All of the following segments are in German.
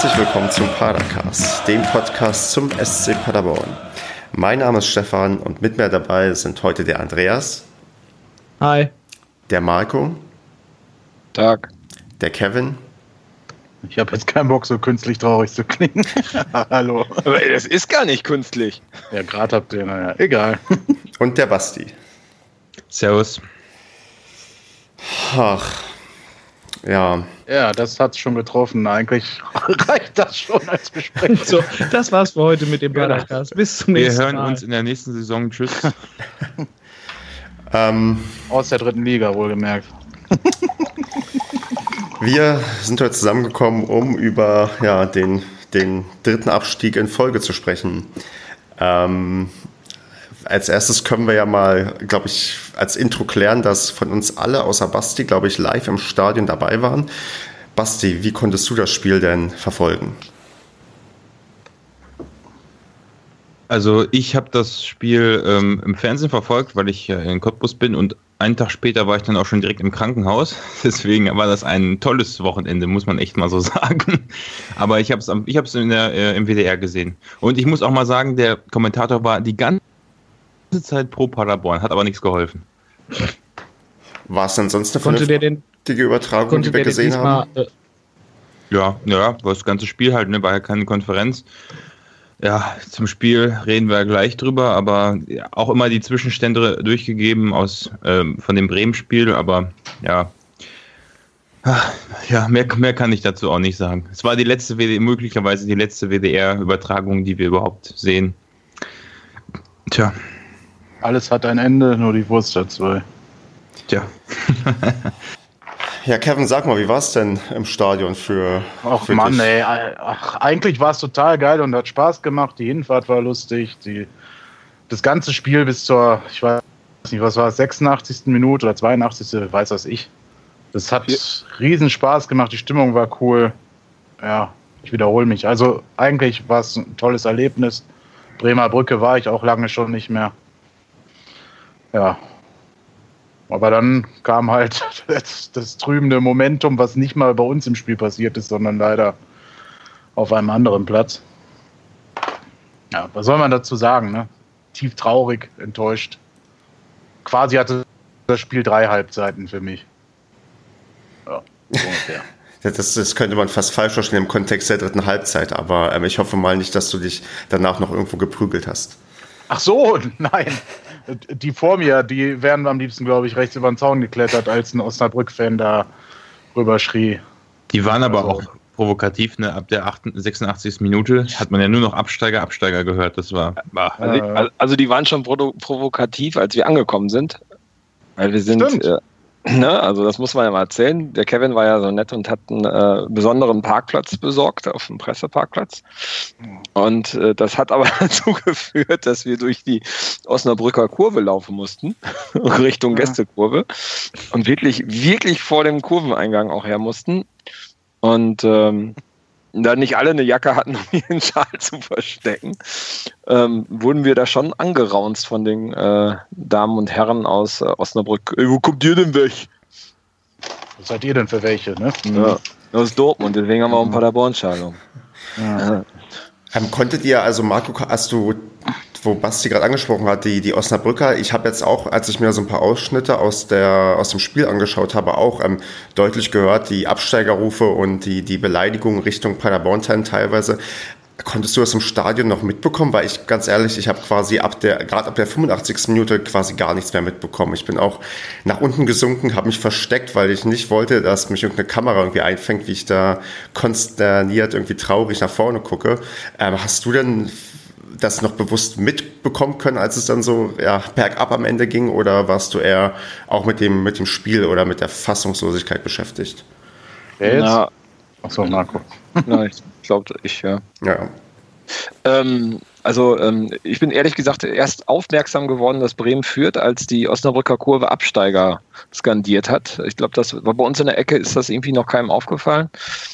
Herzlich willkommen zum Padercast, dem Podcast zum SC Paderborn. Mein Name ist Stefan und mit mir dabei sind heute der Andreas. Hi. Der Marco. Tag. Der Kevin. Ich habe jetzt keinen Bock, so künstlich traurig zu klingen. Hallo. Aber das ist gar nicht künstlich. Ja, gerade habt ihr, naja, egal. Und der Basti. Servus. Ach, ja. Ja, das hat's schon getroffen. Eigentlich reicht das schon als Gespräch. So, das war's für heute mit dem Padercast. Bis zum nächsten Mal. Wir hören uns in der nächsten Saison. Tschüss. Aus der 3. Liga, wohlgemerkt. Wir sind heute zusammengekommen, um über den 3. Abstieg in Folge zu sprechen. Als erstes können wir ja mal, glaube ich, als Intro klären, dass von uns alle außer Basti, glaube ich, live im Stadion dabei waren. Basti, wie konntest du das Spiel denn verfolgen? Also ich habe das Spiel im Fernsehen verfolgt, weil ich in Cottbus bin, und einen Tag später war ich dann auch schon direkt im Krankenhaus. Deswegen war das ein tolles Wochenende, muss man echt mal so sagen. Aber ich habe es im WDR gesehen. Und ich muss auch mal sagen, der Kommentator war die ganze Zeit pro Paderborn, hat aber nichts geholfen. War es denn sonst eine vernünftige Übertragung, die wir gesehen haben? Ja, war das ganze Spiel halt, war ja keine Konferenz. Ja, zum Spiel reden wir gleich drüber, aber auch immer die Zwischenstände durchgegeben von dem Bremen-Spiel, aber ja, mehr kann ich dazu auch nicht sagen. Es war möglicherweise die letzte WDR-Übertragung, die wir überhaupt sehen. Tja. Alles hat ein Ende, nur die Wurst dazu. Tja. Ja, Kevin, sag mal, wie war es denn im Stadion für Mann, dich? ey. Eigentlich war es total geil und hat Spaß gemacht. Die Hinfahrt war lustig. Das ganze Spiel bis zur, ich weiß nicht, was war es, 86. Minute oder 82. Weiß was ich. Das hat riesen Spaß gemacht. Die Stimmung war cool. Ja, ich wiederhole mich. Also eigentlich war es ein tolles Erlebnis. Bremer Brücke war ich auch lange schon nicht mehr. Ja. Aber dann kam halt das trübende Momentum, was nicht mal bei uns im Spiel passiert ist, sondern leider auf einem anderen Platz. Ja, was soll man dazu sagen, ne? Tief traurig, enttäuscht. Quasi hatte das Spiel 3 Halbzeiten für mich. Ja, so ungefähr. Das könnte man fast falsch verstehen im Kontext der 3. Halbzeit, aber ich hoffe mal nicht, dass du dich danach noch irgendwo geprügelt hast. Ach so, nein. Die vor mir, die wären am liebsten, glaube ich, rechts über den Zaun geklettert, als ein Osnabrück-Fan da rüber schrie. Die waren aber auch provokativ, ne? Ab der 86. Minute hat man ja nur noch Absteiger gehört. Das war. Also die waren schon provokativ, als wir angekommen sind. Weil wir sind. Also das muss man ja mal erzählen. Der Kevin war ja so nett und hat einen besonderen Parkplatz besorgt, auf dem Presseparkplatz. Und das hat aber dazu geführt, dass wir durch die Osnabrücker Kurve laufen mussten, Richtung Gästekurve, und wirklich vor dem Kurveneingang auch her mussten. Und da nicht alle eine Jacke hatten, um ihren Schal zu verstecken, wurden wir da schon angeraunzt von den Damen und Herren aus Osnabrück. Ey, wo kommt ihr denn weg? Was seid ihr denn für welche, ne? Ja, aus Dortmund, deswegen haben wir auch einen Paderborn-Schal. Ja. Konntet ihr, also Marco, hast du, wo Basti gerade angesprochen hat, die Osnabrücker, ich habe jetzt auch, als ich mir so ein paar Ausschnitte aus dem Spiel angeschaut habe, auch deutlich gehört, die Absteigerrufe und die Beleidigungen Richtung Paderborn teilweise. Konntest du das im Stadion noch mitbekommen? Weil ich, ganz ehrlich, ich habe quasi gerade ab der 85. Minute quasi gar nichts mehr mitbekommen. Ich bin auch nach unten gesunken, habe mich versteckt, weil ich nicht wollte, dass mich irgendeine Kamera irgendwie einfängt, wie ich da konsterniert, irgendwie traurig nach vorne gucke. Hast du denn das noch bewusst mitbekommen können, als es dann so bergab am Ende ging? Oder warst du eher auch mit dem Spiel oder mit der Fassungslosigkeit beschäftigt? Jetzt? Achso, Marco. Na, ich glaube, ja. Ich bin ehrlich gesagt erst aufmerksam geworden, dass Bremen führt, als die Osnabrücker Kurve Absteiger skandiert hat. Ich glaube, das war bei uns in der Ecke, ist das irgendwie noch keinem aufgefallen.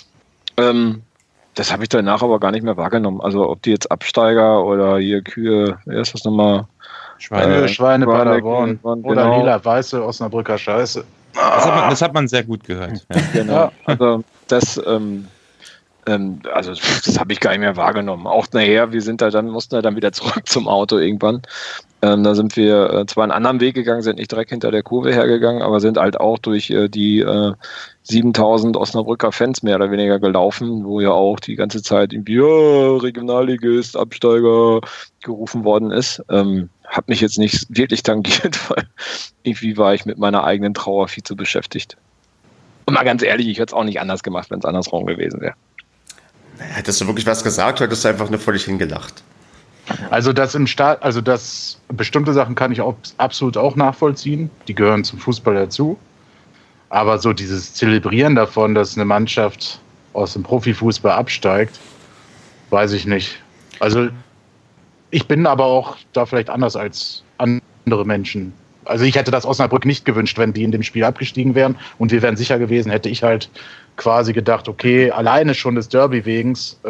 Das habe ich danach aber gar nicht mehr wahrgenommen. Also ob die jetzt Absteiger oder hier Kühe, wer ist das nochmal? Schweine Paderborn oder lila-weiße Osnabrücker Scheiße. Das hat man sehr gut gehört. Ja. Genau. Also das Also das habe ich gar nicht mehr wahrgenommen. Auch nachher, mussten dann wieder zurück zum Auto irgendwann. Da sind wir zwar einen anderen Weg gegangen, sind nicht direkt hinter der Kurve hergegangen, aber sind halt auch durch die 7000 Osnabrücker Fans mehr oder weniger gelaufen, wo ja auch die ganze Zeit irgendwie Regionalligist, Absteiger gerufen worden ist. Hat mich jetzt nicht wirklich tangiert, weil irgendwie war ich mit meiner eigenen Trauer viel zu beschäftigt. Und mal ganz ehrlich, ich hätte es auch nicht anders gemacht, wenn es andersrum gewesen wäre. Hättest du wirklich was gesagt, hättest du einfach nur völlig hingelacht. Also bestimmte Sachen kann ich auch absolut auch nachvollziehen. Die gehören zum Fußball dazu. Aber so dieses Zelebrieren davon, dass eine Mannschaft aus dem Profifußball absteigt, weiß ich nicht. Also ich bin aber auch da vielleicht anders als andere Menschen. Also ich hätte das Osnabrück nicht gewünscht, wenn die in dem Spiel abgestiegen wären und wir wären sicher gewesen, hätte ich halt quasi gedacht, okay, alleine schon des Derby wegens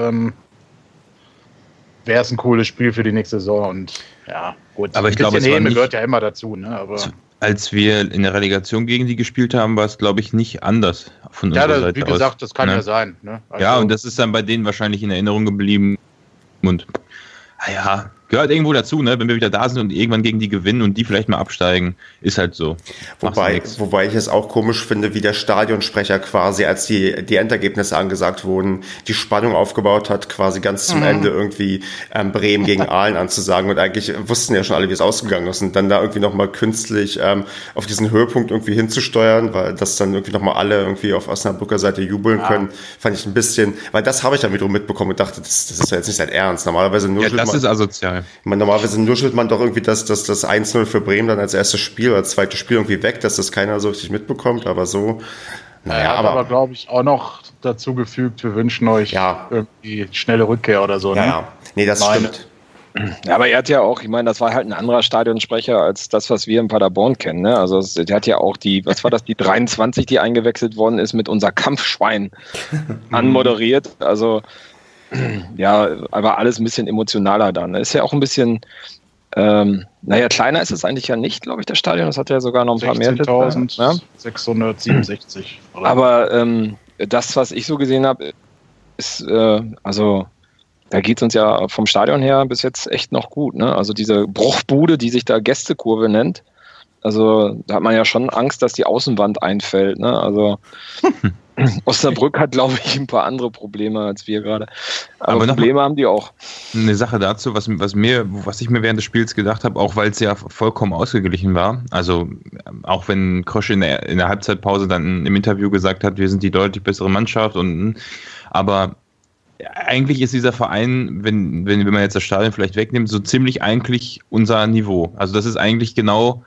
wäre es ein cooles Spiel für die nächste Saison und ja, gut. Aber ich glaube, es Häme gehört ja immer dazu, ne? Aber als wir in der Relegation gegen die gespielt haben, war es, glaube ich, nicht anders von unserer Seite aus. Wie gesagt, das kann ja sein. Ne? Also, ja, und das ist dann bei denen wahrscheinlich in Erinnerung geblieben und naja, gehört irgendwo dazu, ne? Wenn wir wieder da sind und irgendwann gegen die gewinnen und die vielleicht mal absteigen, ist halt so. Wobei ich es auch komisch finde, wie der Stadionsprecher quasi, als die Endergebnisse angesagt wurden, die Spannung aufgebaut hat, quasi ganz zum Ende irgendwie Bremen gegen Aalen anzusagen und eigentlich wussten ja schon alle, wie es ausgegangen ist und dann da irgendwie nochmal künstlich auf diesen Höhepunkt irgendwie hinzusteuern, weil das dann irgendwie nochmal alle irgendwie auf Osnabrücker Seite jubeln können, fand ich ein bisschen, weil das habe ich dann wiederum mitbekommen und dachte, das ist ja jetzt nicht sein Ernst. Normalerweise nur das ist asozial. Normalerweise nuschelt man doch irgendwie das 1-0 für Bremen dann als erstes Spiel oder zweites Spiel irgendwie weg, dass das keiner so richtig mitbekommt, aber so. Naja, aber glaube ich auch noch dazu gefügt, wir wünschen euch irgendwie schnelle Rückkehr oder so. Ne? Ja, nee, das stimmt. Ja, aber er hat ja auch, ich meine, das war halt ein anderer Stadionsprecher als das, was wir in Paderborn kennen. Ne? Also der hat ja auch die 23, die eingewechselt worden ist, mit unser Kampfschwein anmoderiert. Also ja, aber alles ein bisschen emotionaler dann. Ist ja auch ein bisschen, kleiner ist es eigentlich ja nicht, glaube ich, das Stadion. Das hat ja sogar noch ein paar mehr. 16.667. Aber das, was ich so gesehen habe, ist, da geht es uns ja vom Stadion her bis jetzt echt noch gut. Ne? Also diese Bruchbude, die sich da Gästekurve nennt, also da hat man ja schon Angst, dass die Außenwand einfällt. Ne? Also Osnabrück hat, glaube ich, ein paar andere Probleme als wir gerade. Aber Probleme haben die auch. Eine Sache dazu, was ich mir während des Spiels gedacht habe, auch weil es ja vollkommen ausgeglichen war. Also auch wenn Krösche in der Halbzeitpause dann im Interview gesagt hat, wir sind die deutlich bessere Mannschaft. Aber eigentlich ist dieser Verein, wenn man jetzt das Stadion vielleicht wegnimmt, so ziemlich eigentlich unser Niveau. Also das ist eigentlich genau,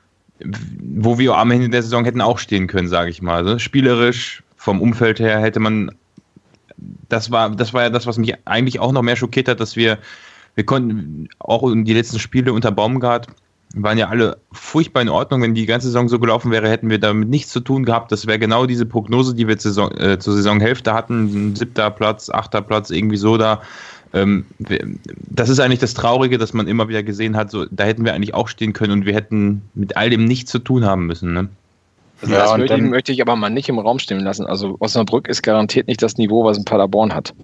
wo wir am Ende der Saison hätten auch stehen können, sage ich mal. Also spielerisch, vom Umfeld her hätte man, das war ja das, was mich eigentlich auch noch mehr schockiert hat, dass wir konnten, auch in die letzten Spiele unter Baumgart, waren ja alle furchtbar in Ordnung. Wenn die ganze Saison so gelaufen wäre, hätten wir damit nichts zu tun gehabt. Das wäre genau diese Prognose, die wir zur Saisonhälfte hatten, 7. Platz, 8. Platz, irgendwie so da. Das ist eigentlich das Traurige, dass man immer wieder gesehen hat, so, da hätten wir eigentlich auch stehen können und wir hätten mit all dem nichts zu tun haben müssen. Ne? Also das möchte ich aber mal nicht im Raum stehen lassen. Also Osnabrück ist garantiert nicht das Niveau, was ein Paderborn hat.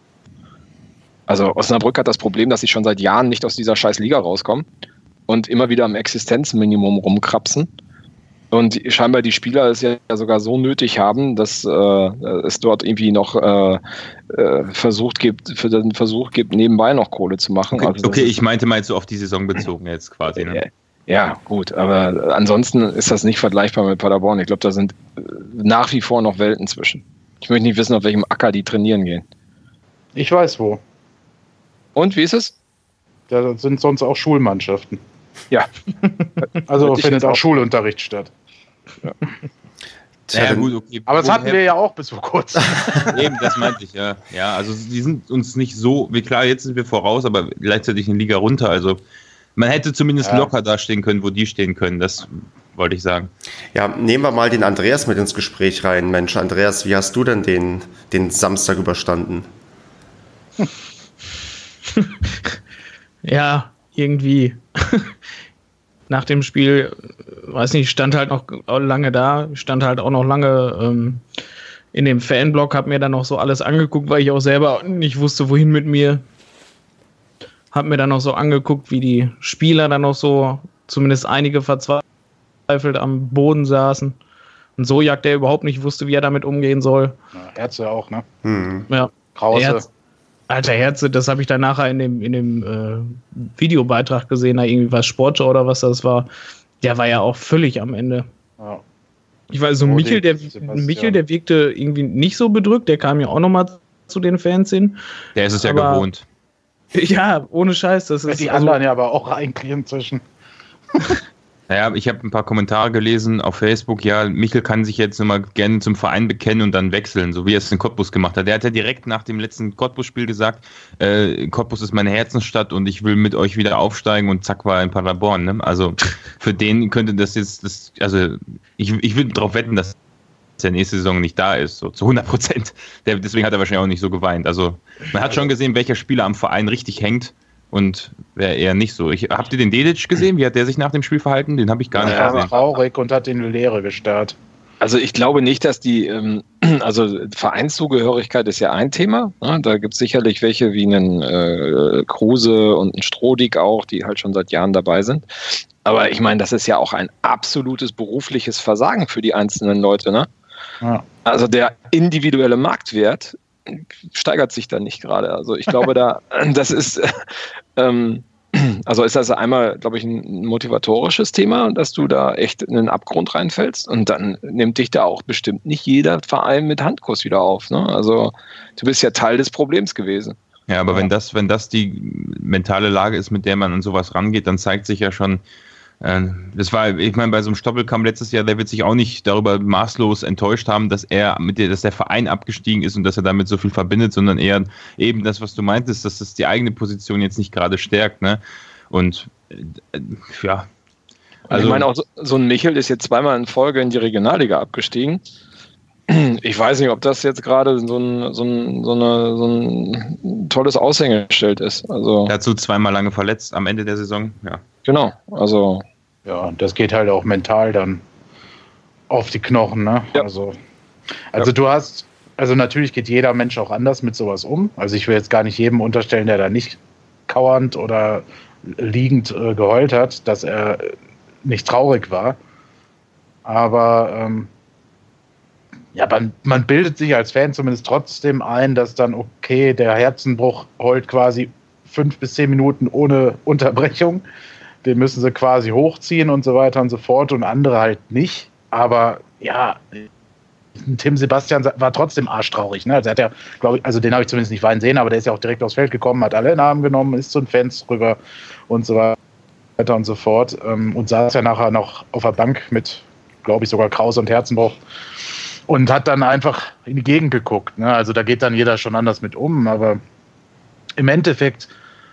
Also Osnabrück hat das Problem, dass sie schon seit Jahren nicht aus dieser scheiß Liga rauskommen und immer wieder am Existenzminimum rumkrapsen. Und scheinbar die Spieler es ja sogar so nötig haben, dass es dort irgendwie noch Versuch gibt, nebenbei noch Kohle zu machen. Okay, ich meinte mal jetzt so auf die Saison bezogen jetzt quasi. Ne? Ja, gut, aber ansonsten ist das nicht vergleichbar mit Paderborn. Ich glaube, da sind nach wie vor noch Welten zwischen. Ich möchte nicht wissen, auf welchem Acker die trainieren gehen. Ich weiß wo. Und, wie ist es? Da sind sonst auch Schulmannschaften. Ja. Also findet auch Schulunterricht statt. Ja. Ja, gut, okay. Aber das hatten wir ja auch bis vor kurzem. Eben, das meinte ich, ja. Ja, also die sind uns nicht so, wie klar, jetzt sind wir voraus, aber gleichzeitig eine Liga runter. Also man hätte zumindest locker dastehen können, wo die stehen können. Das wollte ich sagen. Ja, nehmen wir mal den Andreas mit ins Gespräch rein. Mensch, Andreas, wie hast du denn den Samstag überstanden? Ja, irgendwie. Nach dem Spiel, weiß nicht, stand halt noch lange da, stand halt auch noch lange in dem Fanblog, habe mir dann noch so alles angeguckt, weil ich auch selber nicht wusste, wohin mit mir. Habe mir dann noch so angeguckt, wie die Spieler dann noch so, zumindest einige verzweifelt am Boden saßen. Und Sojak, der überhaupt nicht wusste, wie er damit umgehen soll. Ja, Herze auch, ne? Ja. Krause. Alter Herze, das habe ich dann nachher in dem Videobeitrag gesehen, da irgendwie was Sportschau oder was das war. Der war ja auch völlig am Ende. Ja. Ich weiß, so Michel, der wirkte irgendwie nicht so bedrückt, der kam ja auch nochmal zu den Fans hin. Der ist es ja gewohnt. Ja, ohne Scheiß. Das ist die anderen ja aber auch eigentlich inzwischen. Naja, ich habe ein paar Kommentare gelesen auf Facebook, ja, Michel kann sich jetzt immer gerne zum Verein bekennen und dann wechseln, so wie er es in Cottbus gemacht hat. Der hat ja direkt nach dem letzten Cottbus-Spiel gesagt, Cottbus ist meine Herzensstadt und ich will mit euch wieder aufsteigen und zack war er in Paderborn. Ne? Also für den könnte das jetzt, ich würde darauf wetten, dass der nächste Saison nicht da ist, so zu 100%. Deswegen hat er wahrscheinlich auch nicht so geweint. Also man hat schon gesehen, welcher Spieler am Verein richtig hängt. Und wäre eher nicht so. Habt ihr den Dedic gesehen? Wie hat der sich nach dem Spiel verhalten? Den habe ich gar nicht gesehen. Er war traurig und hat in die Leere gestarrt. Also ich glaube nicht, dass also Vereinszugehörigkeit ist ja ein Thema. Ne? Da gibt es sicherlich welche wie einen Kruse und einen Strodig auch, die halt schon seit Jahren dabei sind. Aber ich meine, das ist ja auch ein absolutes berufliches Versagen für die einzelnen Leute. Ne? Ja. Also der individuelle Marktwert steigert sich dann nicht gerade. Also ich glaube, das ist, also ist das einmal, glaube ich, ein motivatorisches Thema, dass du da echt in den Abgrund reinfällst und dann nimmt dich da auch bestimmt nicht jeder Verein mit Handkuss wieder auf. Ne? Also du bist ja Teil des Problems gewesen. Ja, aber wenn das die mentale Lage ist, mit der man an sowas rangeht, dann zeigt sich ja schon, ich meine, bei so einem Stoppelkamp letztes Jahr, der wird sich auch nicht darüber maßlos enttäuscht haben, dass der Verein abgestiegen ist und dass er damit so viel verbindet, sondern eher eben das, was du meintest, dass das die eigene Position jetzt nicht gerade stärkt, ne? Und ja. Also ich meine auch, so ein Michel ist jetzt zweimal in Folge in die Regionalliga abgestiegen. Ich weiß nicht, ob das jetzt gerade so ein tolles Aushängeschild ist. Also dazu zweimal lange verletzt am Ende der Saison, ja. Genau, also. Ja, das geht halt auch mental dann auf die Knochen, ne? Ja. Also du hast, natürlich geht jeder Mensch auch anders mit sowas um. Also ich will jetzt gar nicht jedem unterstellen, der da nicht kauernd oder liegend geheult hat, dass er nicht traurig war. Aber man bildet sich als Fan zumindest trotzdem ein, dass dann, okay, der Herzenbruch heult quasi 5 bis 10 Minuten ohne Unterbrechung. Den müssen sie quasi hochziehen und so weiter und so fort und andere halt nicht. Aber ja, Tim Sebastian war trotzdem arschtraurig. Ne? Also er hat ja, glaube ich, also den habe ich zumindest nicht weinen sehen, aber der ist ja auch direkt aufs Feld gekommen, hat alle Namen genommen, ist zu den Fans rüber und so weiter und so fort. Und saß ja nachher noch auf der Bank mit, glaube ich, sogar Krause und Herzenbruch. Und hat dann einfach in die Gegend geguckt. Ne? Also da geht dann jeder schon anders mit um. Aber im Endeffekt,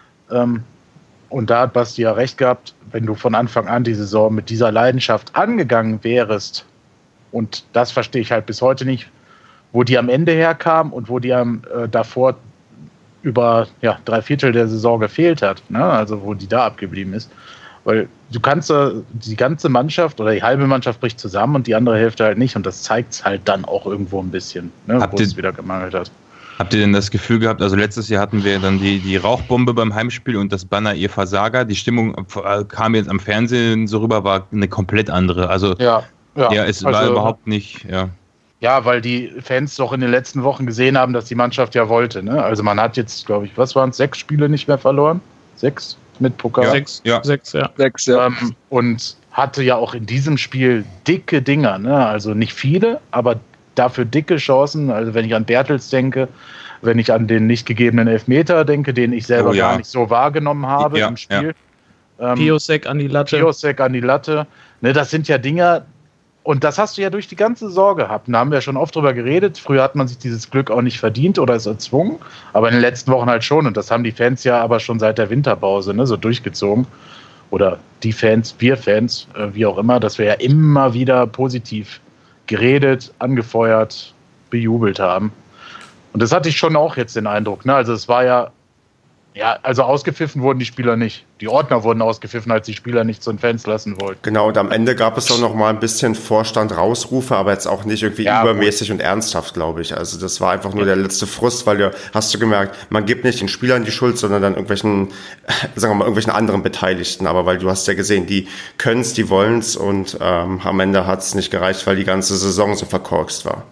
und da hat Basti ja recht gehabt, wenn du von Anfang an die Saison mit dieser Leidenschaft angegangen wärst, und das verstehe ich halt bis heute nicht, wo die am Ende herkam und wo die davor über 3/4 der Saison gefehlt hat. Ne? Also wo die da abgeblieben ist. Weil du kannst die ganze Mannschaft oder die halbe Mannschaft bricht zusammen und die andere Hälfte halt nicht. Und das zeigt es halt dann auch irgendwo ein bisschen, ne, wo es wieder gemangelt hat. Habt ihr denn das Gefühl gehabt, also letztes Jahr hatten wir dann die Rauchbombe beim Heimspiel und das Banner ihr Versager. Die Stimmung kam jetzt am Fernsehen so rüber, war eine komplett andere. Also es war überhaupt nicht, ja. Ja, weil die Fans doch in den letzten Wochen gesehen haben, dass die Mannschaft ja wollte. Ne? Also man hat jetzt, glaube ich, was waren es, 6 Spiele nicht mehr verloren? 6? Mit Pokal. 6, ja. Und hatte ja auch in diesem Spiel dicke Dinger, ne? Also nicht viele, aber dafür dicke Chancen. Also wenn ich an Bertels denke, wenn ich an den nicht gegebenen Elfmeter denke, den ich selber gar nicht so wahrgenommen habe im Spiel. Ja. Piosek an die Latte. Ne, das sind ja Dinger, und das hast du ja durch die ganze Saison gehabt. Da haben wir ja schon oft drüber geredet. Früher hat man sich dieses Glück auch nicht verdient oder es erzwungen. Aber in den letzten Wochen halt schon. Und das haben die Fans ja aber schon seit der Winterpause, ne, so durchgezogen. Oder die Fans, wir Fans, wie auch immer, dass wir ja immer wieder positiv geredet, angefeuert, bejubelt haben. Und das hatte ich schon auch jetzt den Eindruck. Ne? Also es war ja Ja, also ausgepfiffen wurden die Spieler nicht. Die Ordner wurden ausgepfiffen, als die Spieler nicht zu den Fans lassen wollten. Genau, und am Ende gab es auch noch mal ein bisschen Vorstand-Rausrufe, aber jetzt auch nicht irgendwie übermäßig und ernsthaft, glaube ich. Also das war einfach nur der letzte Frust, weil hast du gemerkt, man gibt nicht den Spielern die Schuld, sondern dann irgendwelchen anderen Beteiligten. Aber weil du hast ja gesehen, die können's, die wollen's und am Ende hat's nicht gereicht, weil die ganze Saison so verkorkst war.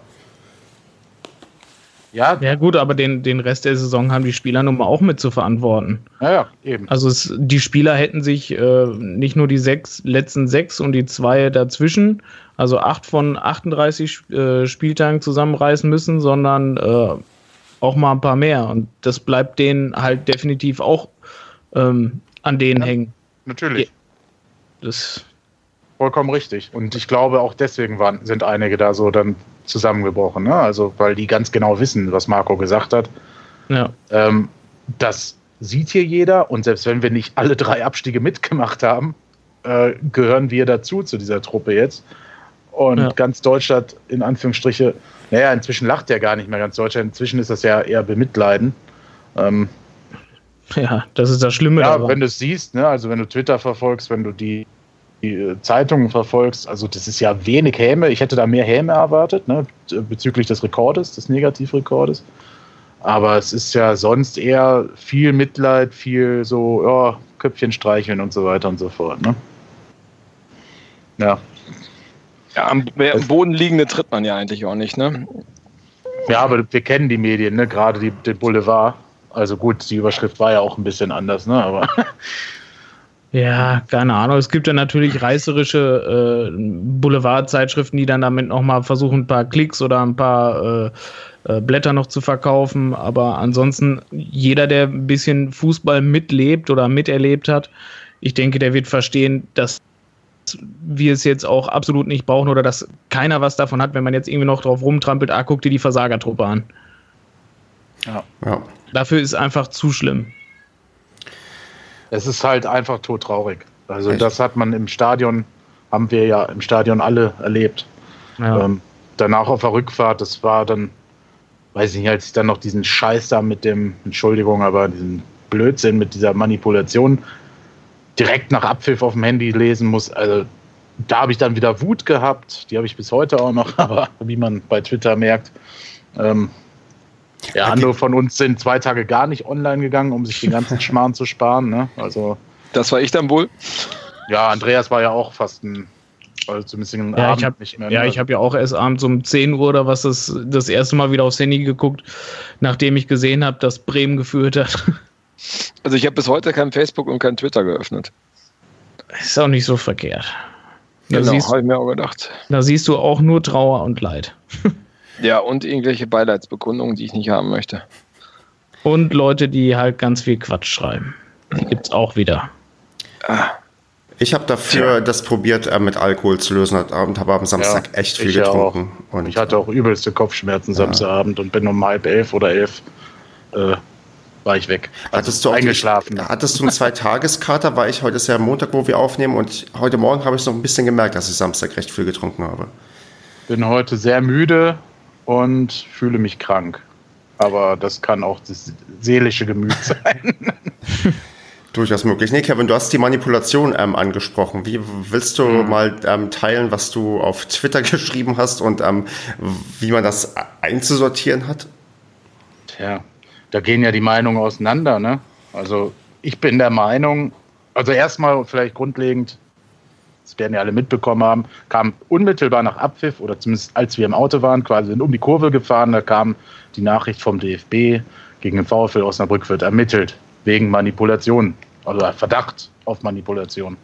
Ja gut, aber den Rest der Saison haben die Spieler nun mal auch mit zu verantworten. Ja, eben. Also die Spieler hätten sich nicht nur die letzten 6 und die 2 dazwischen, also 8 von 38 Spieltagen zusammenreißen müssen, sondern auch mal ein paar mehr. Und das bleibt denen halt definitiv auch an denen hängen. Natürlich. Das vollkommen richtig. Und ich glaube, auch deswegen sind einige da so dann zusammengebrochen, ne? Also weil die ganz genau wissen, was Marco gesagt hat. Ja. Das sieht hier jeder und selbst wenn wir nicht alle 3 Abstiege mitgemacht haben, gehören wir dazu, zu dieser Truppe jetzt. Und ganz Deutschland, in Anführungsstriche, inzwischen lacht ja gar nicht mehr ganz Deutschland, inzwischen ist das ja eher Bemitleiden. Ja, das ist das Schlimme daran. Wenn du es siehst, ne? Also wenn du Twitter verfolgst, wenn du die Zeitungen verfolgst, also das ist ja wenig Häme. Ich hätte da mehr Häme erwartet, ne, bezüglich des Rekordes, des Negativrekordes. Aber es ist ja sonst eher viel Mitleid, viel so, Köpfchen streicheln und so weiter und so fort. Ne? Ja. Ja, am Boden liegende tritt man ja eigentlich auch nicht, ne? Ja, aber wir kennen die Medien, ne? Gerade den Boulevard. Also gut, die Überschrift war ja auch ein bisschen anders, ne? Aber ja, keine Ahnung. Es gibt ja natürlich reißerische Boulevardzeitschriften, die dann damit nochmal versuchen, ein paar Klicks oder ein paar Blätter noch zu verkaufen. Aber ansonsten, jeder, der ein bisschen Fußball mitlebt oder miterlebt hat, ich denke, der wird verstehen, dass wir es jetzt auch absolut nicht brauchen oder dass keiner was davon hat, wenn man jetzt irgendwie noch drauf rumtrampelt, guck dir die Versagertruppe an. Ja. Dafür ist einfach zu schlimm. Es ist halt einfach todtraurig. Also das hat man haben wir ja im Stadion alle erlebt. Ja. Danach auf der Rückfahrt, das war dann, weiß ich nicht, als ich dann noch diesen Scheiß da mit dem, Entschuldigung, aber diesen Blödsinn mit dieser Manipulation direkt nach Abpfiff auf dem Handy lesen muss. Also da habe ich dann wieder Wut gehabt. Die habe ich bis heute auch noch, aber wie man bei Twitter merkt, andere von uns sind 2 Tage gar nicht online gegangen, um sich den ganzen Schmarrn zu sparen. Ne? Also, das war ich dann wohl. Ja, Andreas war ja auch fast zumindest einen Abend nicht mehr. Ja, ich habe ja auch erst abends um 10 Uhr oder was das erste Mal wieder aufs Handy geguckt, nachdem ich gesehen habe, dass Bremen geführt hat. Also ich habe bis heute kein Facebook und kein Twitter geöffnet. Ist auch nicht so verkehrt. Genau, habe ich mir auch gedacht. Da siehst du auch nur Trauer und Leid. Ja, und irgendwelche Beileidsbekundungen, die ich nicht haben möchte. Und Leute, die halt ganz viel Quatsch schreiben. Die gibt's auch wieder. Ich habe dafür das probiert, mit Alkohol zu lösen und habe am Samstag echt viel getrunken. Und ich hatte auch übelste Kopfschmerzen Samstagabend und bin um 10:30 oder 11 war ich weg. Hattest du eingeschlafen? Hattest du einen 2-Tageskater? Weil heute ist ja Montag, wo wir aufnehmen, und heute Morgen habe ich noch ein bisschen gemerkt, dass ich Samstag recht viel getrunken habe. Bin heute sehr müde und fühle mich krank. Aber das kann auch das seelische Gemüt sein. Durchaus möglich. Nee, Kevin, du hast die Manipulation angesprochen. Wie willst du mal teilen, was du auf Twitter geschrieben hast und wie man das einzusortieren hat? Tja, da gehen ja die Meinungen auseinander, ne? Also ich bin der Meinung, also erstmal vielleicht grundlegend, das werden ja alle mitbekommen haben, kam unmittelbar nach Abpfiff, oder zumindest als wir im Auto waren, quasi sind um die Kurve gefahren, da kam die Nachricht vom DFB, gegen den VfL Osnabrück wird ermittelt, wegen Manipulation, also Verdacht auf Manipulation.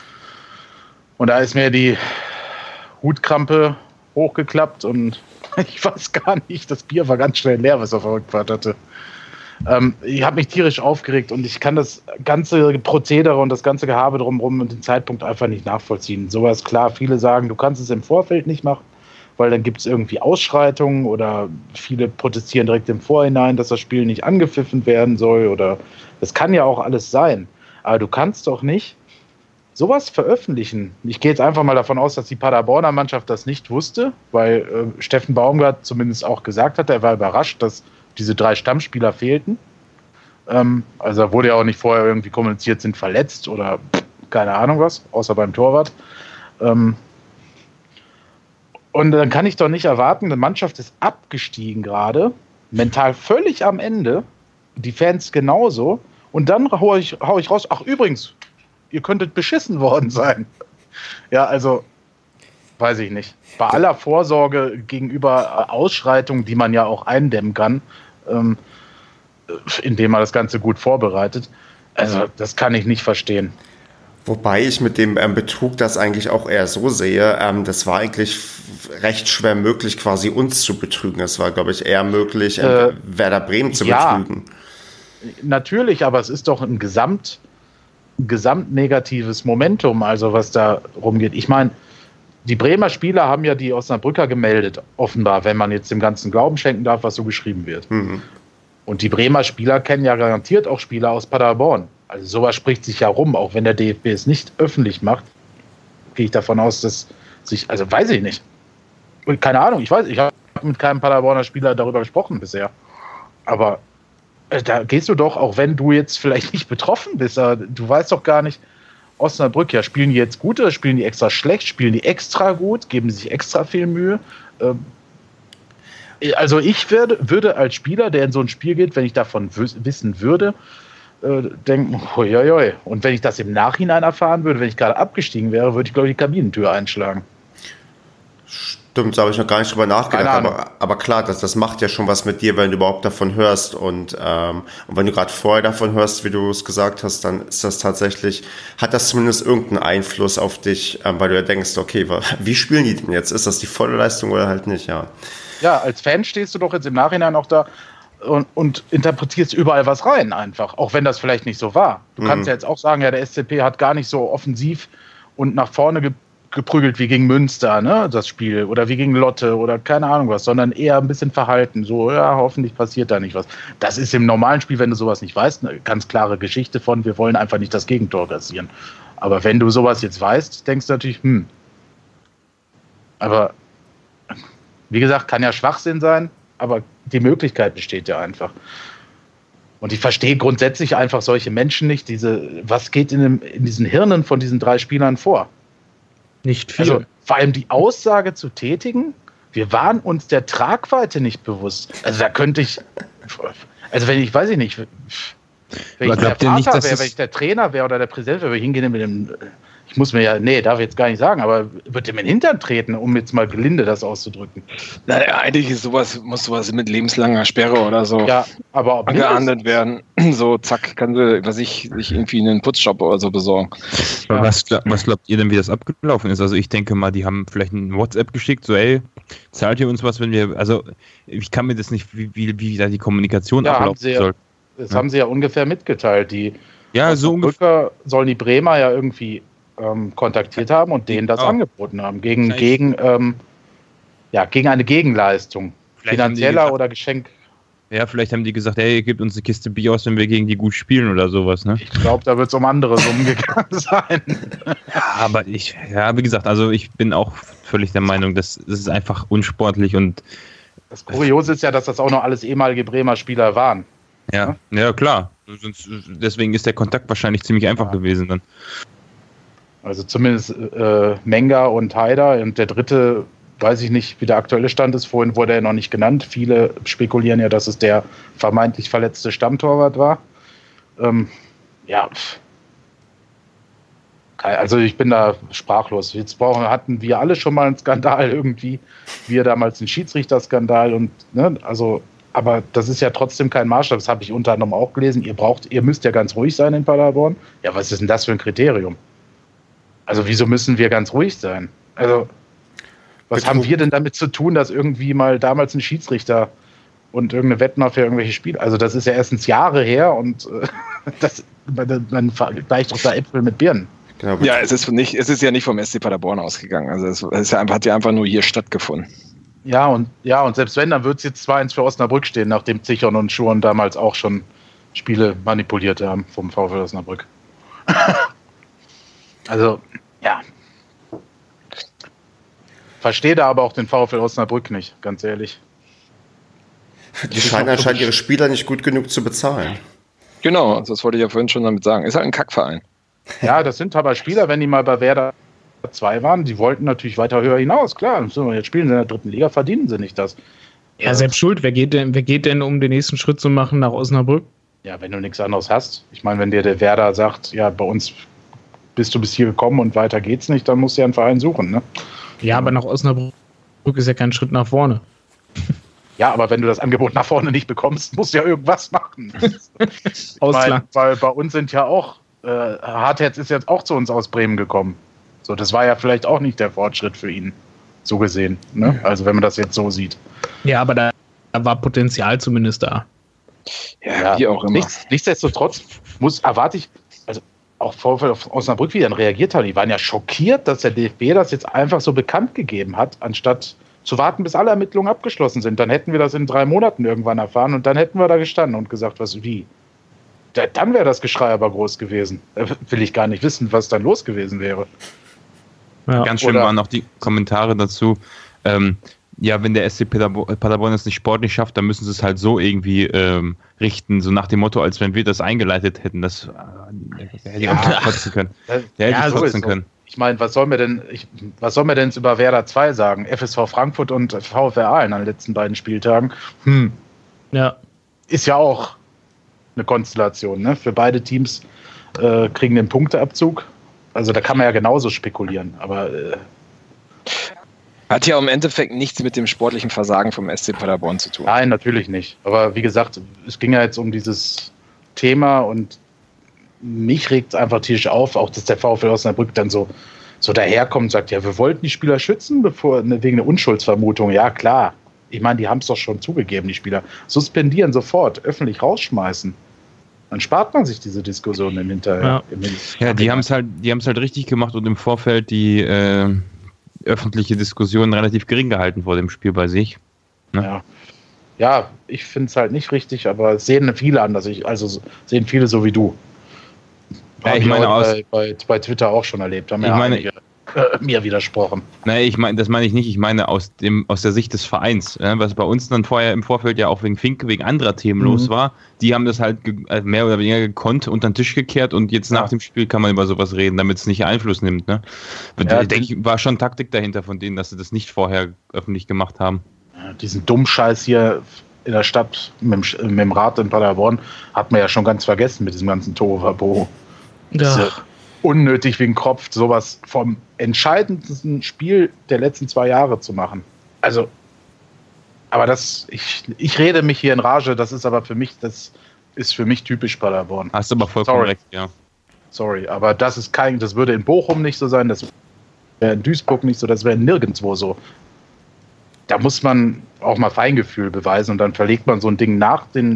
Und da ist mir die Hutkrampe hochgeklappt und ich weiß gar nicht, das Bier war ganz schnell leer, was er auf der Rückfahrt hatte. Ich habe mich tierisch aufgeregt und ich kann das ganze Prozedere und das ganze Gehabe drumherum und den Zeitpunkt einfach nicht nachvollziehen. Sowas, klar, viele sagen, du kannst es im Vorfeld nicht machen, weil dann gibt es irgendwie Ausschreitungen oder viele protestieren direkt im Vorhinein, dass das Spiel nicht angepfiffen werden soll, oder das kann ja auch alles sein. Aber du kannst doch nicht sowas veröffentlichen. Ich gehe jetzt einfach mal davon aus, dass die Paderborner Mannschaft das nicht wusste, weil Steffen Baumgart zumindest auch gesagt hat, er war überrascht, dass diese 3 Stammspieler fehlten. Also da wurde ja auch nicht vorher irgendwie kommuniziert, sind verletzt oder keine Ahnung was, außer beim Torwart. Und dann kann ich doch nicht erwarten, die Mannschaft ist abgestiegen gerade, mental völlig am Ende, die Fans genauso, und dann hau ich raus, ach übrigens, ihr könntet beschissen worden sein. Ja, also, weiß ich nicht. Bei aller Vorsorge gegenüber Ausschreitungen, die man ja auch eindämmen kann, indem man das Ganze gut vorbereitet, also das kann ich nicht verstehen. Wobei ich mit dem Betrug das eigentlich auch eher so sehe, das war eigentlich recht schwer möglich, quasi uns zu betrügen. Es war, glaube ich, eher möglich, Werder Bremen zu betrügen. Natürlich, aber es ist doch ein gesamt negatives Momentum, also was da rumgeht. Ich meine, die Bremer Spieler haben ja die Osnabrücker gemeldet, offenbar, wenn man jetzt dem Ganzen Glauben schenken darf, was so geschrieben wird. Mhm. Und die Bremer Spieler kennen ja garantiert auch Spieler aus Paderborn. Also sowas spricht sich ja rum, auch wenn der DFB es nicht öffentlich macht, gehe ich davon aus, dass sich, also weiß ich nicht. Und keine Ahnung, ich habe mit keinem Paderborner Spieler darüber gesprochen bisher. Aber da gehst du doch, auch wenn du jetzt vielleicht nicht betroffen bist, aber du weißt doch gar nicht, Osnabrück, ja, spielen die jetzt gut oder spielen die extra schlecht, spielen die extra gut, geben sich extra viel Mühe. Also ich würde als Spieler, der in so ein Spiel geht, wenn ich davon wissen würde, denken, hoi. Und wenn ich das im Nachhinein erfahren würde, wenn ich gerade abgestiegen wäre, würde ich, glaube ich, die Kabinentür einschlagen. Stimmt, da habe ich noch gar nicht drüber nachgedacht, aber klar, das macht ja schon was mit dir, wenn du überhaupt davon hörst und wenn du gerade vorher davon hörst, wie du es gesagt hast, dann ist das tatsächlich, hat das zumindest irgendeinen Einfluss auf dich, weil du ja denkst, okay, wie spielen die denn jetzt? Ist das die volle Leistung oder halt nicht, ja? Ja, als Fan stehst du doch jetzt im Nachhinein auch da und interpretierst überall was rein einfach, auch wenn das vielleicht nicht so war. Du kannst ja jetzt auch sagen, ja, der SCP hat gar nicht so offensiv und nach vorne geprügelt wie gegen Münster, ne, das Spiel, oder wie gegen Lotte oder keine Ahnung was, sondern eher ein bisschen verhalten, so, ja, hoffentlich passiert da nicht was. Das ist im normalen Spiel, wenn du sowas nicht weißt, eine ganz klare Geschichte von, wir wollen einfach nicht das Gegentor kassieren. Aber wenn du sowas jetzt weißt, denkst du natürlich, aber wie gesagt, kann ja Schwachsinn sein, aber die Möglichkeit besteht ja einfach. Und ich verstehe grundsätzlich einfach solche Menschen nicht, was geht in diesen Hirnen von diesen 3 Spielern vor? Nicht viel. Also vor allem die Aussage zu tätigen, wir waren uns der Tragweite nicht bewusst. Also da könnte ich, also wenn ich, weiß ich nicht, wenn ich der Vater wäre, wenn ich der Trainer wäre oder der Präsident wäre, würde ich hingehen mit dem, ich muss mir ja, darf ich jetzt gar nicht sagen, aber würde mir in den Hintern treten, um jetzt mal gelinde das auszudrücken. Naja, eigentlich ist muss sowas mit lebenslanger Sperre oder so angeahndet werden. So, zack, kann sie, sich irgendwie einen Putzjob oder so besorgen. Ja. Was glaubt ihr denn, wie das abgelaufen ist? Also ich denke mal, die haben vielleicht ein WhatsApp geschickt, so ey, zahlt ihr uns was, wenn wir, also ich kann mir das nicht, wie da die Kommunikation ablaufen soll. Das haben sie ja ungefähr mitgeteilt. Die so Brücker sollen die Bremer ja irgendwie kontaktiert haben und denen das angeboten haben. Gegen eine Gegenleistung. Vielleicht finanzieller oder Geschenk. Ja, vielleicht haben die gesagt, hey, ihr gebt uns eine Kiste Bier aus, wenn wir gegen die gut spielen oder sowas, ne? Ich glaube, da wird es um andere Summen gegangen sein. Aber wie gesagt, also ich bin auch völlig der Meinung, das ist einfach unsportlich und das Kuriose ist ja, dass das auch noch alles ehemalige Bremer Spieler waren. Ja, klar. Deswegen ist der Kontakt wahrscheinlich ziemlich einfach gewesen dann. Also zumindest Menga und Haider und der dritte, weiß ich nicht, wie der aktuelle Stand ist. Vorhin wurde er noch nicht genannt. Viele spekulieren ja, dass es der vermeintlich verletzte Stammtorwart war. Also ich bin da sprachlos. Jetzt hatten wir alle schon mal einen Skandal irgendwie. Wir damals einen Schiedsrichterskandal und aber das ist ja trotzdem kein Maßstab. Das habe ich unter anderem auch gelesen. Ihr müsst ja ganz ruhig sein in Paderborn. Ja, was ist denn das für ein Kriterium? Also wieso müssen wir ganz ruhig sein? Also was haben wir denn damit zu tun, dass irgendwie mal damals ein Schiedsrichter und irgendeine Wettmafia irgendwelche Spiele, also das ist ja erstens Jahre her und man vergleicht doch da Äpfel mit Birnen. Genau. Ja, es ist ja nicht vom SC Paderborn ausgegangen. Also hat ja einfach nur hier stattgefunden. Ja, und selbst wenn, dann wird es jetzt 2-1 für Osnabrück stehen, nachdem Zichon und Schurn damals auch schon Spiele manipuliert haben vom VfL Osnabrück. Also, ja. Verstehe da aber auch den VfL Osnabrück nicht, ganz ehrlich. Die scheinen anscheinend ihre Spieler nicht gut genug zu bezahlen. Genau, das wollte ich ja vorhin schon damit sagen. Ist halt ein Kackverein. Ja, das sind aber Spieler, wenn die mal bei Werder 2 waren, die wollten natürlich weiter höher hinaus. Klar, jetzt spielen sie in der 3. Liga, verdienen sie nicht das. Ja, selbst schuld. Wer geht denn, um den nächsten Schritt zu machen nach Osnabrück? Ja, wenn du nichts anderes hast. Ich meine, wenn dir der Werder sagt, ja, bei uns bist du bis hier gekommen und weiter geht's nicht, dann musst du ja einen Verein suchen, ne? Ja, aber nach Osnabrück ist ja kein Schritt nach vorne. Ja, aber wenn du das Angebot nach vorne nicht bekommst, musst du ja irgendwas machen. Weil bei uns sind ja auch, Hartherz ist jetzt auch zu uns aus Bremen gekommen. So, das war ja vielleicht auch nicht der Fortschritt für ihn, so gesehen. Ne? Also wenn man das jetzt so sieht. Ja, aber da war Potenzial zumindest da. Ja, wie auch immer. Nichtsdestotrotz erwarte ich, also auch VfL Osnabrück, wie dann reagiert hat. Die waren ja schockiert, dass der DFB das jetzt einfach so bekannt gegeben hat, anstatt zu warten, bis alle Ermittlungen abgeschlossen sind. Dann hätten wir das in 3 Monaten irgendwann erfahren und dann hätten wir da gestanden und gesagt, wie? Dann wäre das Geschrei aber groß gewesen. Da will ich gar nicht wissen, was dann los gewesen wäre. Ja. Ganz schön waren auch die Kommentare dazu. Ja, wenn der SC Paderborn es nicht sportlich schafft, dann müssen sie es halt so irgendwie richten, so nach dem Motto, als wenn wir das eingeleitet hätten. Das hätte ich auch kotzen können. Können. Ich meine, was soll mir denn über Werder 2 sagen? FSV Frankfurt und VfR Aalen an den letzten beiden Spieltagen. Ja. Ist ja auch eine Konstellation, ne? Für beide Teams kriegen den Punkteabzug. Also da kann man ja genauso spekulieren, aber hat ja im Endeffekt nichts mit dem sportlichen Versagen vom SC Paderborn zu tun. Nein, natürlich nicht. Aber wie gesagt, es ging ja jetzt um dieses Thema und mich regt es einfach tierisch auf, auch dass der VfL Osnabrück dann so daherkommt und sagt, ja, wir wollten die Spieler schützen, wegen der Unschuldsvermutung. Ja, klar. Ich meine, die haben es doch schon zugegeben, die Spieler. Suspendieren sofort, öffentlich rausschmeißen. Dann spart man sich diese Diskussion im Hinterher. Ja, die haben es halt richtig gemacht und im Vorfeld die öffentliche Diskussion relativ gering gehalten vor dem Spiel bei sich. Ne? Ja, ich finde es halt nicht richtig, aber sehen viele anders. Also sehen viele so wie du. Ja, ich meine, bei Twitter auch schon erlebt. Haben einige mir widersprochen. Nein, das meine ich nicht. Ich meine aus der Sicht des Vereins, was bei uns dann vorher im Vorfeld ja auch wegen anderer Themen los war. Die haben das halt mehr oder weniger gekonnt unter den Tisch gekehrt und jetzt nach dem Spiel kann man über sowas reden, damit es nicht Einfluss nimmt. Ne? Ich denke, war schon Taktik dahinter von denen, dass sie das nicht vorher öffentlich gemacht haben. Ja, diesen Dummscheiß hier in der Stadt mit dem Rat in Paderborn hat man ja schon ganz vergessen mit diesem ganzen Tohuwabohu. Ja. Unnötig wie ein Kopf, sowas vom entscheidendsten Spiel der letzten 2 Jahre zu machen. Also, aber ich rede mich hier in Rage, das ist für mich typisch Paderborn. Hast du aber vollkommen recht, ja. Sorry, aber das würde in Bochum nicht so sein, das wäre in Duisburg nicht so, das wäre nirgendwo so. Da muss man auch mal Feingefühl beweisen und dann verlegt man so ein Ding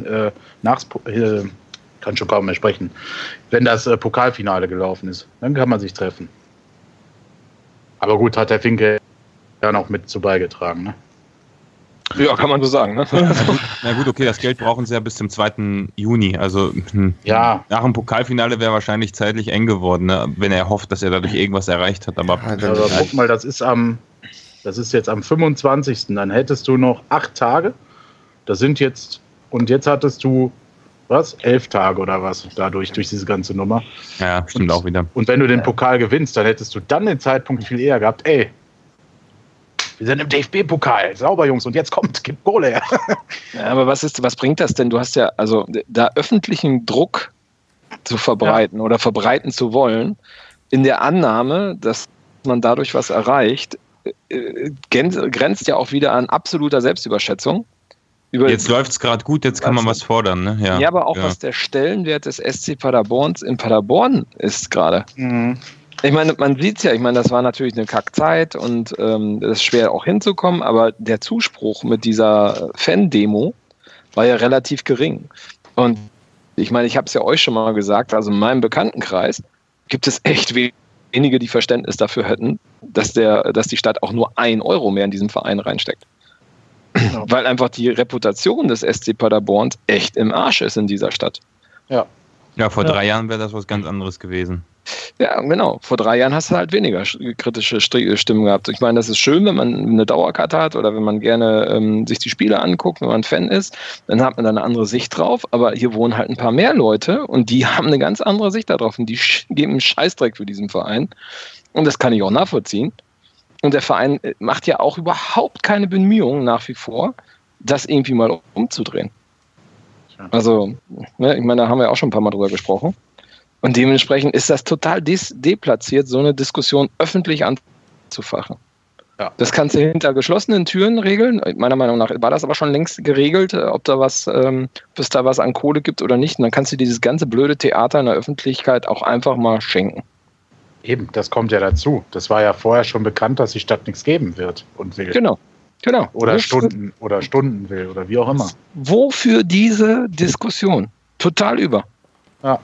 kann schon kaum mehr sprechen, wenn das Pokalfinale gelaufen ist. Dann kann man sich treffen. Aber gut, hat der Finke ja noch mit zu beigetragen. Ne? Ja, kann man so sagen. Ne? Na gut, okay, das Geld brauchen sie ja bis zum 2. Juni. Also nach dem Pokalfinale wäre wahrscheinlich zeitlich eng geworden, ne? Wenn er hofft, dass er dadurch irgendwas erreicht hat. Aber guck mal, das ist jetzt am 25. Dann hättest du noch 8 Tage. Jetzt hattest du 11 Tage oder was, durch diese ganze Nummer. Ja, stimmt auch wieder. Und wenn du den Pokal gewinnst, dann hättest du dann den Zeitpunkt viel eher gehabt, wir sind im DFB-Pokal, sauber Jungs, und jetzt gib Kohle her. Ja, aber was bringt das denn? Du hast ja, also da öffentlichen Druck zu verbreiten oder verbreiten zu wollen, in der Annahme, dass man dadurch was erreicht, grenzt ja auch wieder an absoluter Selbstüberschätzung. Jetzt läuft es gerade gut, jetzt kann man was fordern. Ne? Ja, aber auch was der Stellenwert des SC Paderborns in Paderborn ist gerade. Mhm. Ich meine, man sieht es ja, das war natürlich eine Kackzeit und es ist schwer auch hinzukommen, aber der Zuspruch mit dieser Fan-Demo war ja relativ gering. Und ich meine, ich habe es ja euch schon mal gesagt, also in meinem Bekanntenkreis gibt es echt wenige, die Verständnis dafür hätten, dass die Stadt auch nur 1 Euro mehr in diesen Verein reinsteckt. Genau. Weil einfach die Reputation des SC Paderborns echt im Arsch ist in dieser Stadt. Ja, vor 3 Jahren wäre das was ganz anderes gewesen. Ja, genau. Vor 3 Jahren hast du halt weniger kritische Stimmen gehabt. Ich meine, das ist schön, wenn man eine Dauerkarte hat oder wenn man gerne sich die Spiele anguckt, wenn man Fan ist, dann hat man da eine andere Sicht drauf. Aber hier wohnen halt ein paar mehr Leute und die haben eine ganz andere Sicht darauf und die geben einen Scheißdreck für diesen Verein. Und das kann ich auch nachvollziehen. Und der Verein macht ja auch überhaupt keine Bemühungen nach wie vor, das irgendwie mal umzudrehen. Also, ne, ich meine, da haben wir auch schon ein paar Mal drüber gesprochen. Und dementsprechend ist das total deplatziert, so eine Diskussion öffentlich anzufachen. Ja. Das kannst du hinter geschlossenen Türen regeln. Meiner Meinung nach war das aber schon längst geregelt, ob es da was an Kohle gibt oder nicht. Und dann kannst du dieses ganze blöde Theater in der Öffentlichkeit auch einfach mal schenken. Eben, das kommt ja dazu. Das war ja vorher schon bekannt, dass die Stadt nichts geben wird und will. Genau. Oder Stunden will oder wie auch immer. Wofür diese Diskussion? Total über. Ja.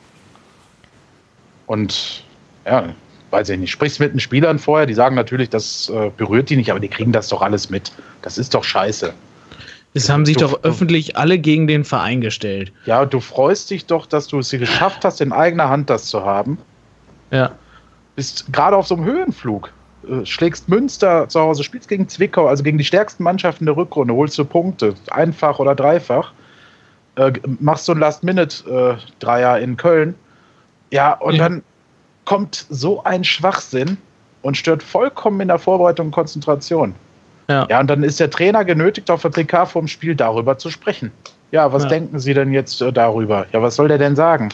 Und ja, weiß ich nicht, sprichst mit den Spielern vorher, die sagen natürlich, das berührt die nicht, aber die kriegen das doch alles mit. Das ist doch scheiße. Es haben sich doch öffentlich alle gegen den Verein gestellt. Ja, du freust dich doch, dass du es hier geschafft hast, in eigener Hand das zu haben. Ja. Bist gerade auf so einem Höhenflug. Schlägst Münster zu Hause, spielst gegen Zwickau, also gegen die stärksten Mannschaften der Rückrunde, holst du Punkte, einfach oder dreifach. Machst so ein Last-Minute-Dreier in Köln. Ja, und dann kommt so ein Schwachsinn und stört vollkommen in der Vorbereitung und Konzentration. Ja, und dann ist der Trainer genötigt, auf der PK vorm Spiel darüber zu sprechen. Ja, was denken Sie denn jetzt darüber? Ja, was soll der denn sagen?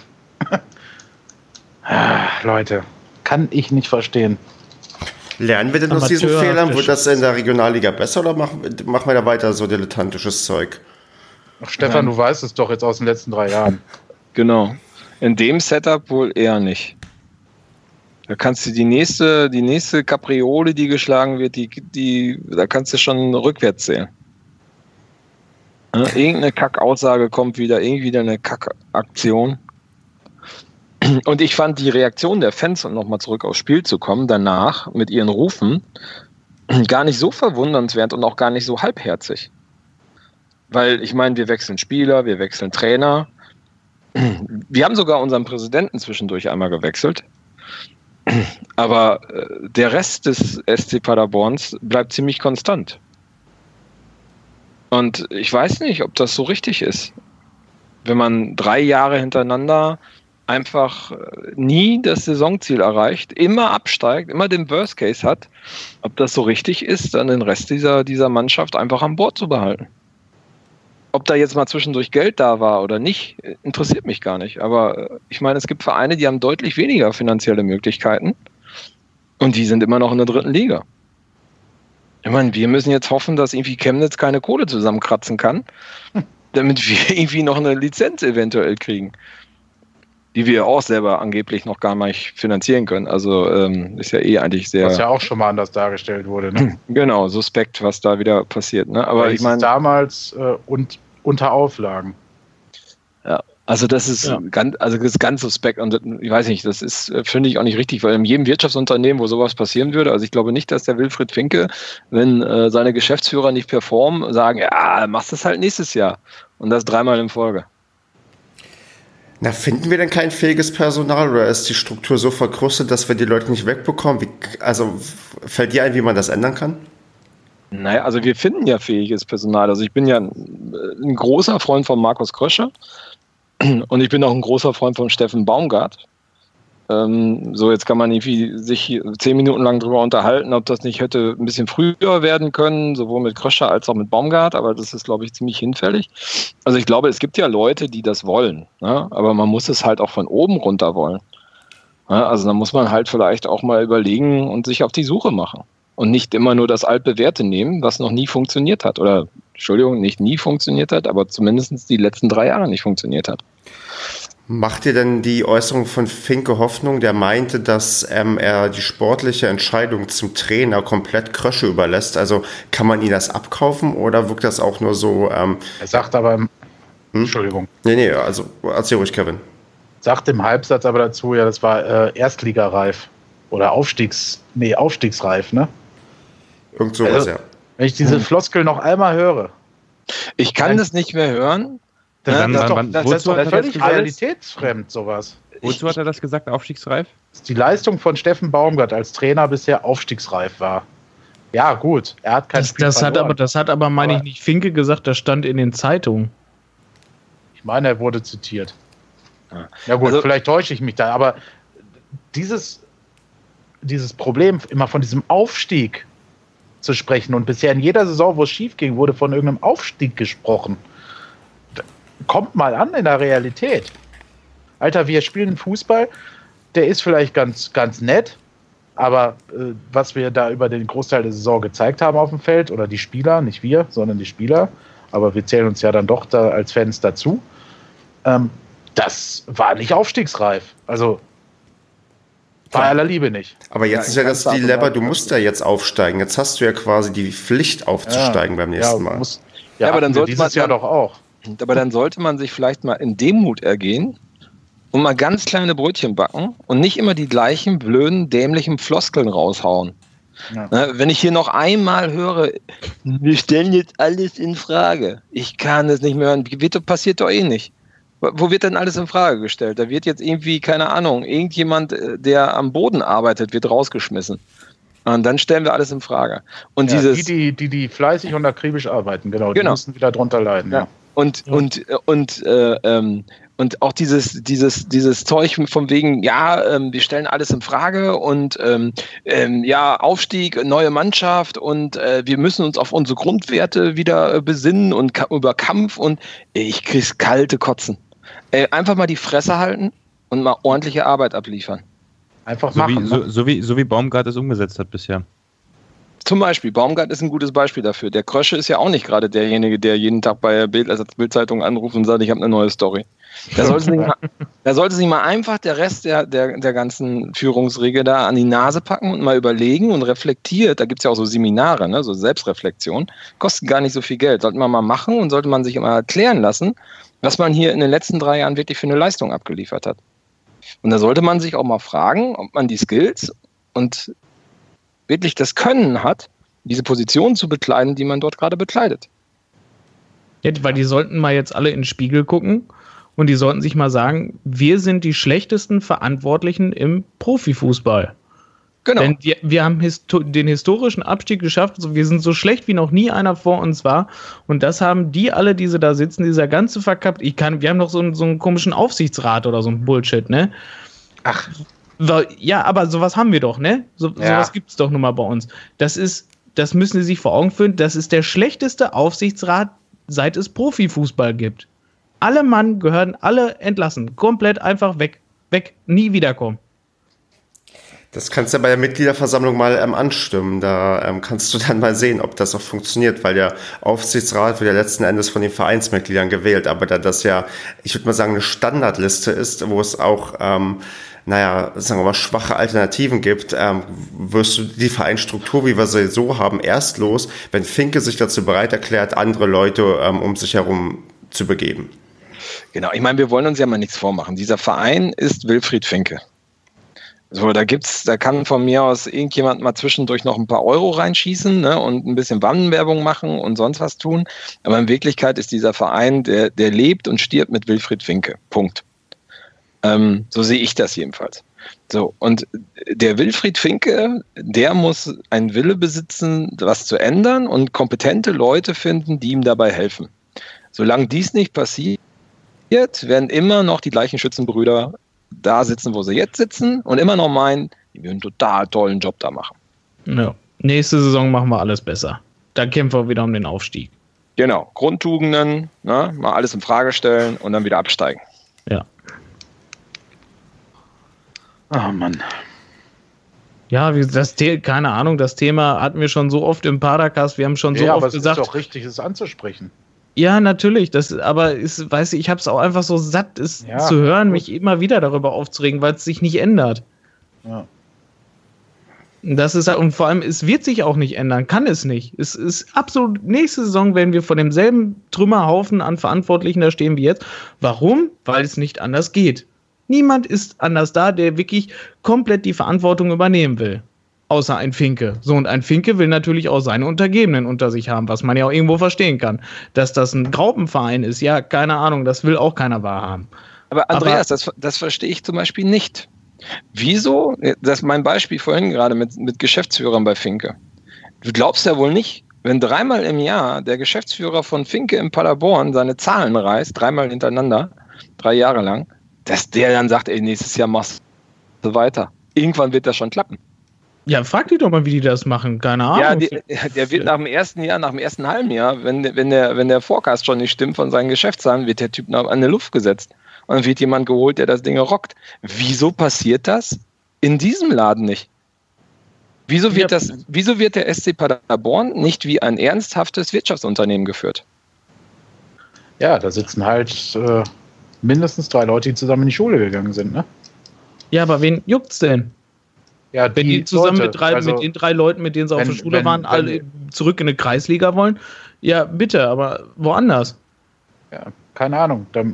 Leute, kann ich nicht verstehen. Lernen wir denn aus diesen Fehlern? Wird das in der Regionalliga besser oder machen wir da weiter so dilettantisches Zeug? Ach, Stefan, du weißt es doch jetzt aus den letzten 3 Jahren. Genau. In dem Setup wohl eher nicht. Da kannst du die nächste Kapriole, die geschlagen wird, da kannst du schon rückwärts zählen. Irgendeine Kackaussage kommt wieder, irgendwie eine Kackaktion. Und ich fand die Reaktion der Fans, um nochmal zurück aufs Spiel zu kommen, danach mit ihren Rufen gar nicht so verwundernswert und auch gar nicht so halbherzig. Weil ich meine, wir wechseln Spieler, wir wechseln Trainer. Wir haben sogar unseren Präsidenten zwischendurch einmal gewechselt. Aber der Rest des SC Paderborns bleibt ziemlich konstant. Und ich weiß nicht, ob das so richtig ist. Wenn man 3 Jahre hintereinander einfach nie das Saisonziel erreicht, immer absteigt, immer den Worst Case hat, ob das so richtig ist, dann den Rest dieser Mannschaft einfach an Bord zu behalten. Ob da jetzt mal zwischendurch Geld da war oder nicht, interessiert mich gar nicht. Aber ich meine, es gibt Vereine, die haben deutlich weniger finanzielle Möglichkeiten und die sind immer noch in der 3. Liga. Ich meine, wir müssen jetzt hoffen, dass irgendwie Chemnitz keine Kohle zusammenkratzen kann, damit wir irgendwie noch eine Lizenz eventuell kriegen, die wir auch selber angeblich noch gar nicht finanzieren können. Also ist ja eigentlich sehr... Was ja auch schon mal anders dargestellt wurde. Ne? Genau, suspekt, was da wieder passiert. Ne? Aber ich meine, damals unter Auflagen. Ja, also das ist ganz suspekt und ich weiß nicht, das ist, finde ich auch nicht richtig, weil in jedem Wirtschaftsunternehmen, wo sowas passieren würde, also ich glaube nicht, dass der Wilfried Finke, wenn seine Geschäftsführer nicht performen, sagen, ja, machst das halt nächstes Jahr und das 3-mal in Folge. Na, finden wir denn kein fähiges Personal oder ist die Struktur so verkrustet, dass wir die Leute nicht wegbekommen? Fällt dir ein, wie man das ändern kann? Naja, also wir finden ja fähiges Personal. Also ich bin ja ein großer Freund von Markus Krösche und ich bin auch ein großer Freund von Steffen Baumgart. So, jetzt kann man irgendwie sich 10 Minuten lang drüber unterhalten, ob das nicht hätte ein bisschen früher werden können, sowohl mit Krösche als auch mit Baumgart, aber das ist, glaube ich, ziemlich hinfällig. Also ich glaube, es gibt ja Leute, die das wollen, ne? Aber man muss es halt auch von oben runter wollen. Ja, also da muss man halt vielleicht auch mal überlegen und sich auf die Suche machen. Und nicht immer nur das Altbewährte nehmen, was noch nie funktioniert hat. Oder, Entschuldigung, nicht nie funktioniert hat, aber zumindest die letzten 3 Jahre nicht funktioniert hat. Macht dir denn die Äußerung von Finke Hoffnung, der meinte, dass er die sportliche Entscheidung zum Trainer komplett Krösche überlässt? Also kann man ihn das abkaufen oder wirkt das auch nur so... Er sagt aber... Entschuldigung. Nee, also erzähl ruhig, Kevin. Sagt im Halbsatz aber dazu, ja, das war Erstligareif oder Aufstiegsreif, ne? Irgend sowas, also, ja. Wenn ich diese Floskel noch einmal höre. Ich kann das nicht mehr hören. Das ist doch völlig realitätsfremd, sowas. Wozu hat er das gesagt, aufstiegsreif? Dass die Leistung von Steffen Baumgart als Trainer bisher aufstiegsreif war. Ja, gut, er hat kein Spiel verloren. Das hat aber, meine ich, nicht Finke gesagt, das stand in den Zeitungen. Ich meine, er wurde zitiert. Ja gut, also, vielleicht täusche ich mich da, aber dieses Problem, immer von diesem Aufstieg zu sprechen und bisher in jeder Saison, wo es schief ging, wurde von irgendeinem Aufstieg gesprochen. Kommt mal an in der Realität. Alter, wir spielen Fußball, der ist vielleicht ganz, ganz nett, aber was wir da über den Großteil der Saison gezeigt haben auf dem Feld, oder die Spieler, nicht wir, sondern die Spieler, aber wir zählen uns ja dann doch da als Fans dazu, das war nicht aufstiegsreif. Also bei aller Liebe nicht. Aber jetzt ist ja das Dilemma, du musst ja jetzt aufsteigen. Jetzt hast du ja quasi die Pflicht aufzusteigen beim nächsten Mal. Aber dann sollte dieses Jahr doch auch. Aber dann sollte man sich vielleicht mal in Demut ergehen und mal ganz kleine Brötchen backen und nicht immer die gleichen blöden, dämlichen Floskeln raushauen. Ja. Wenn ich hier noch einmal höre, wir stellen jetzt alles in Frage. Ich kann es nicht mehr hören. Passiert doch eh nicht. Wo wird denn alles in Frage gestellt? Da wird jetzt irgendwie, keine Ahnung, irgendjemand, der am Boden arbeitet, wird rausgeschmissen. Und dann stellen wir alles in Frage. Und ja, die fleißig und akribisch arbeiten, genau. Die müssen wieder drunter leiden. Ja. Und auch dieses Zeug von wegen, wir stellen alles in Frage und Aufstieg, neue Mannschaft und wir müssen uns auf unsere Grundwerte wieder besinnen und über Kampf und ich krieg's kalte Kotzen. Einfach mal die Fresse halten und mal ordentliche Arbeit abliefern. Einfach machen. So wie Baumgart es umgesetzt hat bisher. Zum Beispiel, Baumgart ist ein gutes Beispiel dafür. Der Krösche ist ja auch nicht gerade derjenige, der jeden Tag bei Bild-Zeitung anruft und sagt, ich habe eine neue Story. Da sollte sich mal einfach der Rest der ganzen Führungsriege da an die Nase packen und mal überlegen und reflektiert. Da gibt es ja auch so Seminare, ne, so Selbstreflexion. Kosten gar nicht so viel Geld. Sollte man mal machen und sollte man sich mal erklären lassen, was man hier in den letzten 3 Jahren wirklich für eine Leistung abgeliefert hat. Und da sollte man sich auch mal fragen, ob man die Skills und wirklich das Können hat, diese Position zu bekleiden, die man dort gerade bekleidet. Ja, weil die sollten mal jetzt alle in den Spiegel gucken und die sollten sich mal sagen, wir sind die schlechtesten Verantwortlichen im Profifußball. Genau. Denn wir haben den historischen Abstieg geschafft, wir sind so schlecht, wie noch nie einer vor uns war. Und das haben die alle, die da sitzen, dieser ganze verkappt. Wir haben doch so einen komischen Aufsichtsrat oder so ein Bullshit, ne? Ach. Ja, aber sowas haben wir doch, ne? Sowas gibt es doch nun mal bei uns. Das müssen Sie sich vor Augen führen, das ist der schlechteste Aufsichtsrat, seit es Profifußball gibt. Alle Mann gehören alle entlassen. Komplett einfach weg, nie wiederkommen. Das kannst du ja bei der Mitgliederversammlung mal anstimmen. Da kannst du dann mal sehen, ob das auch funktioniert, weil der Aufsichtsrat wird ja letzten Endes von den Vereinsmitgliedern gewählt. Aber da das ja, ich würde mal sagen, eine Standardliste ist, wo es auch, sagen wir mal, schwache Alternativen gibt, wirst du die Vereinsstruktur, wie wir sie so haben, erst los, wenn Finke sich dazu bereit erklärt, andere Leute um sich herum zu begeben. Genau, ich meine, wir wollen uns ja mal nichts vormachen. Dieser Verein ist Wilfried Finke. So, da kann von mir aus irgendjemand mal zwischendurch noch ein paar Euro reinschießen, ne, und ein bisschen Wannenwerbung machen und sonst was tun. Aber in Wirklichkeit ist dieser Verein, der lebt und stirbt mit Wilfried Finke. Punkt. So sehe ich das jedenfalls. So, und der Wilfried Finke, der muss einen Wille besitzen, was zu ändern und kompetente Leute finden, die ihm dabei helfen. Solange dies nicht passiert, werden immer noch die gleichen Schützenbrüder da sitzen, wo sie jetzt sitzen und immer noch meinen, die würden einen total tollen Job da machen. Ja. Nächste Saison machen wir alles besser. Da kämpfen wir wieder um den Aufstieg. Genau, Grundtugenden, ne, mal alles in Frage stellen und dann wieder absteigen. Ja. Oh Mann. Ja, keine Ahnung, das Thema hatten wir schon so oft im Padercast, wir haben schon so oft gesagt. Ja, aber es ist doch richtig, es anzusprechen. Ja, natürlich, aber ich habe es auch einfach so satt, zu hören, mich immer wieder darüber aufzuregen, weil es sich nicht ändert. Ja. Das ist und vor allem, es wird sich auch nicht ändern, kann es nicht. Es ist absolut, nächste Saison werden wir vor demselben Trümmerhaufen an Verantwortlichen da stehen wie jetzt. Warum? Weil es nicht anders geht. Niemand ist anders da, der wirklich komplett die Verantwortung übernehmen will. Außer ein Finke. So, und ein Finke will natürlich auch seine Untergebenen unter sich haben, was man ja auch irgendwo verstehen kann. Dass das ein Graupenverein ist, ja, keine Ahnung, das will auch keiner wahrhaben. Aber Andreas, das verstehe ich zum Beispiel nicht. Wieso? Das ist mein Beispiel vorhin gerade mit Geschäftsführern bei Finke. Du glaubst ja wohl nicht, wenn 3-mal im Jahr der Geschäftsführer von Finke in Paderborn seine Zahlen reißt, 3-mal hintereinander, 3 Jahre lang, dass der dann sagt, ey, nächstes Jahr machst du weiter. Irgendwann wird das schon klappen. Ja, frag die doch mal, wie die das machen. Keine Ahnung. Ja, der wird nach dem ersten halben Jahr, wenn der Forecast schon nicht stimmt von seinen Geschäftszahlen, wird der Typ an die Luft gesetzt. Und dann wird jemand geholt, der das Ding rockt. Wieso passiert das in diesem Laden nicht? Wieso wird der SC Paderborn nicht wie ein ernsthaftes Wirtschaftsunternehmen geführt? Ja, da sitzen halt mindestens 3 Leute, die zusammen in die Schule gegangen sind, ne? Ja, aber wen juckt's denn? Ja, wenn die zusammen mit den 3 Leuten, mit denen sie auf der Schule waren, alle zurück in eine Kreisliga wollen, ja, bitte, aber woanders. Ja, keine Ahnung. Da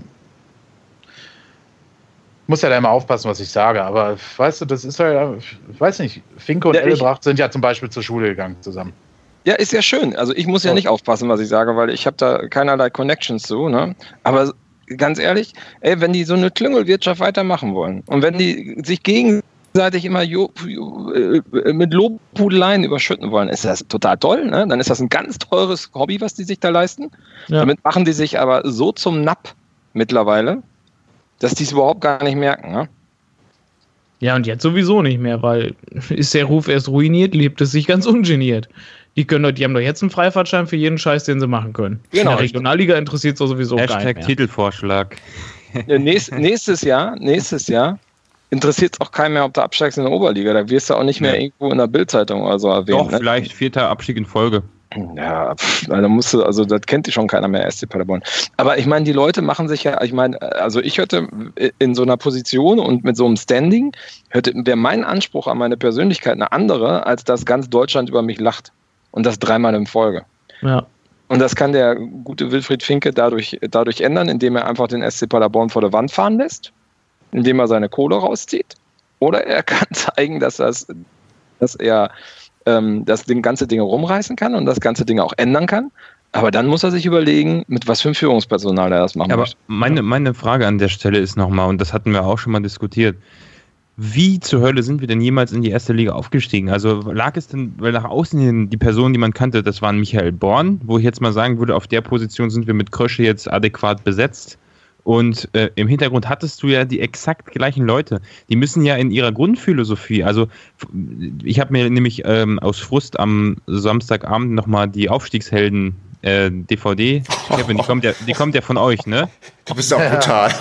muss ja da immer aufpassen, was ich sage, aber weißt du, das ist halt, ich weiß nicht, Finke und Ellebracht sind ja zum Beispiel zur Schule gegangen zusammen. Ja, ist ja schön. Also ich muss ja nicht aufpassen, was ich sage, weil ich habe da keinerlei Connections zu, ne? Aber ganz ehrlich, wenn die so eine Klüngelwirtschaft weitermachen wollen und wenn die sich gegenseitig immer mit Lobhudeleien überschütten wollen, ist das total toll, ne? Dann ist das ein ganz teures Hobby, was die sich da leisten. Ja. Damit machen die sich aber so zum Napp mittlerweile, dass die es überhaupt gar nicht merken, ne? Ja, und jetzt sowieso nicht mehr, weil ist der Ruf erst ruiniert, lebt es sich ganz ungeniert. Die haben doch jetzt einen Freifahrtschein für jeden Scheiß, den sie machen können. Genau. In der Regionalliga interessiert es sowieso keinen mehr. Titelvorschlag. Ja, nächstes Jahr interessiert es auch keinen mehr, ob du absteigst in der Oberliga. Da wirst du auch nicht mehr irgendwo in der Bildzeitung oder so erwähnt. Doch, vielleicht 4. Abstieg in Folge. Ja, das kennt schon keiner mehr, SC Paderborn. Aber ich meine, die Leute machen sich ja, also ich hätte in so einer Position und mit so einem Standing, wäre mein Anspruch an meine Persönlichkeit eine andere, als dass ganz Deutschland über mich lacht. Und das 3-mal in Folge. Ja. Und das kann der gute Wilfried Finke dadurch ändern, indem er einfach den SC Paderborn vor der Wand fahren lässt, indem er seine Kohle rauszieht. Oder er kann zeigen, dass er das ganze Ding rumreißen kann und das ganze Ding auch ändern kann. Aber dann muss er sich überlegen, mit was für ein Führungspersonal er das machen möchte. Aber meine Frage an der Stelle ist nochmal, und das hatten wir auch schon mal diskutiert, wie zur Hölle sind wir denn jemals in die erste Liga aufgestiegen? Also lag es denn, weil nach außen hin die Personen, die man kannte, das waren Michael Born, wo ich jetzt mal sagen würde, auf der Position sind wir mit Krösche jetzt adäquat besetzt. Und im Hintergrund hattest du ja die exakt gleichen Leute. Die müssen ja in ihrer Grundphilosophie, also ich habe mir nämlich aus Frust am Samstagabend nochmal die Aufstiegshelden DVD, Kevin, die kommt ja von euch, ne? Du bist auch brutal.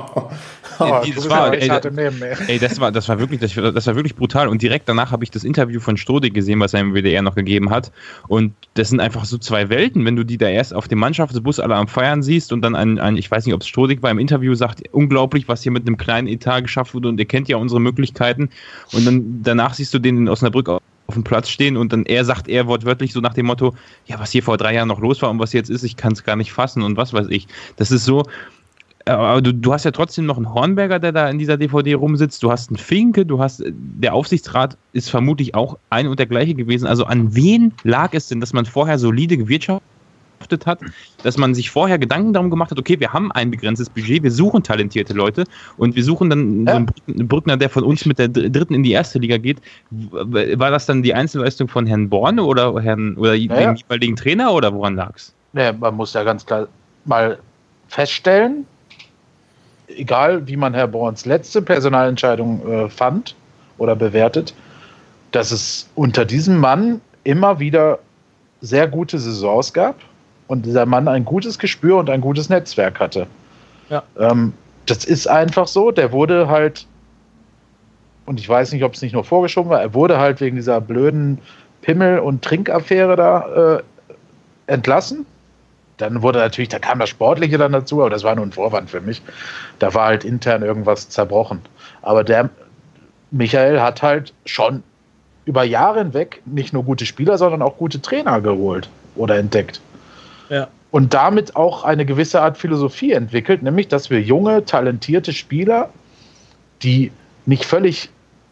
Das war wirklich brutal. Und direkt danach habe ich das Interview von Strodig gesehen, was er im WDR noch gegeben hat. Und das sind einfach so 2 Welten, wenn du die da erst auf dem Mannschaftsbus alle am Feiern siehst und dann ich weiß nicht, ob es Strodig war, im Interview sagt, unglaublich, was hier mit einem kleinen Etat geschafft wurde und ihr kennt ja unsere Möglichkeiten. Und dann danach siehst du den in Osnabrück auf dem Platz stehen und dann sagt er wortwörtlich so nach dem Motto, ja, was hier vor 3 Jahren noch los war und was jetzt ist, ich kann es gar nicht fassen und was weiß ich. Das ist so. Aber du hast ja trotzdem noch einen Hornberger, der da in dieser DVD rumsitzt. Du hast einen Finke, der Aufsichtsrat ist vermutlich auch ein und der gleiche gewesen. Also an wen lag es denn, dass man vorher solide gewirtschaftet hat, dass man sich vorher Gedanken darum gemacht hat, okay, wir haben ein begrenztes Budget, wir suchen talentierte Leute und wir suchen dann so einen Brückner, der von uns mit der 3. in die erste Liga geht. War das dann die Einzelleistung von Herrn Born oder dem jeweiligen Trainer oder woran lag's? Ja, man muss ja ganz klar mal feststellen, egal wie man Herr Borns letzte Personalentscheidung fand oder bewertet, dass es unter diesem Mann immer wieder sehr gute Saisons gab und dieser Mann ein gutes Gespür und ein gutes Netzwerk hatte. Ja. Das ist einfach so, der wurde halt, und ich weiß nicht, ob es nicht nur vorgeschoben war, er wurde halt wegen dieser blöden Pimmel- und Trinkaffäre da entlassen. Dann da kam das Sportliche dann dazu, aber das war nur ein Vorwand für mich. Da war halt intern irgendwas zerbrochen. Aber der Michael hat halt schon über Jahre hinweg nicht nur gute Spieler, sondern auch gute Trainer geholt oder entdeckt. Ja. Und damit auch eine gewisse Art Philosophie entwickelt, nämlich, dass wir junge, talentierte Spieler, die nicht völlig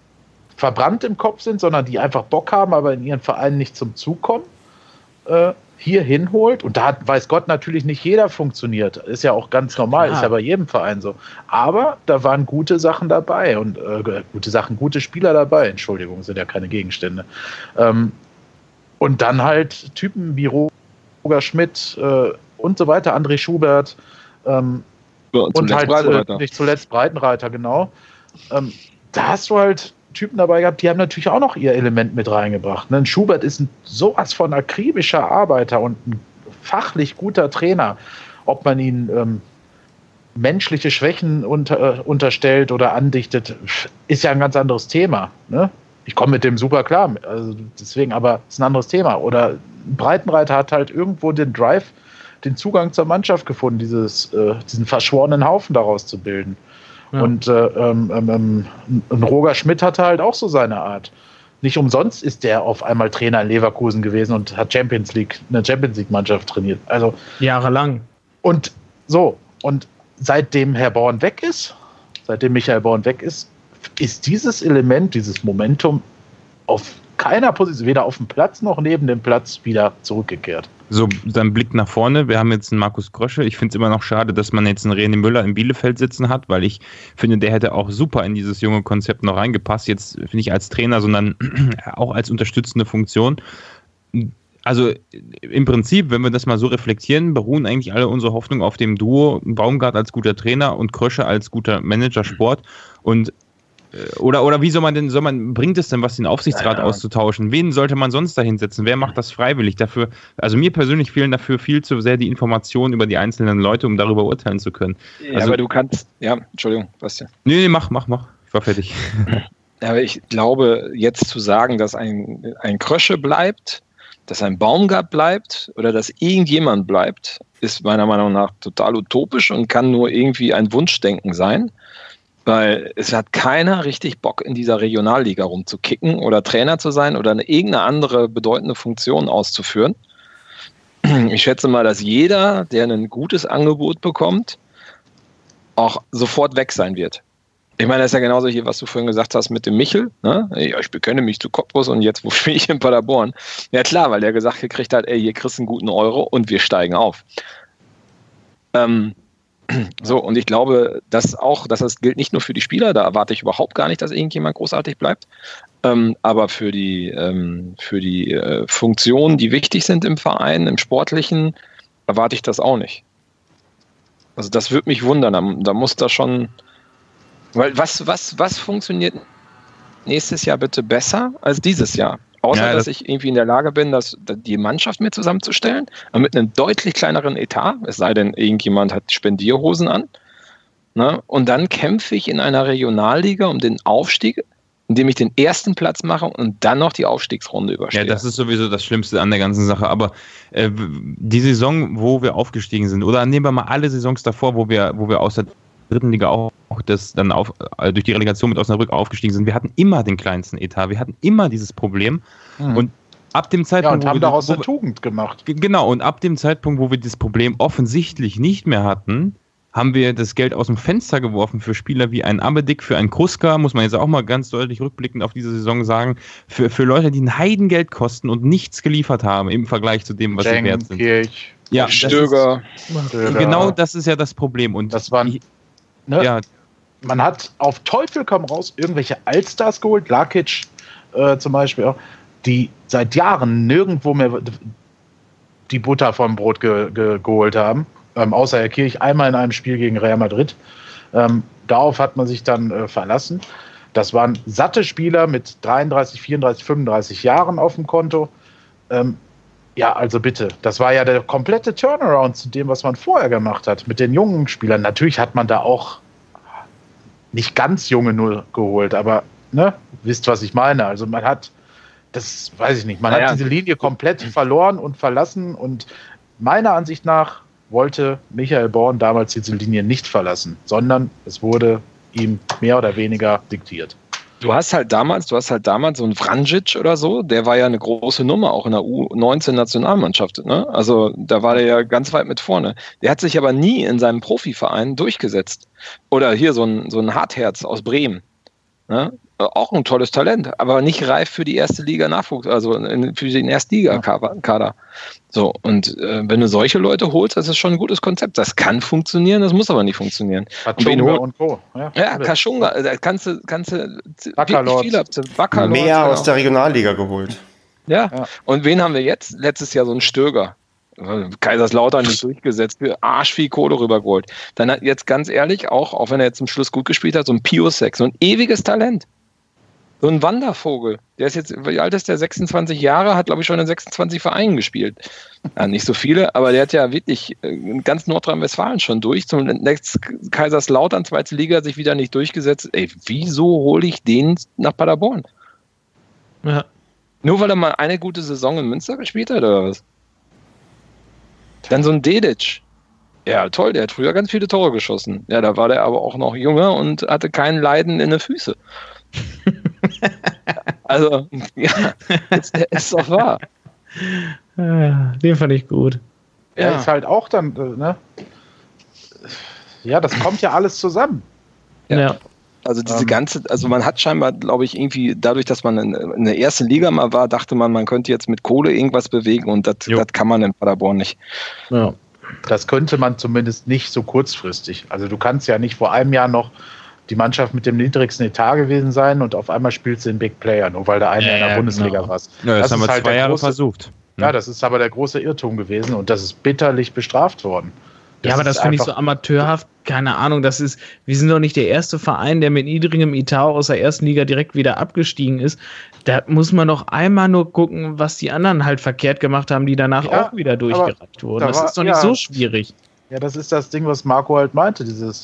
verbrannt im Kopf sind, sondern die einfach Bock haben, aber in ihren Vereinen nicht zum Zug kommen, hier hinholt, und da hat, weiß Gott, natürlich nicht jeder funktioniert. Ist ja auch ganz normal, ist ja bei jedem Verein so. Aber da waren gute Sachen dabei und gute Spieler dabei. Entschuldigung, sind ja keine Gegenstände. Und dann halt Typen wie Roger Schmidt und so weiter, André Schubert und halt nicht zuletzt Breitenreiter, genau. Da hast du halt Typen dabei gehabt, die haben natürlich auch noch ihr Element mit reingebracht. Ein Schubert ist sowas von akribischer Arbeiter und ein fachlich guter Trainer. Ob man ihn menschliche Schwächen unterstellt oder andichtet, ist ja ein ganz anderes Thema. Ne? Ich komme mit dem super klar, also deswegen, aber ist ein anderes Thema. Oder Breitenreiter hat halt irgendwo den Drive, den Zugang zur Mannschaft gefunden, diesen verschworenen Haufen daraus zu bilden. Ja. Und Roger Schmidt hatte halt auch so seine Art. Nicht umsonst ist der auf einmal Trainer in Leverkusen gewesen und hat eine Champions League-Mannschaft trainiert. Also jahrelang. Und seitdem Michael Born weg ist, ist dieses Element, dieses Momentum auf keiner Position, weder auf dem Platz noch neben dem Platz, wieder zurückgekehrt. So, dann Blick nach vorne. Wir haben jetzt einen Markus Krösche. Ich finde es immer noch schade, dass man jetzt einen René Müller in Bielefeld sitzen hat, weil ich finde, der hätte auch super in dieses junge Konzept noch reingepasst. Jetzt nicht als Trainer, sondern auch als unterstützende Funktion. Also im Prinzip, wenn wir das mal so reflektieren, beruhen eigentlich alle unsere Hoffnungen auf dem Duo Baumgart als guter Trainer und Krösche als guter Manager Sport. Und oder wie bringt es denn was, den Aufsichtsrat auszutauschen? Wen sollte man sonst da hinsetzen? Wer macht das freiwillig? Dafür, also mir persönlich fehlen dafür viel zu sehr die Informationen über die einzelnen Leute, um darüber urteilen zu können. Ja, aber du kannst, Entschuldigung, Bastian. Nee, mach. Ich war fertig. Aber ich glaube, jetzt zu sagen, dass ein Krösche bleibt, dass ein Baumgart bleibt oder dass irgendjemand bleibt, ist meiner Meinung nach total utopisch und kann nur irgendwie ein Wunschdenken sein. Weil es hat keiner richtig Bock, in dieser Regionalliga rumzukicken oder Trainer zu sein oder irgendeine andere bedeutende Funktion auszuführen. Ich schätze mal, dass jeder, der ein gutes Angebot bekommt, auch sofort weg sein wird. Ich meine, das ist ja genauso hier, was du vorhin gesagt hast mit dem Michel. Ne? Ich bekenne mich zu Cottbus und jetzt, wo spiele ich in Paderborn? Ja klar, weil der gesagt gekriegt hat, hier kriegst du einen guten Euro und wir steigen auf. So, und ich glaube, das gilt nicht nur für die Spieler, da erwarte ich überhaupt gar nicht, dass irgendjemand großartig bleibt, aber für die Funktionen, die wichtig sind im Verein, im Sportlichen, erwarte ich das auch nicht. Also das würde mich wundern, da muss da schon, weil was funktioniert nächstes Jahr bitte besser als dieses Jahr? Außer, dass ich irgendwie in der Lage bin, die Mannschaft mir zusammenzustellen, aber mit einem deutlich kleineren Etat, es sei denn, irgendjemand hat Spendierhosen an. Ne? Und dann kämpfe ich in einer Regionalliga um den Aufstieg, indem ich den ersten Platz mache und dann noch die Aufstiegsrunde überstehe. Ja, das ist sowieso das Schlimmste an der ganzen Sache. Aber die Saison, wo wir aufgestiegen sind, oder nehmen wir mal alle Saisons davor, wo wir aus der dritten Liga auch das dann durch die Relegation mit Osnabrück aufgestiegen sind. Wir hatten immer den kleinsten Etat, wir hatten immer dieses Problem. Und ab dem Zeitpunkt, und haben daraus eine Tugend gemacht. Genau, und ab dem Zeitpunkt, wo wir das Problem offensichtlich nicht mehr hatten, haben wir das Geld aus dem Fenster geworfen für Spieler wie ein Abedick, für einen Kruska, muss man jetzt auch mal ganz deutlich rückblickend auf diese Saison sagen, für Leute, die ein Heidengeld kosten und nichts geliefert haben im Vergleich zu dem, was sie wert sind. Ja, Stöger. Genau das ist ja das Problem. Und das waren... Ne? Man hat auf Teufel komm raus irgendwelche Allstars geholt, Lakic zum Beispiel auch, die seit Jahren nirgendwo mehr die Butter vom Brot geholt haben, außer Herr Kirch einmal in einem Spiel gegen Real Madrid. Darauf hat man sich dann verlassen. Das waren satte Spieler mit 33, 34, 35 Jahren auf dem Konto. Ja, also bitte, das war ja der komplette Turnaround zu dem, was man vorher gemacht hat mit den jungen Spielern. Natürlich hat man da auch nicht ganz junge nur geholt, aber wisst, was ich meine. Also man hat, das weiß ich nicht, man hat diese Linie komplett verloren und verlassen und meiner Ansicht nach wollte Michael Born damals diese Linie nicht verlassen, sondern es wurde ihm mehr oder weniger diktiert. Du hast halt damals so einen Vranjic oder so, der war ja eine große Nummer, auch in der U19-Nationalmannschaft. Ne? Also da war der ja ganz weit mit vorne. Der hat sich aber nie in seinem Profiverein durchgesetzt. Oder hier so ein Hartherz aus Bremen. Ne? auch ein tolles Talent, aber nicht reif für die erste Liga Nachwuchs, also für den Erstliga-Kader. So, und wenn du solche Leute holst, das ist schon ein gutes Konzept. Das kann funktionieren, das muss aber nicht funktionieren. Kachunga und Co. Ja, Kachunga, da kannst du Baccalords. Viel mehr aus der Regionalliga geholt. Ja, und wen haben wir jetzt? Letztes Jahr so ein Stöger. Kaiserslautern nicht durchgesetzt, für arsch viel Kohle rübergeholt. Dann hat jetzt ganz ehrlich, auch wenn er jetzt zum Schluss gut gespielt hat, so ein Piosek, so ein ewiges Talent. So ein Wandervogel. Der ist jetzt, wie alt ist der? 26 Jahre, hat glaube ich schon in 26 Vereinen gespielt. Ja, nicht so viele, aber der hat ja wirklich ganz Nordrhein-Westfalen schon durch. Zum nächsten Kaiserslautern, zweite Liga, sich wieder nicht durchgesetzt. Ey, wieso hole ich den nach Paderborn? Ja. Nur weil er mal eine gute Saison in Münster gespielt hat, oder was? Dann so ein Dedic. Ja, toll, der hat früher ganz viele Tore geschossen. Ja, da war der aber auch noch jünger und hatte kein Leiden in den Füßen. Also, ja, das ist doch wahr. Den fand ich gut. Ja, ist halt auch dann, ne? Ja, das kommt ja alles zusammen. Ja. Also diese also man hat scheinbar, glaube ich, irgendwie dadurch, dass man in der ersten Liga mal war, dachte man könnte jetzt mit Kohle irgendwas bewegen und das kann man in Paderborn nicht. Ja. Das könnte man zumindest nicht so kurzfristig. Also du kannst ja nicht vor einem Jahr noch die Mannschaft mit dem niedrigsten Etat gewesen sein und auf einmal spielst du den Big Player, nur weil da einer in der Bundesliga warst. Ja, das haben wir halt 2 Jahre versucht. Ja, das ist aber der große Irrtum gewesen und das ist bitterlich bestraft worden. Ja, aber das finde ich so amateurhaft, keine Ahnung, wir sind doch nicht der erste Verein, der mit niedrigem Etat aus der ersten Liga direkt wieder abgestiegen ist. Da muss man doch einmal nur gucken, was die anderen halt verkehrt gemacht haben, die danach auch wieder durchgereicht wurden. Das ist doch nicht so schwierig. Ja, das ist das Ding, was Marco halt meinte,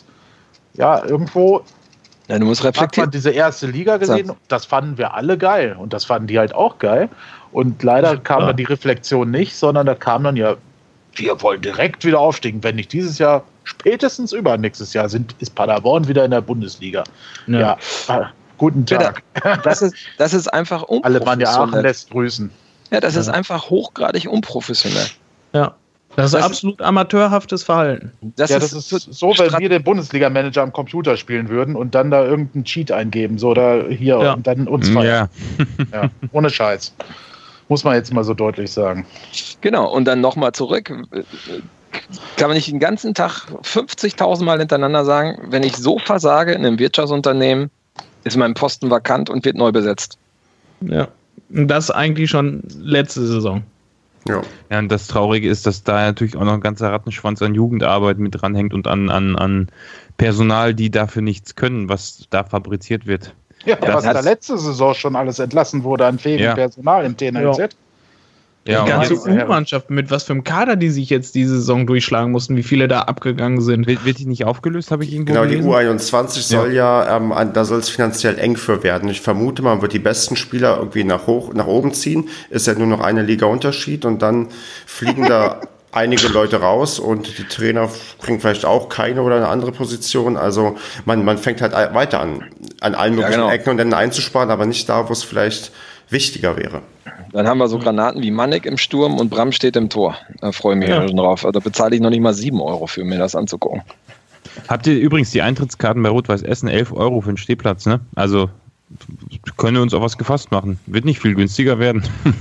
irgendwo du musst reflektieren. Hat man diese erste Liga gesehen, das fanden wir alle geil und das fanden die halt auch geil und leider kam dann die Reflexion nicht, sondern da kam dann wir wollen direkt wieder aufsteigen. Wenn nicht dieses Jahr, spätestens übernächstes Jahr ist Paderborn wieder in der Bundesliga. Ja, guten Tag. Das ist einfach unprofessionell. Alle waren ja Aachen lässt grüßen. Ja, das ist einfach hochgradig unprofessionell. Ja, das ist absolut amateurhaftes Verhalten. Das ist so, wenn wir den Bundesliga-Manager am Computer spielen würden und dann da irgendeinen Cheat eingeben, so oder hier und dann uns feiern. Ja, ohne Scheiß. Muss man jetzt mal so deutlich sagen. Genau, und dann nochmal zurück. Kann man nicht den ganzen Tag 50.000 Mal hintereinander sagen, wenn ich so versage in einem Wirtschaftsunternehmen, ist mein Posten vakant und wird neu besetzt. Ja, und das eigentlich schon letzte Saison. Ja, und das Traurige ist, dass da natürlich auch noch ein ganzer Rattenschwanz an Jugendarbeit mit dranhängt und an Personal, die dafür nichts können, was da fabriziert wird. Ja, was da letzte Saison schon alles entlassen wurde an fähigem Personal im TNLZ. Ja, die ganze U-Mannschaft, mit was für einem Kader die sich jetzt diese Saison durchschlagen mussten, wie viele da abgegangen sind. Wird die nicht aufgelöst, habe ich irgendwo gelesen? Genau, die U21 soll da soll es finanziell eng für werden. Ich vermute, man wird die besten Spieler irgendwie nach oben ziehen. Ist ja nur noch eine Liga Unterschied und dann fliegen da einige Leute raus und die Trainer kriegen vielleicht auch keine oder eine andere Position. Also man fängt halt weiter an allen möglichen Ecken und Enden einzusparen, aber nicht da, wo es vielleicht wichtiger wäre. Dann haben wir so Granaten wie Manek im Sturm und Bram steht im Tor. Da freue ich mich schon drauf. Da bezahle ich noch nicht mal 7 Euro für, mir das anzugucken. Habt ihr übrigens die Eintrittskarten bei Rot-Weiß Essen 11 Euro für den Stehplatz, ne? Also können wir uns auf was gefasst machen. Wird nicht viel günstiger werden.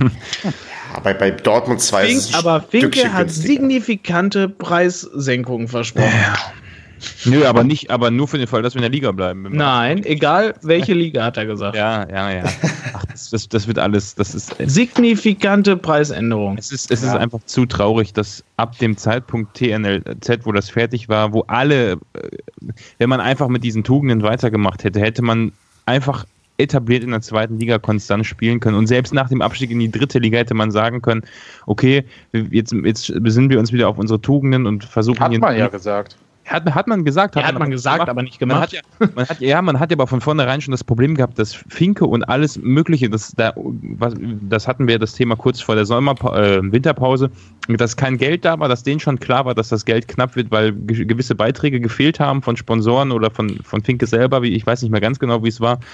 Aber bei Dortmund 2 ist es aber Finke hat signifikante Preissenkungen versprochen. Ja. Nö, aber nur für den Fall, dass wir in der Liga bleiben. Nein, egal welche Liga, hat er gesagt. Ja. Ach, das wird alles, das ist... Signifikante Preisänderung. Es ist einfach zu traurig, dass ab dem Zeitpunkt TNLZ, wo das fertig war, wo alle, wenn man einfach mit diesen Tugenden weitergemacht hätte man einfach etabliert in der zweiten Liga konstant spielen können. Und selbst nach dem Abstieg in die dritte Liga hätte man sagen können, okay, jetzt besinnen wir uns wieder auf unsere Tugenden und versuchen... Hat man ja gesagt. Hat man gesagt, aber nicht gemacht. Man hat ja aber von vornherein schon das Problem gehabt, dass Finke und alles Mögliche, das hatten wir das Thema kurz vor der Winterpause, dass kein Geld da war, dass denen schon klar war, dass das Geld knapp wird, weil gewisse Beiträge gefehlt haben von Sponsoren oder von Finke selber, ich weiß nicht mehr ganz genau, wie es war.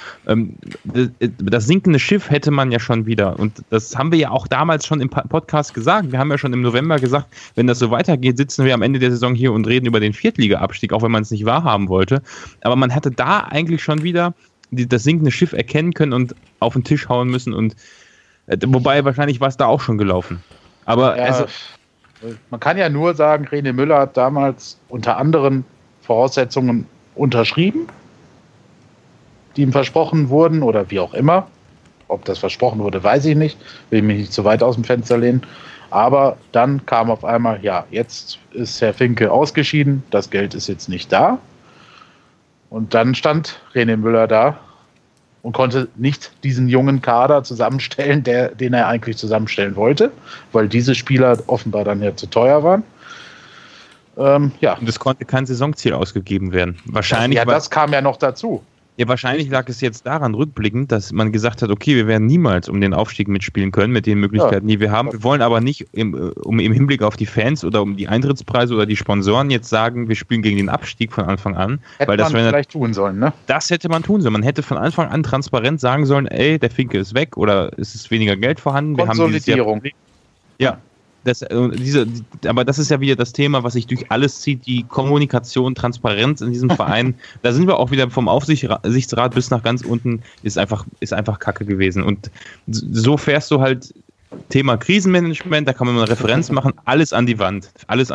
Das sinkende Schiff hätte man ja schon wieder und das haben wir ja auch damals schon im Podcast gesagt. Wir haben ja schon im November gesagt, wenn das so weitergeht, sitzen wir am Ende der Saison hier und reden über den Viertliga-Abstieg, auch wenn man es nicht wahrhaben wollte. Aber man hatte da eigentlich schon wieder das sinkende Schiff erkennen können und auf den Tisch hauen müssen. Und wobei wahrscheinlich war es da auch schon gelaufen. Aber man kann ja nur sagen, René Müller hat damals unter anderen Voraussetzungen unterschrieben, die ihm versprochen wurden oder wie auch immer. Ob das versprochen wurde, weiß ich nicht. Will mich nicht zu weit aus dem Fenster lehnen. Aber dann kam auf einmal, ja, jetzt ist Herr Finke ausgeschieden, das Geld ist jetzt nicht da. Und dann stand René Müller da und konnte nicht diesen jungen Kader zusammenstellen, den er eigentlich zusammenstellen wollte, weil diese Spieler offenbar dann ja zu teuer waren. Und es konnte kein Saisonziel ausgegeben werden. Wahrscheinlich. Das kam ja noch dazu. Ja, wahrscheinlich lag es jetzt daran rückblickend, dass man gesagt hat, okay, wir werden niemals um den Aufstieg mitspielen können mit den Möglichkeiten, die wir haben. Wir wollen aber nicht im Hinblick auf die Fans oder um die Eintrittspreise oder die Sponsoren jetzt sagen, wir spielen gegen den Abstieg von Anfang an. Hätte man vielleicht tun sollen, ne? Das hätte man tun sollen. Man hätte von Anfang an transparent sagen sollen, ey, der Finke ist weg oder es ist weniger Geld vorhanden. Konsolidierung. Aber das ist ja wieder das Thema, was sich durch alles zieht, die Kommunikation, Transparenz in diesem Verein. Da sind wir auch wieder vom Aufsichtsrat bis nach ganz unten, ist einfach Kacke gewesen. Und so fährst du halt Thema Krisenmanagement, da kann man eine Referenz machen, alles an die Wand.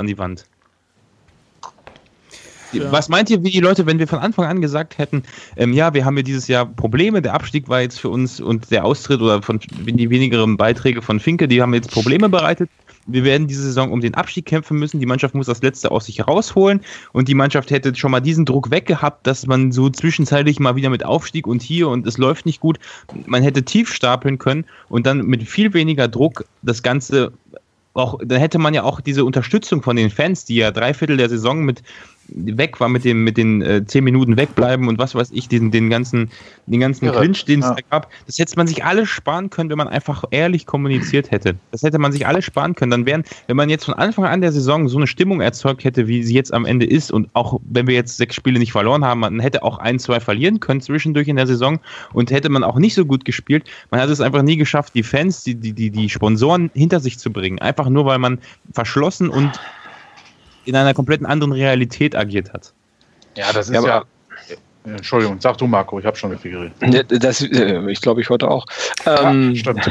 Ja. Was meint ihr, wie die Leute, wenn wir von Anfang an gesagt hätten, wir haben ja dieses Jahr Probleme, der Abstieg war jetzt für uns und der Austritt oder von die wenigeren Beiträge von Finke, die haben jetzt Probleme bereitet. Wir werden diese Saison um den Abstieg kämpfen müssen. Die Mannschaft muss das Letzte aus sich rausholen und die Mannschaft hätte schon mal diesen Druck weggehabt, dass man so zwischenzeitlich mal wieder mit Aufstieg und hier und es läuft nicht gut. Man hätte tief stapeln können und dann mit viel weniger Druck das Ganze auch, dann hätte man ja auch diese Unterstützung von den Fans, die ja 3/4 der Saison weg war mit den 10 Minuten wegbleiben und was weiß ich, den ganzen Clinch, den es da gab, das hätte man sich alles sparen können, wenn man einfach ehrlich kommuniziert hätte. Das hätte man sich alles sparen können. Dann wenn man jetzt von Anfang an der Saison so eine Stimmung erzeugt hätte, wie sie jetzt am Ende ist und auch wenn wir jetzt 6 Spiele nicht verloren haben, man hätte auch 1, 2 verlieren können zwischendurch in der Saison und hätte man auch nicht so gut gespielt. Man hat es einfach nie geschafft, die Fans, die Sponsoren hinter sich zu bringen. Einfach nur, weil man verschlossen und in einer kompletten anderen Realität agiert hat. Ja, das ist Entschuldigung, sag du, Marco, ich habe schon viel geredet. Ich glaube, ich heute auch. Stimmt.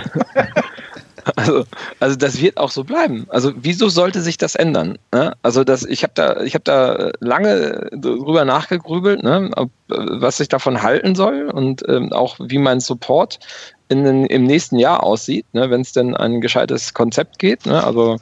Also das wird auch so bleiben. Also wieso sollte sich das ändern? Ne? Also ich habe da lange drüber nachgegrübelt, ne, was ich davon halten soll und auch wie mein Support im nächsten Jahr aussieht, ne, wenn es denn ein gescheites Konzept geht. Ne? Also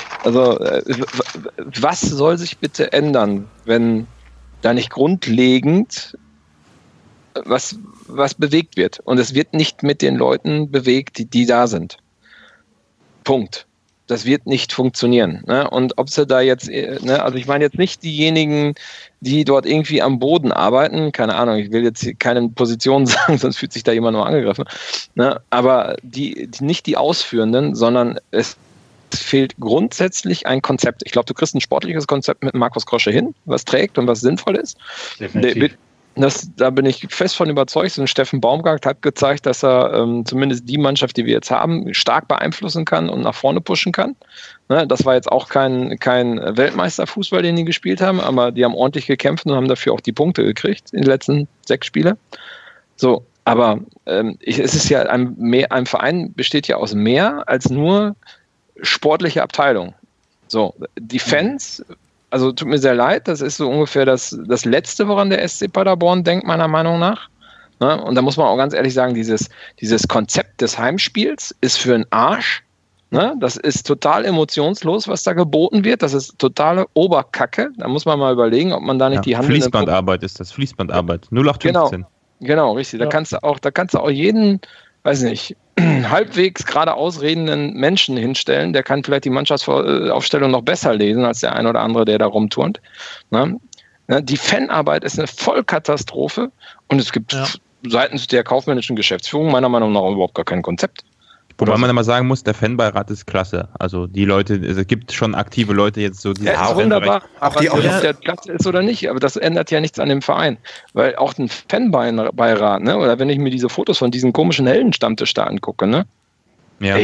was soll sich bitte ändern, wenn da nicht grundlegend was bewegt wird? Und es wird nicht mit den Leuten bewegt, die da sind. Punkt. Das wird nicht funktionieren. Ne? Und ob sie da jetzt, also ich meine jetzt nicht diejenigen, die dort irgendwie am Boden arbeiten, keine Ahnung, ich will jetzt keine Position sagen, sonst fühlt sich da jemand nur angegriffen, ne? Aber nicht die Ausführenden, sondern es fehlt grundsätzlich ein Konzept. Ich glaube, du kriegst ein sportliches Konzept mit Markus Krosche hin, was trägt und was sinnvoll ist. Definitiv. Da bin ich fest von überzeugt. Und Steffen Baumgart hat gezeigt, dass er zumindest die Mannschaft, die wir jetzt haben, stark beeinflussen kann und nach vorne pushen kann. Ne, das war jetzt auch kein Weltmeisterfußball, den die gespielt haben, aber die haben ordentlich gekämpft und haben dafür auch die Punkte gekriegt in den letzten 6 Spielen. So, aber es ist ja ein Verein besteht ja aus mehr als nur sportliche Abteilung. So, die Fans. Also tut mir sehr leid, das ist so ungefähr das Letzte, woran der SC Paderborn denkt, meiner Meinung nach. Ne? Und da muss man auch ganz ehrlich sagen, dieses Konzept des Heimspiels ist für einen Arsch. Ne? Das ist total emotionslos, was da geboten wird. Das ist totale Oberkacke. Da muss man mal überlegen, ob man da nicht die Hand... Fließbandarbeit ist das, Fließbandarbeit. 0815. Genau, richtig. Ja. Da kannst du auch jeden, weiß nicht, halbwegs gerade ausredenden Menschen hinstellen, der kann vielleicht die Mannschaftsaufstellung noch besser lesen als der ein oder andere, der da rumturnt. Ne? Die Fanarbeit ist eine Vollkatastrophe und es gibt seitens der kaufmännischen Geschäftsführung meiner Meinung nach überhaupt gar kein Konzept. Wobei man immer sagen muss, der Fanbeirat ist klasse. Also die Leute, es gibt schon aktive Leute jetzt so. Ja, ist wunderbar. Ob der klasse ist oder nicht, aber das ändert ja nichts an dem Verein. Weil auch ein Fanbeirat, ne, oder wenn ich mir diese Fotos von diesen komischen Heldenstammtisch da angucke, ne? Ja. Ey,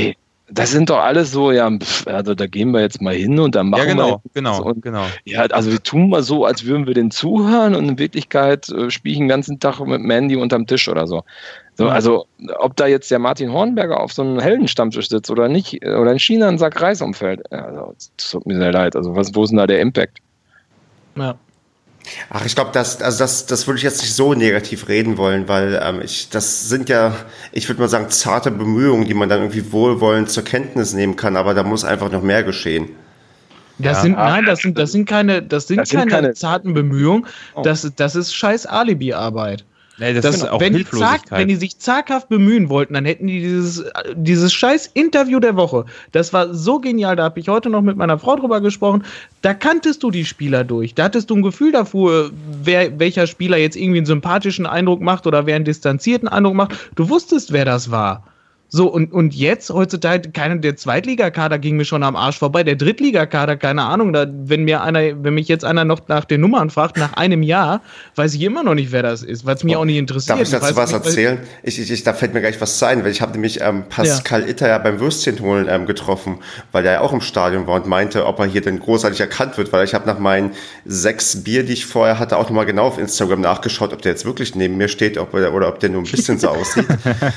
das sind doch alles so, also da gehen wir jetzt mal hin und dann machen wir genau. Ja, also wir tun mal so, als würden wir den zuhören und in Wirklichkeit spiele ich den ganzen Tag mit Mandy unterm Tisch oder so. Also ob da jetzt der Martin Hornberger auf so einem Heldenstammtisch sitzt oder nicht, oder in China einen Sack Reis umfällt, also, das tut mir sehr leid. Also wo ist denn da der Impact? Ja. Ach, ich glaube, das würde ich jetzt nicht so negativ reden wollen, weil das sind ja, ich würde mal sagen, zarte Bemühungen, die man dann irgendwie wohlwollend zur Kenntnis nehmen kann, aber da muss einfach noch mehr geschehen. Das sind keine zarten Bemühungen, das ist scheiß Alibi-Arbeit. Nee, das ist auch Hilflosigkeit. Wenn die sich zaghaft bemühen wollten, dann hätten die dieses scheiß Interview der Woche. Das war so genial, da habe ich heute noch mit meiner Frau drüber gesprochen. Da kanntest du die Spieler durch. Da hattest du ein Gefühl dafür, welcher Spieler jetzt irgendwie einen sympathischen Eindruck macht oder wer einen distanzierten Eindruck macht. Du wusstest, wer das war. So, und jetzt, heutzutage, der Zweitligakader ging mir schon am Arsch vorbei, der Drittligakader, keine Ahnung, wenn mich jetzt einer noch nach den Nummern fragt, nach einem Jahr, weiß ich immer noch nicht, wer das ist, weil es mich auch nicht interessiert. Darf ich dazu was erzählen? Da fällt mir gleich was ein, weil ich habe nämlich Pascal Itter ja beim Würstchenholen getroffen, weil der ja auch im Stadion war und meinte, ob er hier denn großartig erkannt wird, weil ich habe nach meinen 6 Bier, die ich vorher hatte, auch nochmal genau auf Instagram nachgeschaut, ob der jetzt wirklich neben mir steht oder ob der nur ein bisschen so aussieht.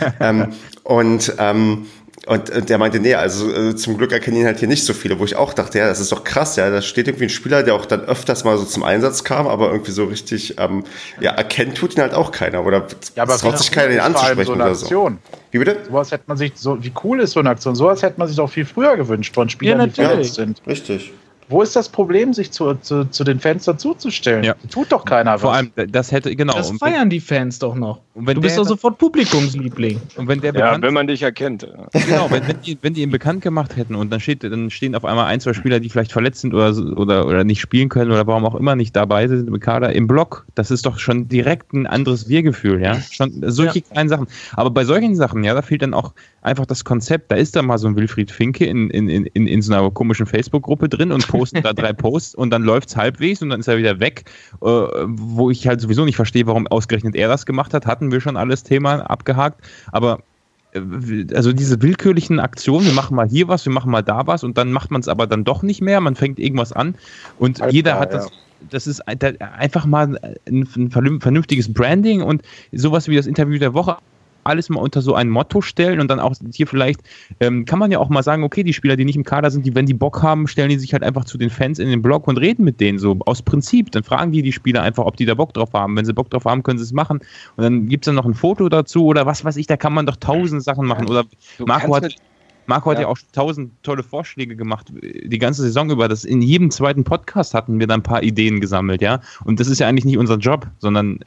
Und der meinte, nee, also zum Glück erkennen ihn halt hier nicht so viele, wo ich auch dachte, ja, das ist doch krass, ja, da steht irgendwie ein Spieler, der auch dann öfters mal so zum Einsatz kam, aber irgendwie so richtig, erkennt tut ihn halt auch keiner, oder traut sich keiner, den anzusprechen so oder so. Wie bitte? Sowas hätte man sich, wie cool ist so eine Aktion, sowas hätte man sich doch viel früher gewünscht von Spielern, die verletzt sind. Richtig. Wo ist das Problem, sich zu den Fans dazuzustellen? Ja. Tut doch keiner was. Vor allem, das feiern die Fans doch noch. Du bist doch sofort Publikumsliebling. Und wenn der wenn man dich erkennt. Genau, wenn die ihn bekannt gemacht hätten und dann stehen auf einmal 1, 2 Spieler, die vielleicht verletzt sind oder nicht spielen können oder warum auch immer nicht dabei sind im Kader, im Block, das ist doch schon direkt ein anderes Wir-Gefühl, ja. Schon solche kleinen Sachen. Aber bei solchen Sachen, da fehlt dann auch einfach das Konzept. Da ist da mal so ein Wilfried Finke in so einer komischen Facebook-Gruppe drin und postet da 3 Posts und dann läuft's halbwegs und dann ist er wieder weg, wo ich halt sowieso nicht verstehe, warum ausgerechnet er das gemacht hat. Hatten wir schon alles Thema abgehakt, aber also diese willkürlichen Aktionen, wir machen mal hier was, wir machen mal da was und dann macht man es aber dann doch nicht mehr, man fängt irgendwas an und jeder hat das ist einfach mal ein vernünftiges Branding und sowas wie das Interview der Woche alles mal unter so ein Motto stellen und dann auch hier vielleicht, kann man ja auch mal sagen, okay, die Spieler, die nicht im Kader sind, wenn die Bock haben, stellen die sich halt einfach zu den Fans in den Blog und reden mit denen so aus Prinzip. Dann fragen die Spieler einfach, ob die da Bock drauf haben. Wenn sie Bock drauf haben, können sie es machen. Und dann gibt es dann noch ein Foto dazu oder was weiß ich, da kann man doch 1000 Sachen machen. Oder Marco hat ja auch 1000 tolle Vorschläge gemacht, die ganze Saison über. Das in jedem zweiten Podcast hatten wir dann ein paar Ideen gesammelt, ja. Und das ist ja eigentlich nicht unser Job, sondern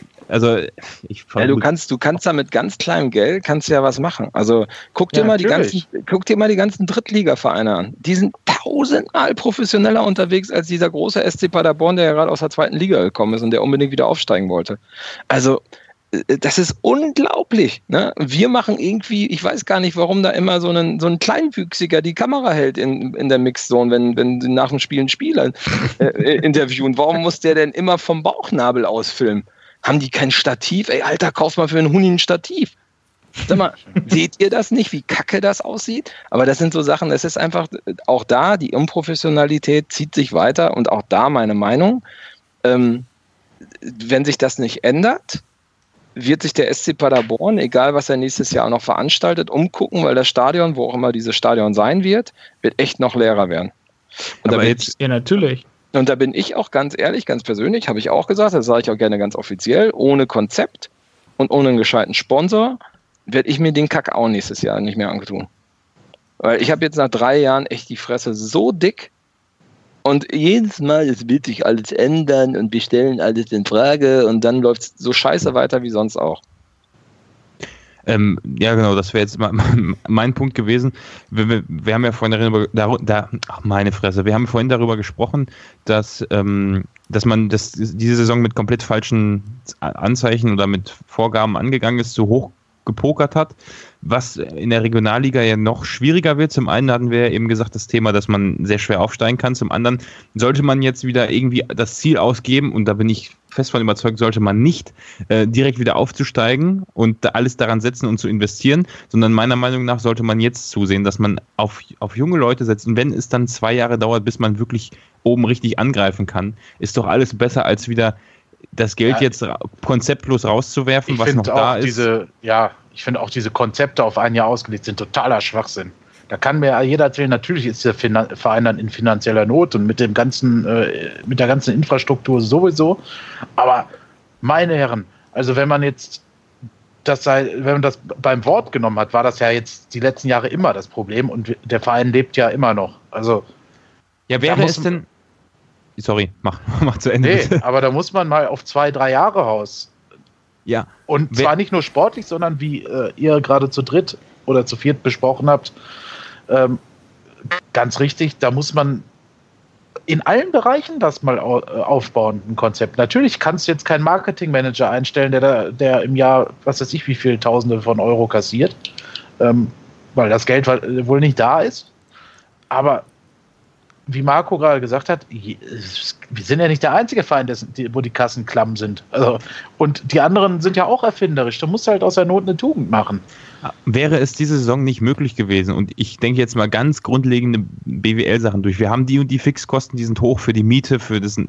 du kannst da mit ganz kleinem Geld kannst ja was machen. Also guck dir mal die ganzen Drittligavereine an. Die sind 1000-mal professioneller unterwegs als dieser große SC Paderborn, der ja gerade aus der 2. Liga gekommen ist und der unbedingt wieder aufsteigen wollte. Also das ist unglaublich. Ne? Wir machen irgendwie, ich weiß gar nicht, warum da immer so ein Kleinwüchsiger die Kamera hält in der Mixzone, wenn sie nach dem Spiel einen Spieler interviewen. Warum muss der denn immer vom Bauchnabel aus filmen? Haben die kein Stativ? Ey, Alter, kauf mal für einen Huni ein Stativ. Sag mal, seht ihr das nicht, wie kacke das aussieht? Aber das sind so Sachen, es ist einfach, auch da, die Unprofessionalität zieht sich weiter und auch da meine Meinung, wenn sich das nicht ändert, wird sich der SC Paderborn, egal was er nächstes Jahr noch veranstaltet, umgucken, weil das Stadion, wo auch immer dieses Stadion sein wird echt noch leerer werden. Und natürlich. Und da bin ich auch ganz ehrlich, ganz persönlich, habe ich auch gesagt, das sage ich auch gerne ganz offiziell, ohne Konzept und ohne einen gescheiten Sponsor werde ich mir den Kack auch nächstes Jahr nicht mehr antun. Weil ich habe jetzt nach 3 Jahren echt die Fresse so dick und jedes Mal, es wird sich alles ändern und wir stellen alles in Frage und dann läuft es so scheiße weiter wie sonst auch. Ja, genau, das wäre jetzt mein Punkt gewesen. Wir haben ja vorhin wir haben vorhin darüber gesprochen, dass man diese Saison mit komplett falschen Anzeichen oder mit Vorgaben angegangen ist, zu hoch gepokert hat, was in der Regionalliga ja noch schwieriger wird. Zum einen hatten wir ja eben gesagt, das Thema, dass man sehr schwer aufsteigen kann. Zum anderen sollte man jetzt wieder irgendwie das Ziel ausgeben, und da bin ich fest von überzeugt, sollte man nicht direkt wieder aufzusteigen und alles daran setzen und zu investieren, sondern meiner Meinung nach sollte man jetzt zusehen, dass man auf junge Leute setzt. Und wenn es dann 2 Jahre dauert, bis man wirklich oben richtig angreifen kann, ist doch alles besser, als wieder das Geld jetzt konzeptlos rauszuwerfen, was noch da ist. Ich finde auch diese Konzepte auf ein Jahr ausgelegt sind totaler Schwachsinn. Da kann mir jeder erzählen, natürlich ist der Verein dann in finanzieller Not und mit der ganzen Infrastruktur sowieso. Aber meine Herren, also wenn man das beim Wort genommen hat, war das ja jetzt die letzten Jahre immer das Problem, und der Verein lebt ja immer noch. Also ja, wäre es denn... Sorry, mach zu Ende. Nee, bitte. Aber da muss man mal auf 2-3 Jahre raus. Ja. Und zwar nicht nur sportlich, sondern wie ihr gerade zu dritt oder zu viert besprochen habt, ganz richtig, da muss man in allen Bereichen das mal aufbauen, ein Konzept. Natürlich kannst du jetzt keinen Marketingmanager einstellen, der im Jahr, was weiß ich, wie viel Tausende von Euro kassiert, weil das Geld wohl nicht da ist. Aber wie Marco gerade gesagt hat, wir sind ja nicht der einzige Verein, wo die Kassen klamm sind. Also, und die anderen sind ja auch erfinderisch. Du musst halt aus der Not eine Tugend machen. Wäre es diese Saison nicht möglich gewesen, und ich denke jetzt mal ganz grundlegende BWL-Sachen durch. Wir haben die und die Fixkosten, die sind hoch für die Miete, für das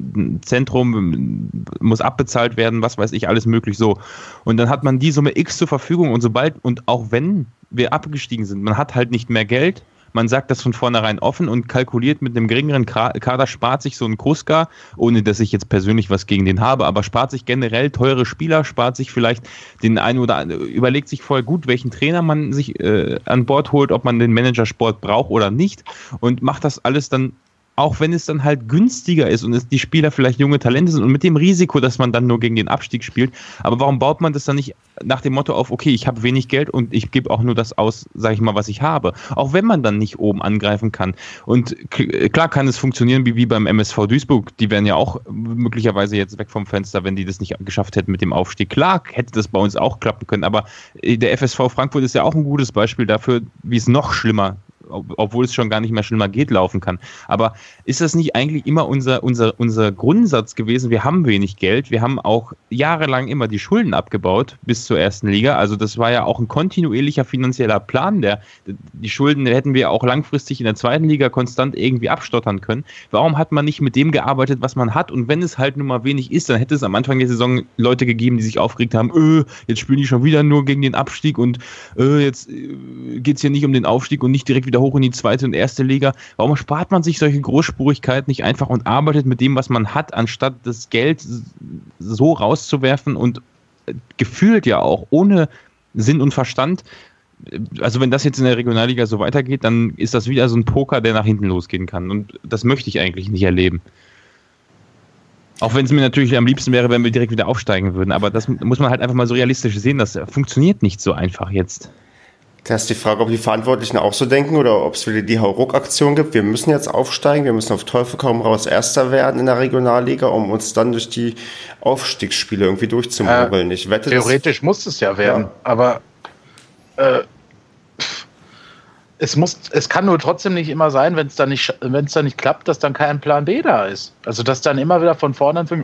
Zentrum, muss abbezahlt werden, was weiß ich, alles möglich so. Und dann hat man die Summe X zur Verfügung, und auch wenn wir abgestiegen sind, man hat halt nicht mehr Geld. Man sagt das von vornherein offen und kalkuliert mit einem geringeren Kader, spart sich so ein Kruska, ohne dass ich jetzt persönlich was gegen den habe, aber spart sich generell teure Spieler, spart sich vielleicht den einen oder anderen, überlegt sich voll gut, welchen Trainer man sich an Bord holt, ob man den Managersport braucht oder nicht, und macht das alles dann, auch wenn es dann halt günstiger ist und die Spieler vielleicht junge Talente sind und mit dem Risiko, dass man dann nur gegen den Abstieg spielt. Aber warum baut man das dann nicht nach dem Motto auf, okay, ich habe wenig Geld und ich gebe auch nur das aus, sage ich mal, was ich habe. Auch wenn man dann nicht oben angreifen kann. Und klar kann es funktionieren wie beim MSV Duisburg. Die wären ja auch möglicherweise jetzt weg vom Fenster, wenn die das nicht geschafft hätten mit dem Aufstieg. Klar hätte das bei uns auch klappen können. Aber der FSV Frankfurt ist ja auch ein gutes Beispiel dafür, wie es noch schlimmer, obwohl es schon gar nicht mehr schlimmer geht, laufen kann. Aber ist das nicht eigentlich immer unser Grundsatz gewesen? Wir haben wenig Geld, wir haben auch jahrelang immer die Schulden abgebaut bis zur ersten Liga. Also das war ja auch ein kontinuierlicher finanzieller Plan. Die Schulden hätten wir auch langfristig in der zweiten Liga konstant irgendwie abstottern können. Warum hat man nicht mit dem gearbeitet, was man hat? Und wenn es halt nur mal wenig ist, dann hätte es am Anfang der Saison Leute gegeben, die sich aufgeregt haben, jetzt spielen die schon wieder nur gegen den Abstieg und jetzt geht es hier nicht um den Aufstieg und nicht direkt wieder hoch in die zweite und erste Liga. Warum spart man sich solche Großspurigkeit nicht einfach und arbeitet mit dem, was man hat, anstatt das Geld so rauszuwerfen und gefühlt ja auch ohne Sinn und Verstand? Also wenn das jetzt in der Regionalliga so weitergeht, dann ist das wieder so ein Poker, der nach hinten losgehen kann. Und das möchte ich eigentlich nicht erleben. Auch wenn es mir natürlich am liebsten wäre, wenn wir direkt wieder aufsteigen würden. Aber das muss man halt einfach mal so realistisch sehen. Das funktioniert nicht so einfach jetzt. Das ist die Frage, ob die Verantwortlichen auch so denken oder ob es wieder die Hauruck-Aktion gibt. Wir müssen jetzt aufsteigen, wir müssen auf Teufel komm raus Erster werden in der Regionalliga, um uns dann durch die Aufstiegsspiele irgendwie durchzumogeln. Ich wette, theoretisch muss es ja werden, aber es kann nur trotzdem nicht immer sein, wenn es dann nicht klappt, dass dann kein Plan B da ist. Also dass dann immer wieder von vorne anfängt,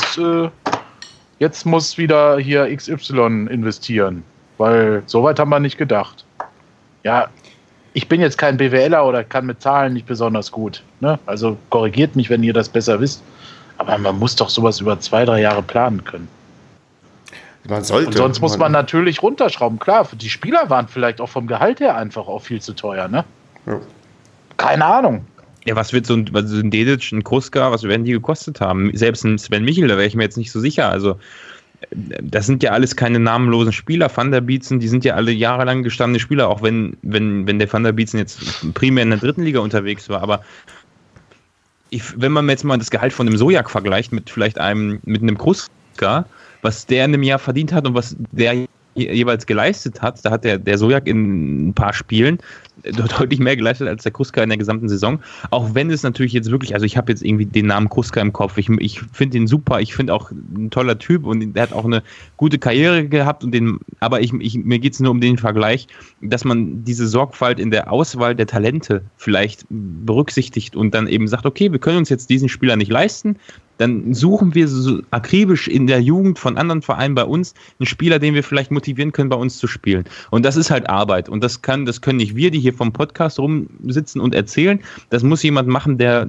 jetzt muss wieder hier XY investieren. Weil so weit haben wir nicht gedacht. Ja, ich bin jetzt kein BWLer oder kann mit Zahlen nicht besonders gut. Ne? Also korrigiert mich, wenn ihr das besser wisst. Aber man muss doch sowas über 2-3 Jahre planen können. Man sollte. Und sonst muss man natürlich runterschrauben. Klar, die Spieler waren vielleicht auch vom Gehalt her einfach auch viel zu teuer. Ne? Ja. Keine Ahnung. Ja, was wird so ein Dedic, ein Kruska, was werden die gekostet haben? Selbst ein Sven Michel, da wäre ich mir jetzt nicht so sicher. Also das sind ja alles keine namenlosen Spieler. Van der Bietzen, die sind ja alle jahrelang gestandene Spieler, auch wenn der Van der Bietzen jetzt primär in der dritten Liga unterwegs war. Aber wenn man jetzt mal das Gehalt von einem Sojak vergleicht mit vielleicht mit einem Kruska, was der in einem Jahr verdient hat und was der jeweils geleistet hat, da hat der Sojak in ein paar Spielen deutlich mehr geleistet als der Kruska in der gesamten Saison. Auch wenn es natürlich jetzt wirklich, also ich habe jetzt irgendwie den Namen Kruska im Kopf. Ich finde ihn super, ich finde auch ein toller Typ und der hat auch eine gute Karriere gehabt. Aber mir geht es nur um den Vergleich, dass man diese Sorgfalt in der Auswahl der Talente vielleicht berücksichtigt und dann eben sagt, okay, wir können uns jetzt diesen Spieler nicht leisten, dann suchen wir so akribisch in der Jugend von anderen Vereinen bei uns einen Spieler, den wir vielleicht motivieren können, bei uns zu spielen. Und das ist halt Arbeit. Und das können nicht wir, die hier vom Podcast rumsitzen und erzählen. Das muss jemand machen, der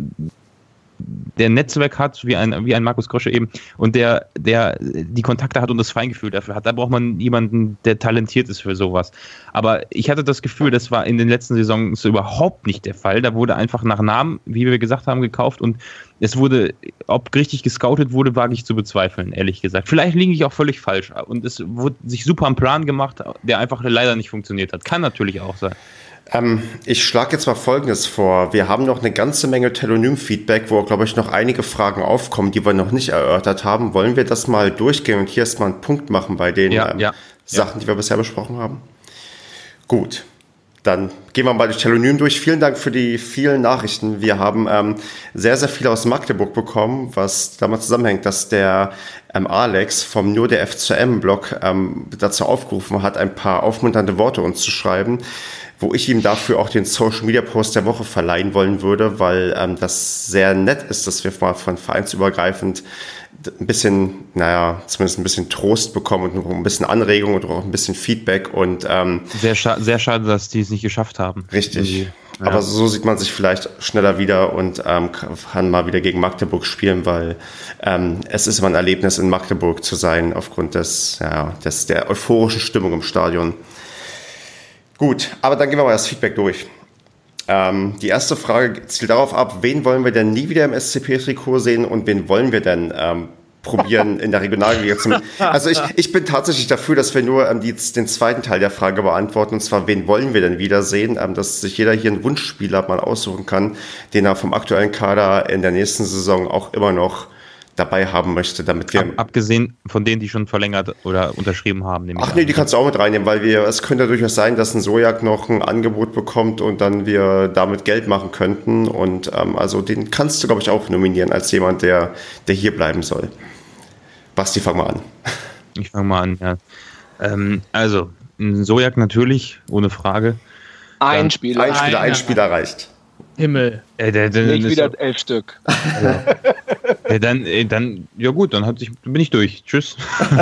Netzwerk hat, wie ein Markus Krösche eben, und der die Kontakte hat und das Feingefühl dafür hat. Da braucht man jemanden, der talentiert ist für sowas. Aber ich hatte das Gefühl, das war in den letzten Saisons überhaupt nicht der Fall. Da wurde einfach nach Namen, wie wir gesagt haben, gekauft und es wurde, ob richtig gescoutet wurde, wage ich zu bezweifeln, ehrlich gesagt. Vielleicht liege ich auch völlig falsch und es wurde sich super einen Plan gemacht, der einfach leider nicht funktioniert hat. Kann natürlich auch sein. Ich schlage jetzt mal Folgendes vor. Wir haben noch eine ganze Menge Telonym-Feedback, wo, glaube ich, noch einige Fragen aufkommen, die wir noch nicht erörtert haben. Wollen wir das mal durchgehen und hier erstmal einen Punkt machen bei den Sachen, die wir bisher besprochen haben? Gut, dann gehen wir mal durch Telonym durch. Vielen Dank für die vielen Nachrichten. Wir haben sehr, sehr viele aus Magdeburg bekommen, was damit zusammenhängt, dass der Alex vom Nur der FCM-Blog dazu aufgerufen hat, ein paar aufmunternde Worte uns zu schreiben, wo ich ihm dafür auch den Social-Media-Post der Woche verleihen wollen würde, weil das sehr nett ist, dass wir mal von vereinsübergreifend ein bisschen, zumindest ein bisschen Trost bekommen und ein bisschen Anregung und auch ein bisschen Feedback. Und sehr schade, dass die es nicht geschafft haben. Richtig. Ja. Aber so sieht man sich vielleicht schneller wieder und kann mal wieder gegen Magdeburg spielen, weil es ist immer ein Erlebnis, in Magdeburg zu sein, aufgrund der euphorischen Stimmung im Stadion. Gut, aber dann gehen wir mal das Feedback durch. Die erste Frage zielt darauf ab, wen wollen wir denn nie wieder im SCP-Trikot sehen und wen wollen wir denn probieren in der Regionalliga zu... Also ich bin tatsächlich dafür, dass wir nur den zweiten Teil der Frage beantworten, und zwar, wen wollen wir denn wiedersehen, dass sich jeder hier einen Wunschspieler mal aussuchen kann, den er vom aktuellen Kader in der nächsten Saison auch immer noch dabei haben möchte, damit wir... Abgesehen von denen, die schon verlängert oder unterschrieben haben. Ach nee, die kannst du auch mit reinnehmen, weil es könnte durchaus sein, dass ein Sojak noch ein Angebot bekommt und dann wir damit Geld machen könnten und also den kannst du, glaube ich, auch nominieren als jemand, der hier bleiben soll. Basti, fang mal an. Ich fange mal an, ja. Also, ein Sojak natürlich, ohne Frage. Ein Spieler reicht. Himmel. Nicht wieder 11 Stück. Dann bin ich durch. Tschüss.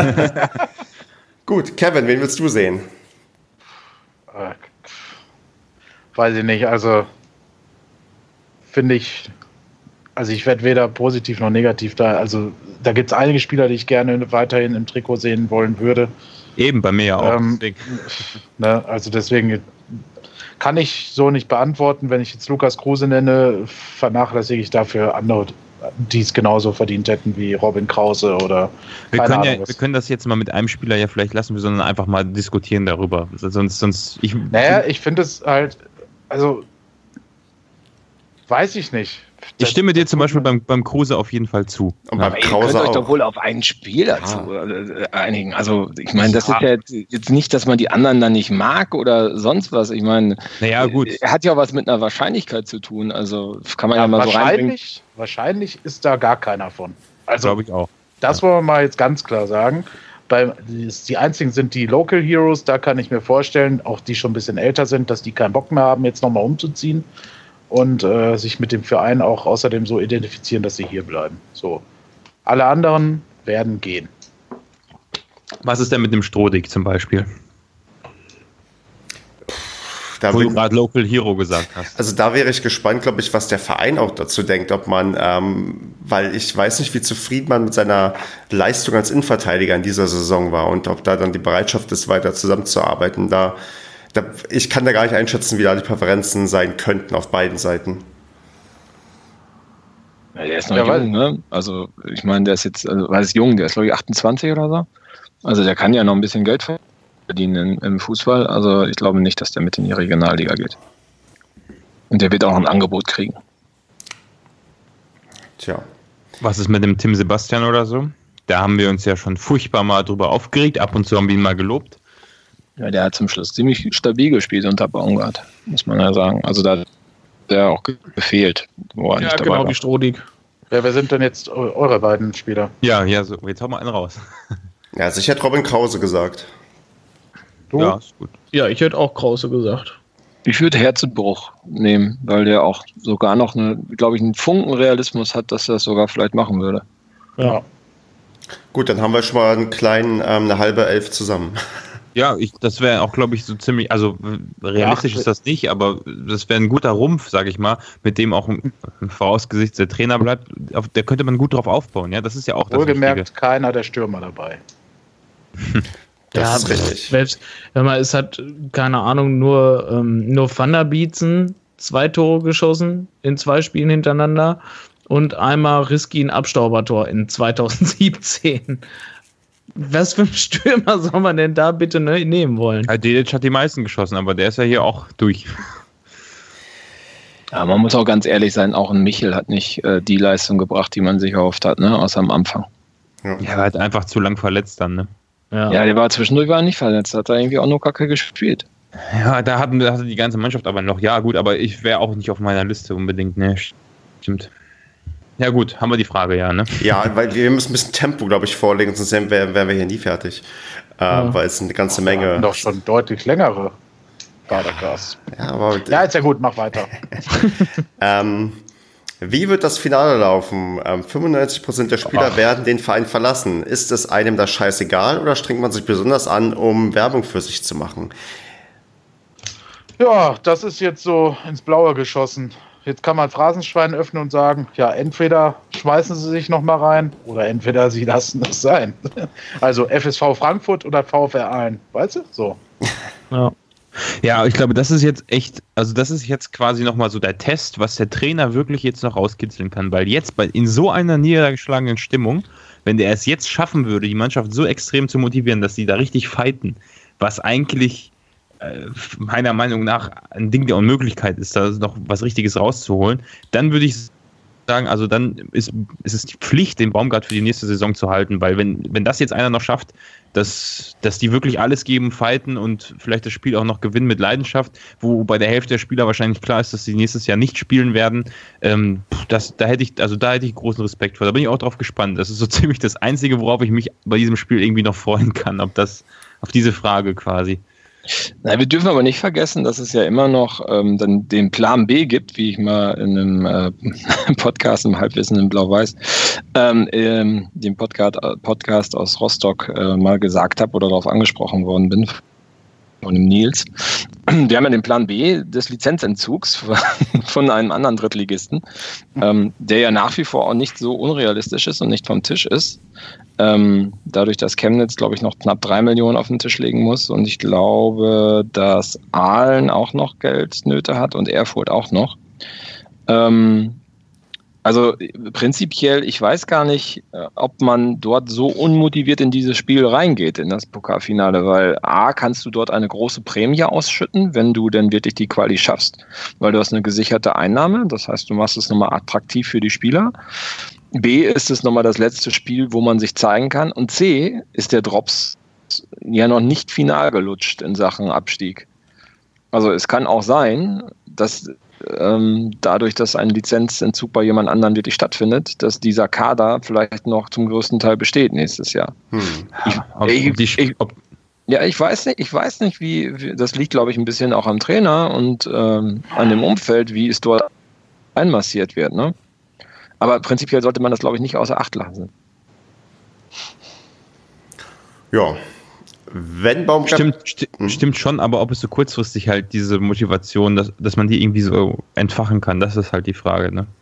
Gut, Kevin, wen willst du sehen? Weiß ich nicht, also finde ich, also ich werde weder positiv noch negativ da, also da gibt es einige Spieler, die ich gerne weiterhin im Trikot sehen wollen würde. Eben, bei mir ja auch. Also deswegen kann ich so nicht beantworten. Wenn ich jetzt Lukas Kruse nenne, vernachlässige ich dafür andere, die es genauso verdient hätten wie Robin Krause oder wir können das jetzt mal mit einem Spieler ja vielleicht lassen, sondern einfach mal diskutieren darüber. Ich finde es halt, also weiß ich nicht. Ich stimme dir zum Beispiel beim Kruse auf jeden Fall zu. Und beim Krause ihr könnt euch doch wohl auf einen Spieler einigen. Also ich meine, das ist ja jetzt nicht, dass man die anderen dann nicht mag oder sonst was. Ich meine, gut. Er hat ja was mit einer Wahrscheinlichkeit zu tun. Also kann man ja mal so reinbringen. Wahrscheinlich ist da gar keiner von. Also glaube ich auch. Das wollen wir mal jetzt ganz klar sagen. Die einzigen sind die Local Heroes. Da kann ich mir vorstellen, auch die schon ein bisschen älter sind, dass die keinen Bock mehr haben, jetzt nochmal umzuziehen. Und sich mit dem Verein auch außerdem so identifizieren, dass sie hier bleiben. So. Alle anderen werden gehen. Was ist denn mit dem Strohdick zum Beispiel? Wo du gerade Local Hero gesagt hast. Also da wäre ich gespannt, glaube ich, was der Verein auch dazu denkt, ob man, weil ich weiß nicht, wie zufrieden man mit seiner Leistung als Innenverteidiger in dieser Saison war und ob da dann die Bereitschaft ist, weiter zusammenzuarbeiten. Ich kann da gar nicht einschätzen, wie da die Präferenzen sein könnten auf beiden Seiten. Ja, der ist noch jung, ne? Also ich meine, der ist jetzt, jung, der ist glaube ich 28 oder so. Also der kann ja noch ein bisschen Geld verdienen im Fußball. Also ich glaube nicht, dass der mit in die Regionalliga geht. Und der wird auch ein Angebot kriegen. Tja. Was ist mit dem Tim Sebastian oder so? Da haben wir uns ja schon furchtbar mal drüber aufgeregt. Ab und zu haben wir ihn mal gelobt. Ja, der hat zum Schluss ziemlich stabil gespielt unter Baumgart, muss man ja sagen. Also da hat der auch gefehlt. Wo er ja, genau, wie Strodig. Ja, wer sind denn jetzt eure beiden Spieler? Ja, so, jetzt hau mal einen raus. Ja, also ich hätte Robin Krause gesagt. Du? Ja, ist gut. Ja, ich hätte auch Krause gesagt. Ich würde Herzenbruch nehmen, weil der auch sogar noch, glaube ich, einen Funken Realismus hat, dass er das sogar vielleicht machen würde. Ja. Gut, dann haben wir schon mal einen kleinen, eine halbe Elf zusammen. Ja, das wäre auch, glaube ich, so ziemlich, also realistisch ist das nicht, aber das wäre ein guter Rumpf, sage ich mal, mit dem auch vorausgesetzt der Trainer bleibt, da könnte man gut drauf aufbauen, ja, das ist ja auch das Wohlgemerkt, Wichtige. keiner der Stürmer dabei. Das ist richtig. Selbst, wenn man, es hat, keine Ahnung, nur Van der Bietzen 2 Tore geschossen in 2 Spielen hintereinander und einmal Risky ein Abstaubertor in 2017. Was für einen Stürmer soll man denn da bitte nehmen wollen? Ja, Dedic hat die meisten geschossen, aber der ist ja hier auch durch. Ja, man muss auch ganz ehrlich sein, auch ein Michel hat nicht die Leistung gebracht, die man sich erhofft hat, ne, außer am Anfang. Ja, er war halt einfach zu lang verletzt dann, ne? Ja, der war zwischendurch nicht verletzt, hat er irgendwie auch nur Kacke gespielt. Ja, da hatte die ganze Mannschaft aber noch, ja gut, aber ich wäre auch nicht auf meiner Liste unbedingt, ne? Stimmt. Ja gut, haben wir die Frage, ja, ne? Ja, weil wir müssen ein bisschen Tempo, glaube ich, vorlegen, sonst wären wir hier nie fertig. Weil es eine ganze Menge... Wir hatten doch schon deutlich längere Badergas. Ja, ist ja gut, mach weiter. Wie wird das Finale laufen? 95% der Spieler werden den Verein verlassen. Ist es einem das scheißegal oder strengt man sich besonders an, um Werbung für sich zu machen? Ja, das ist jetzt so ins Blaue geschossen. Jetzt kann man Phrasenschwein öffnen und sagen, ja, entweder schmeißen sie sich noch mal rein oder entweder sie lassen es sein. Also FSV Frankfurt oder VfR Aalen, weißt du? So. Ja. Ja, ich glaube, das ist jetzt echt, also das ist jetzt quasi nochmal so der Test, was der Trainer wirklich jetzt noch rauskitzeln kann, weil jetzt in so einer niedergeschlagenen Stimmung, wenn der es jetzt schaffen würde, die Mannschaft so extrem zu motivieren, dass sie da richtig fighten, was eigentlich meiner Meinung nach ein Ding der Unmöglichkeit ist, da noch was Richtiges rauszuholen, dann würde ich sagen, also dann ist es die Pflicht, den Baumgart für die nächste Saison zu halten, weil wenn das jetzt einer noch schafft, dass die wirklich alles geben, fighten und vielleicht das Spiel auch noch gewinnen mit Leidenschaft, wo bei der Hälfte der Spieler wahrscheinlich klar ist, dass sie nächstes Jahr nicht spielen werden, da hätte ich großen Respekt vor. Da bin ich auch drauf gespannt. Das ist so ziemlich das Einzige, worauf ich mich bei diesem Spiel irgendwie noch freuen kann, auf diese Frage quasi. Na, wir dürfen aber nicht vergessen, dass es ja immer noch dann den Plan B gibt, wie ich mal in einem Podcast im Halbwissen in Blau-Weiß, den Podcast aus Rostock mal gesagt habe oder darauf angesprochen worden bin von dem Nils. Wir haben ja den Plan B des Lizenzentzugs von einem anderen Drittligisten, der ja nach wie vor auch nicht so unrealistisch ist und nicht vom Tisch ist. Dadurch, dass Chemnitz, glaube ich, noch knapp 3 Millionen auf den Tisch legen muss und ich glaube, dass Aalen auch noch Geldnöte hat und Erfurt auch noch. Also prinzipiell, ich weiß gar nicht, ob man dort so unmotiviert in dieses Spiel reingeht, in das Pokalfinale, weil A, kannst du dort eine große Prämie ausschütten, wenn du denn wirklich die Quali schaffst, weil du hast eine gesicherte Einnahme, das heißt, du machst es nochmal attraktiv für die Spieler. B, ist es nochmal das letzte Spiel, wo man sich zeigen kann und C, ist der Drops ja noch nicht final gelutscht in Sachen Abstieg. Also es kann auch sein, dass dadurch, dass ein Lizenzentzug bei jemand anderem wirklich stattfindet, dass dieser Kader vielleicht noch zum größten Teil besteht nächstes Jahr. Ich weiß nicht, wie das liegt, glaube ich, ein bisschen auch am Trainer und an dem Umfeld, wie es dort einmassiert wird, ne? Aber prinzipiell sollte man das, glaube ich, nicht außer Acht lassen. Ja. Wenn Baumgart... Stimmt schon, aber ob es so kurzfristig halt diese Motivation, dass man die irgendwie so entfachen kann, das ist halt die Frage, ne?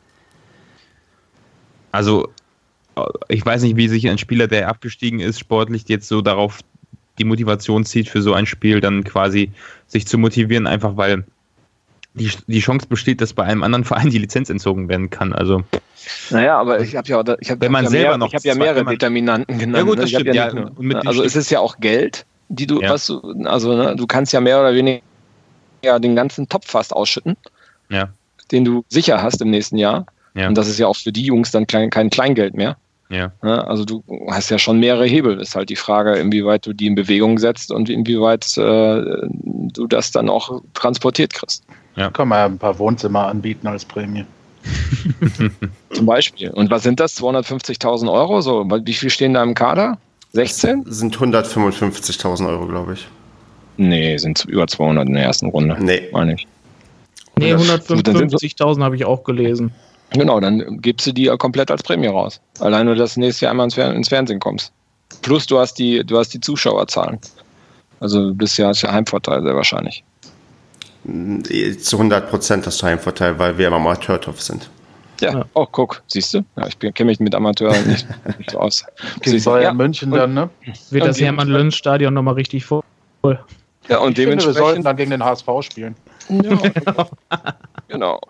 Also, ich weiß nicht, wie sich ein Spieler, der abgestiegen ist, sportlich jetzt so darauf die Motivation zieht, für so ein Spiel dann quasi sich zu motivieren, einfach weil die Chance besteht, dass bei einem anderen Verein die Lizenz entzogen werden kann. Also, naja, aber ich habe ja mehrere Determinanten genannt. Ja gut, das stimmt. Ja, also es ist ja auch Geld, du kannst ja mehr oder weniger den ganzen Topf fast ausschütten, den du sicher hast im nächsten Jahr. Ja. Und das ist ja auch für die Jungs dann kein Kleingeld mehr. Ja. Also du hast ja schon mehrere Hebel. Ist halt die Frage, inwieweit du die in Bewegung setzt und inwieweit du das dann auch transportiert kriegst. Ja. Kann man ja ein paar Wohnzimmer anbieten als Prämie. Zum Beispiel. Und was sind das? 250.000 Euro? So, wie viel stehen da im Kader? 16? Das sind 155.000 Euro, glaube ich. Nee, sind über 200 in der ersten Runde. Nee. Meine ich. Nee, 155.000 habe ich auch gelesen. Genau, dann gibst du die ja komplett als Prämie raus. Allein nur, dass du nächstes Jahr einmal ins Fernsehen kommst. Plus du hast die Zuschauerzahlen. Also du bist ja Heimvorteil sehr wahrscheinlich. Zu 100% hast du Heimvorteil, weil wir im Amateurtopf sind. Ja, oh, guck, siehst du? Ja, ich kenne mich mit Amateuren nicht so aus. Soll ja München dann, ne? Wird das Hermann-Löns-Stadion nochmal richtig voll. Ja, und dementsprechend wir sollten dann gegen den HSV spielen. Ja, genau.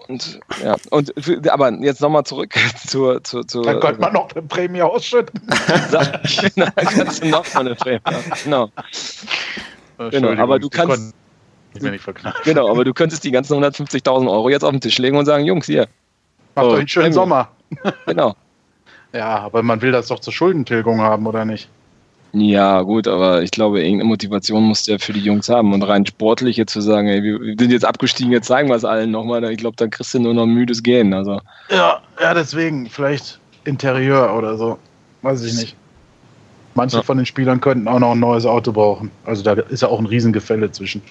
Aber jetzt nochmal zurück zur. Dann könnte man noch eine Prämie ausschütten. Dann kannst du noch mal eine Prämie. Genau. Aber du kannst. Genau, aber du könntest die ganzen 150.000 Euro jetzt auf den Tisch legen und sagen, Jungs, hier. Macht euch einen schönen Sommer. Genau. Ja, aber man will das doch zur Schuldentilgung haben, oder nicht? Ja, gut, aber ich glaube, irgendeine Motivation musst du ja für die Jungs haben. Und rein sportlich jetzt zu sagen, ey, wir sind jetzt abgestiegen, jetzt zeigen wir es allen nochmal. Ich glaube, dann kriegst du nur noch ein müdes Gehen. Also. Ja, deswegen. Vielleicht Interieur oder so. Weiß ich nicht. Manche von den Spielern könnten auch noch ein neues Auto brauchen. Also da ist ja auch ein Riesengefälle zwischen.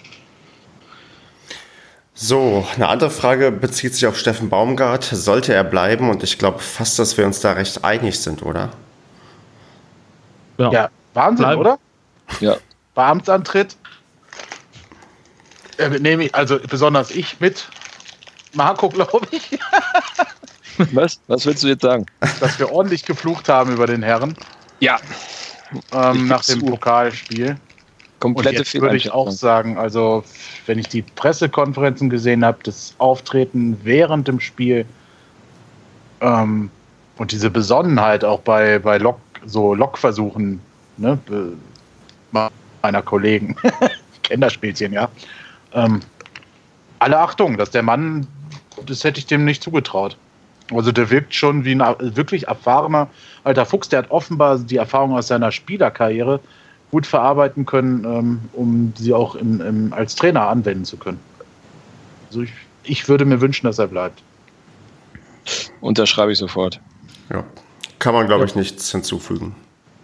So, eine andere Frage bezieht sich auf Steffen Baumgart. Sollte er bleiben? Und ich glaube fast, dass wir uns da recht einig sind, oder? Ja, Wahnsinn, oder? Ja. Bei Amtsantritt nehme ich, also besonders ich mit Marco, glaube ich. Was? Was willst du jetzt sagen? Dass wir ordentlich geflucht haben über den Herren. Ja. Nach dem Pokalspiel. Komplette Fehler. Würde ich auch sagen, also wenn ich die Pressekonferenzen gesehen habe, das Auftreten während dem Spiel und diese Besonnenheit auch bei Lokversuchen, ne, meiner Kollegen, ich kenne das Spielchen, ja. Alle Achtung, dass der Mann, das hätte ich dem nicht zugetraut. Also der wirkt schon wie ein wirklich erfahrener alter Fuchs, der hat offenbar die Erfahrung aus seiner Spielerkarriere gut verarbeiten können, um sie auch als Trainer anwenden zu können. Also ich würde mir wünschen, dass er bleibt. Unterschreibe ich sofort. Ja, kann man, glaube ich, nichts hinzufügen.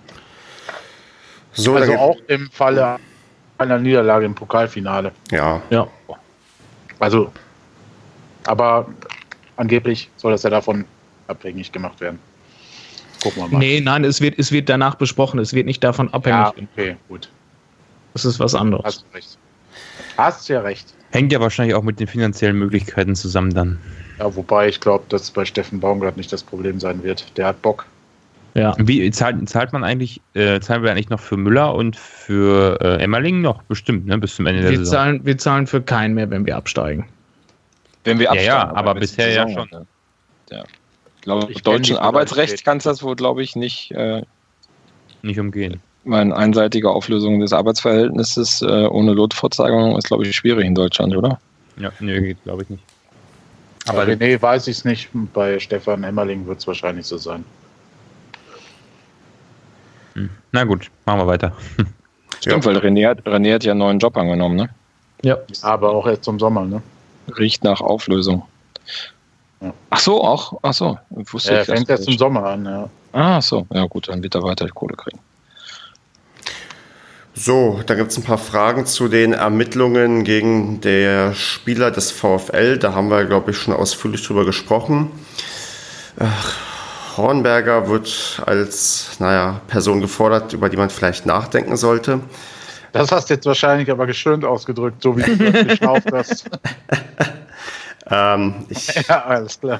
So, also auch im Falle einer Niederlage im Pokalfinale. Ja. Also, aber angeblich soll das ja davon abhängig gemacht werden. Gucken wir mal. Nee, nein, es wird danach besprochen. Es wird nicht davon abhängig. Ja, okay, gut. Das ist was anderes. Hast du recht. Hast ja recht. Hängt ja wahrscheinlich auch mit den finanziellen Möglichkeiten zusammen dann. Ja, wobei ich glaube, dass bei Steffen Baumgart nicht das Problem sein wird. Der hat Bock. Ja. Wie zahlt man eigentlich, zahlen wir eigentlich noch für Müller und für Emmerling noch? Bestimmt, ne? Bis zum Ende der Saison. Wir zahlen für keinen mehr, wenn wir absteigen. Wenn wir absteigen. Ja, aber bisher ja schon. Ja. Ich glaube, im deutschen Arbeitsrecht kannst du das wohl, glaube ich, nicht umgehen. Weil eine einseitige Auflösung des Arbeitsverhältnisses ohne Lotvorzeigung ist, glaube ich, schwierig in Deutschland, oder? Ja, nee, geht, glaube ich nicht. Aber René weiß ich es nicht. Bei Stefan Emmerling wird es wahrscheinlich so sein. Na gut, machen wir weiter. Stimmt, weil René hat ja einen neuen Job angenommen, ne? Ja. Aber auch erst zum Sommer, ne? Riecht nach Auflösung. Ja. Ach so, auch? Ach so. Er fängt erst im Sommer an, ja. Ach so, ja gut, dann wird er weiter Kohle kriegen. So, da gibt es ein paar Fragen zu den Ermittlungen gegen der Spieler des VfL. Da haben wir, glaube ich, schon ausführlich drüber gesprochen. Hornberger wird als Person gefordert, über die man vielleicht nachdenken sollte. Das hast du jetzt wahrscheinlich aber geschönt ausgedrückt, so wie du das geschnauft hast. Ja, alles klar.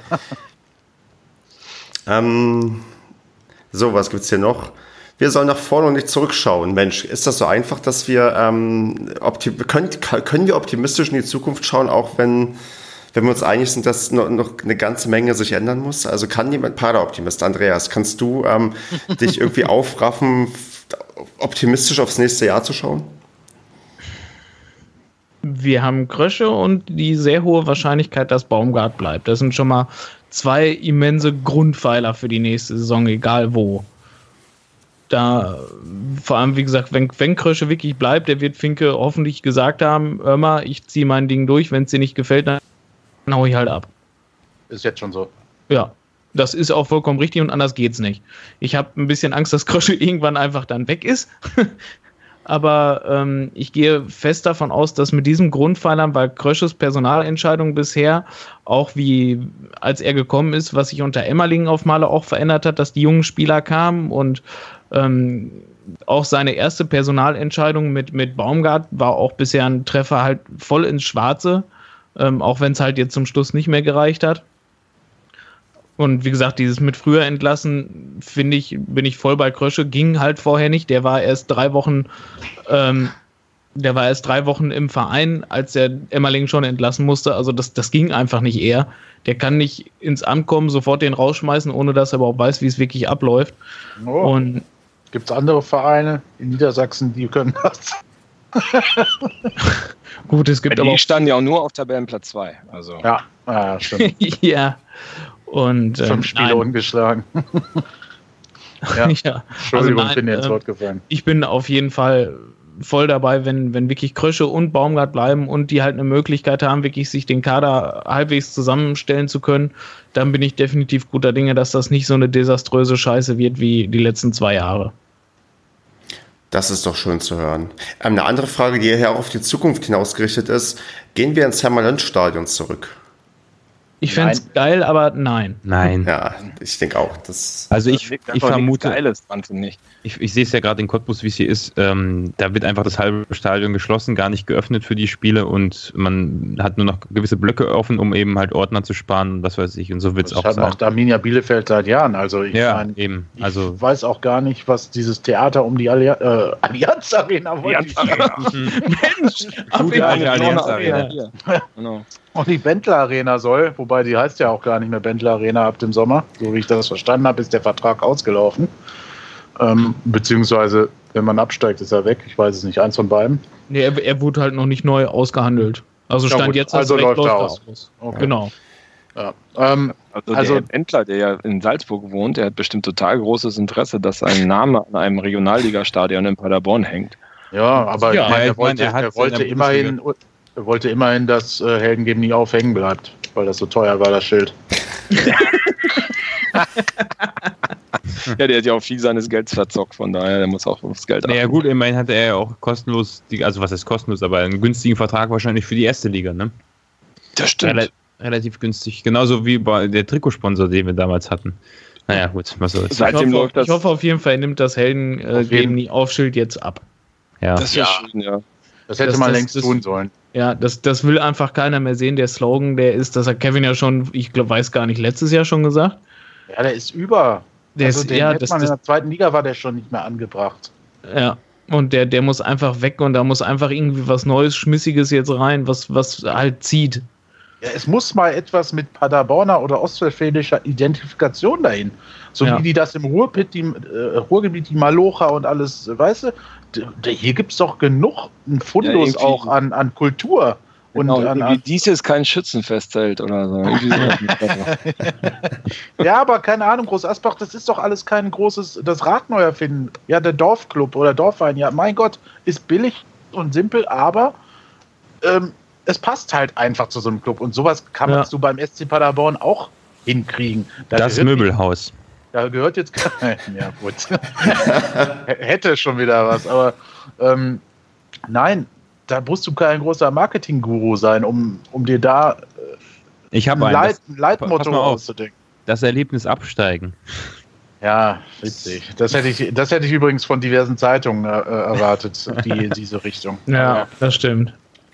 So, was gibt's hier noch? Wir sollen nach vorne und nicht zurückschauen. Mensch, ist das so einfach, dass wir können wir optimistisch in die Zukunft schauen, auch wenn wir uns einig sind, dass noch eine ganze Menge sich ändern muss? Also kann jemand, Pader-Optimist, Andreas, kannst du dich irgendwie aufraffen, optimistisch aufs nächste Jahr zu schauen? Wir haben Krösche und die sehr hohe Wahrscheinlichkeit, dass Baumgart bleibt. Das sind schon mal 2 immense Grundpfeiler für die nächste Saison, egal wo. Da, vor allem, wie gesagt, wenn Krösche wirklich bleibt, der wird Finke hoffentlich gesagt haben, hör mal, ich ziehe mein Ding durch, wenn es dir nicht gefällt, dann hau ich halt ab. Ist jetzt schon so. Ja, das ist auch vollkommen richtig und anders geht's nicht. Ich habe ein bisschen Angst, dass Krösche irgendwann einfach dann weg ist. Aber ich gehe fest davon aus, dass mit diesem Grundpfeilern, weil Krösches Personalentscheidung bisher, auch wie als er gekommen ist, was sich unter Emmerling auf Male auch verändert hat, dass die jungen Spieler kamen und auch seine erste Personalentscheidung mit Baumgart war auch bisher ein Treffer halt voll ins Schwarze, auch wenn es halt jetzt zum Schluss nicht mehr gereicht hat. Und wie gesagt, dieses mit früher entlassen, bin ich voll bei Krösche, ging halt vorher nicht. Der war erst 3 Wochen im Verein, als der Emmerling schon entlassen musste. Also das ging einfach nicht eher. Der kann nicht ins Amt kommen, sofort den rausschmeißen, ohne dass er überhaupt weiß, wie es wirklich abläuft. Oh. Und gibt es andere Vereine in Niedersachsen, die können das? Gut, es gibt aber die standen ja auch nur auf Tabellenplatz 2. Also. Ja, stimmt. Ja. Und 5 Spiele ungeschlagen. Ja. Entschuldigung, bin dir ins Wort gefallen. Ich bin auf jeden Fall voll dabei, wenn wirklich Krösche und Baumgart bleiben und die halt eine Möglichkeit haben, wirklich sich den Kader halbwegs zusammenstellen zu können, dann bin ich definitiv guter Dinge, dass das nicht so eine desaströse Scheiße wird wie die letzten 2 Jahre. Das ist doch schön zu hören. Eine andere Frage, die hier auch auf die Zukunft hinausgerichtet ist, gehen wir ins Hermann-Löntz-Stadion zurück? Ich fände es geil, aber nein. Nein. Ja, ich denke auch. Also ich vermute, Geiles dran, finde ich. Ich sehe es ja gerade in Cottbus, wie es hier ist. Da wird einfach das halbe Stadion geschlossen, gar nicht geöffnet für die Spiele und man hat nur noch gewisse Blöcke offen, um eben halt Ordner zu sparen und was weiß ich. Und so wird es auch sein. Das macht Arminia Bielefeld seit Jahren. Also ich weiß auch gar nicht, was dieses Theater um die Allianz Arena wollte. Mensch, Allianz Arena. Genau. Und die Bentler Arena soll, wobei die heißt ja auch gar nicht mehr Bentler Arena ab dem Sommer. So wie ich das verstanden habe, ist der Vertrag ausgelaufen. Beziehungsweise, wenn man absteigt, ist er weg. Ich weiß es nicht, eins von beiden. Nee, er wurde halt noch nicht neu ausgehandelt. Also stand jetzt, also läuft er aus. Okay. Genau. Ja. Also der Bentler, der ja in Salzburg wohnt, der hat bestimmt total großes Interesse, dass ein Name an einem Regionalligastadion in Paderborn hängt. Ja, aber er wollte immerhin, dass Helden geben nie aufhängen bleibt, weil das so teuer war, das Schild. Ja, der hat ja auch viel seines Gelds verzockt, von daher, der muss auch aufs Geld achten. Ja gut, immerhin hatte er ja auch kostenlos, also was heißt kostenlos, aber einen günstigen Vertrag wahrscheinlich für die erste Liga, ne? Das stimmt. Relativ günstig, genauso wie bei der Trikotsponsor, den wir damals hatten. Naja gut, was soll's. Seitdem läuft das. Ich hoffe auf jeden Fall, er nimmt das Helden geben nie Aufschild jetzt ab. Ja. Das wäre schön, ja. Das hätte man längst tun sollen. Ja, das will einfach keiner mehr sehen. Der Slogan, der ist, das hat Kevin ja schon, ich glaube, weiß gar nicht, letztes Jahr schon gesagt. Ja, der ist über. In der 2. Liga war der schon nicht mehr angebracht. Ja, und der muss einfach weg und da muss einfach irgendwie was Neues, Schmissiges jetzt rein, was halt zieht. Ja, es muss mal etwas mit Paderborner oder ostwestfälischer Identifikation dahin. So wie die das im Ruhrgebiet, die Malocher und alles, weißt du? Hier gibt es doch genug ein Fundus auch an Kultur. Genau, und dies ist kein Schützenfestzelt oder so. Ja, aber keine Ahnung, Groß Asbach, das ist doch alles kein großes, das Rad neu erfinden. Ja, der Dorfclub oder Dorfverein, ja, mein Gott, ist billig und simpel, aber es passt halt einfach zu so einem Club. Und sowas kannst du beim SC Paderborn auch hinkriegen. Das Möbelhaus. Da gehört jetzt ja, gut. Hätte schon wieder was, aber nein, da musst du kein großer Marketing-Guru sein, um dir da ein Leitmotto auszudenken. Das Erlebnis absteigen. Ja, witzig. Das hätte ich übrigens von diversen Zeitungen erwartet, diese Richtung. Ja, das stimmt.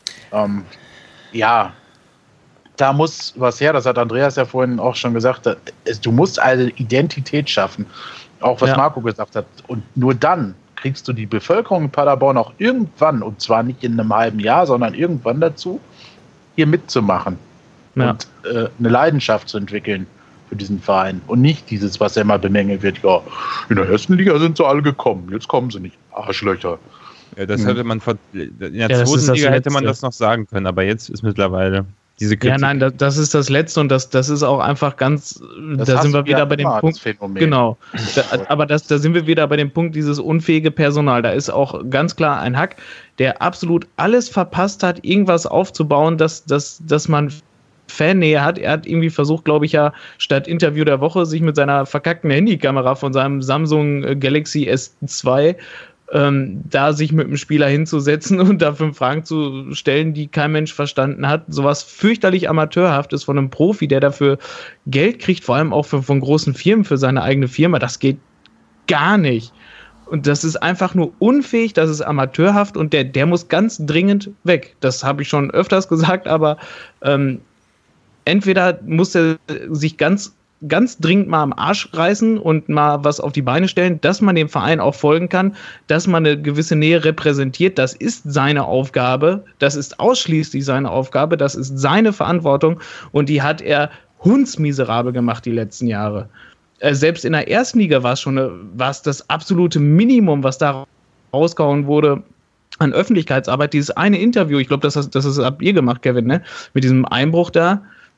Ja, da muss was her, das hat Andreas ja vorhin auch schon gesagt, du musst eine Identität schaffen, auch was Marco gesagt hat. Und nur dann kriegst du die Bevölkerung in Paderborn auch irgendwann, und zwar nicht in einem halben Jahr, sondern irgendwann dazu, hier mitzumachen und eine Leidenschaft zu entwickeln für diesen Verein. Und nicht dieses, was ja immer bemängelt wird, ja, in der ersten Liga sind sie alle gekommen, jetzt kommen sie nicht. Arschlöcher. Ja, das hätte man in der zweiten Liga hätte man das noch sagen können, aber jetzt ist mittlerweile. diese Kritik. Ja, nein, das ist das Letzte und das ist auch einfach ganz, da sind wir wieder bei dem Punkt, genau, aber da sind wir wieder bei dem Punkt, dieses unfähige Personal, da ist auch ganz klar ein Hack, der absolut alles verpasst hat, irgendwas aufzubauen, dass man Fannähe hat. Er hat irgendwie versucht, glaube ich ja, statt Interview der Woche, sich mit seiner verkackten Handykamera von seinem Samsung Galaxy S2 da sich mit dem Spieler hinzusetzen und da 5 Fragen zu stellen, die kein Mensch verstanden hat. Sowas fürchterlich Amateurhaftes von einem Profi, der dafür Geld kriegt, vor allem auch von großen Firmen für seine eigene Firma. Das geht gar nicht. Und das ist einfach nur unfähig, das ist amateurhaft und der muss ganz dringend weg. Das habe ich schon öfters gesagt, aber entweder muss er sich ganz dringend mal am Arsch reißen und mal was auf die Beine stellen, dass man dem Verein auch folgen kann, dass man eine gewisse Nähe repräsentiert. Das ist seine Aufgabe, das ist ausschließlich seine Aufgabe, das ist seine Verantwortung und die hat er hundsmiserabel gemacht die letzten Jahre. Selbst in der ersten Liga war es das absolute Minimum, was da rausgehauen wurde an Öffentlichkeitsarbeit. Dieses eine Interview, ich glaube, das habt ihr gemacht, Kevin, ne? Mit diesem Einbruch da.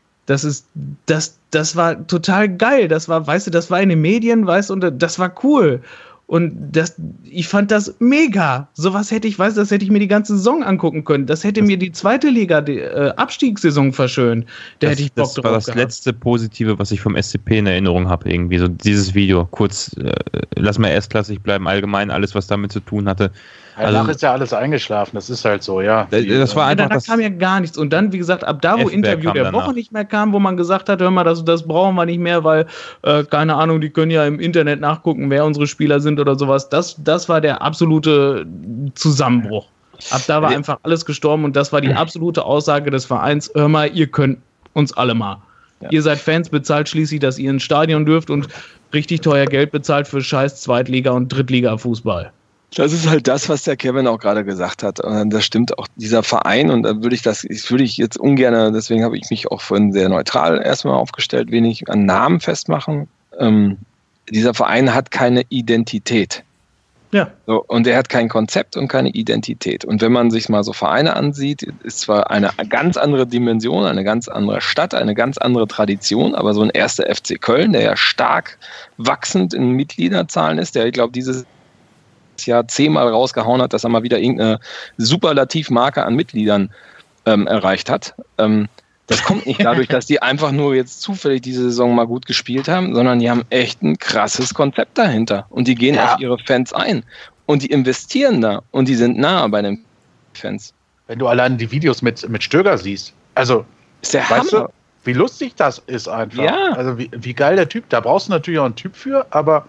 Das war total geil. Das war in den Medien, und das war cool. Und ich fand das mega. Das hätte ich mir die ganze Saison angucken können. Das hätte mir die zweite Liga, die Abstiegssaison verschönt. Hätte ich Bock drauf gehabt. Das war das letzte Positive, was ich vom SCP in Erinnerung habe, irgendwie. So dieses Video. Kurz, lass mal erstklassig bleiben, allgemein, alles, was damit zu tun hatte. Danach ist ja alles eingeschlafen, das ist halt so, ja. Das war einfach danach kam ja gar nichts. Und dann, wie gesagt, ab da, wo Interview der Woche nicht mehr kam, wo man gesagt hat, hör mal, das brauchen wir nicht mehr, weil, keine Ahnung, die können ja im Internet nachgucken, wer unsere Spieler sind oder sowas. Das war der absolute Zusammenbruch. Ab da war einfach alles gestorben und das war die absolute Aussage des Vereins, hör mal, ihr könnt uns alle mal. Ja. Ihr seid Fans, bezahlt schließlich, dass ihr ins Stadion dürft und richtig teuer Geld bezahlt für scheiß Zweitliga- und Drittliga-Fußball. Das ist halt das, was der Kevin auch gerade gesagt hat. Und das stimmt auch, dieser Verein, und da würde ich jetzt ungern, deswegen habe ich mich auch vorhin sehr neutral erstmal aufgestellt, wenig an Namen festmachen. Dieser Verein hat keine Identität. Ja. So, und er hat kein Konzept und keine Identität. Und wenn man sich mal so Vereine ansieht, ist zwar eine ganz andere Dimension, eine ganz andere Stadt, eine ganz andere Tradition, aber so ein 1. FC Köln, der ja stark wachsend in Mitgliederzahlen ist, der, ich glaube, dieses Jahr 10-mal rausgehauen hat, dass er mal wieder irgendeine Superlativmarke an Mitgliedern erreicht hat. Das kommt nicht dadurch, dass die einfach nur jetzt zufällig diese Saison mal gut gespielt haben, sondern die haben echt ein krasses Konzept dahinter. Und die gehen auf ihre Fans ein. Und die investieren da. Und die sind nah bei den Fans. Wenn du allein die Videos mit Stöger siehst, also, ist der weißt Hammer. du, wie lustig das ist einfach. Ja. Also wie geil der Typ, da brauchst du natürlich auch einen Typ für, aber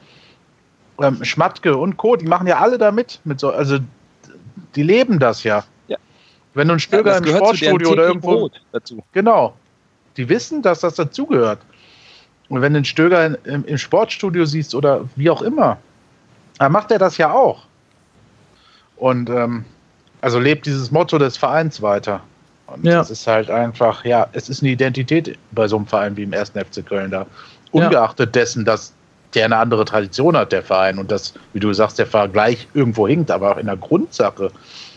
Schmatke und Co., die machen ja alle da mit so, also die leben das ja. Wenn du einen Stöger im Sportstudio oder irgendwo dazu. Genau, die wissen, dass das dazugehört. Und wenn du einen Stöger im Sportstudio siehst oder wie auch immer, dann macht er das ja auch. Und also lebt dieses Motto des Vereins weiter. Und das ist halt einfach, es ist eine Identität bei so einem Verein wie im 1. FC Köln da. Ungeachtet dessen, dass der eine andere Tradition hat, der Verein. Und das, wie du sagst, der Vergleich irgendwo hinkt, aber auch in der Grundsache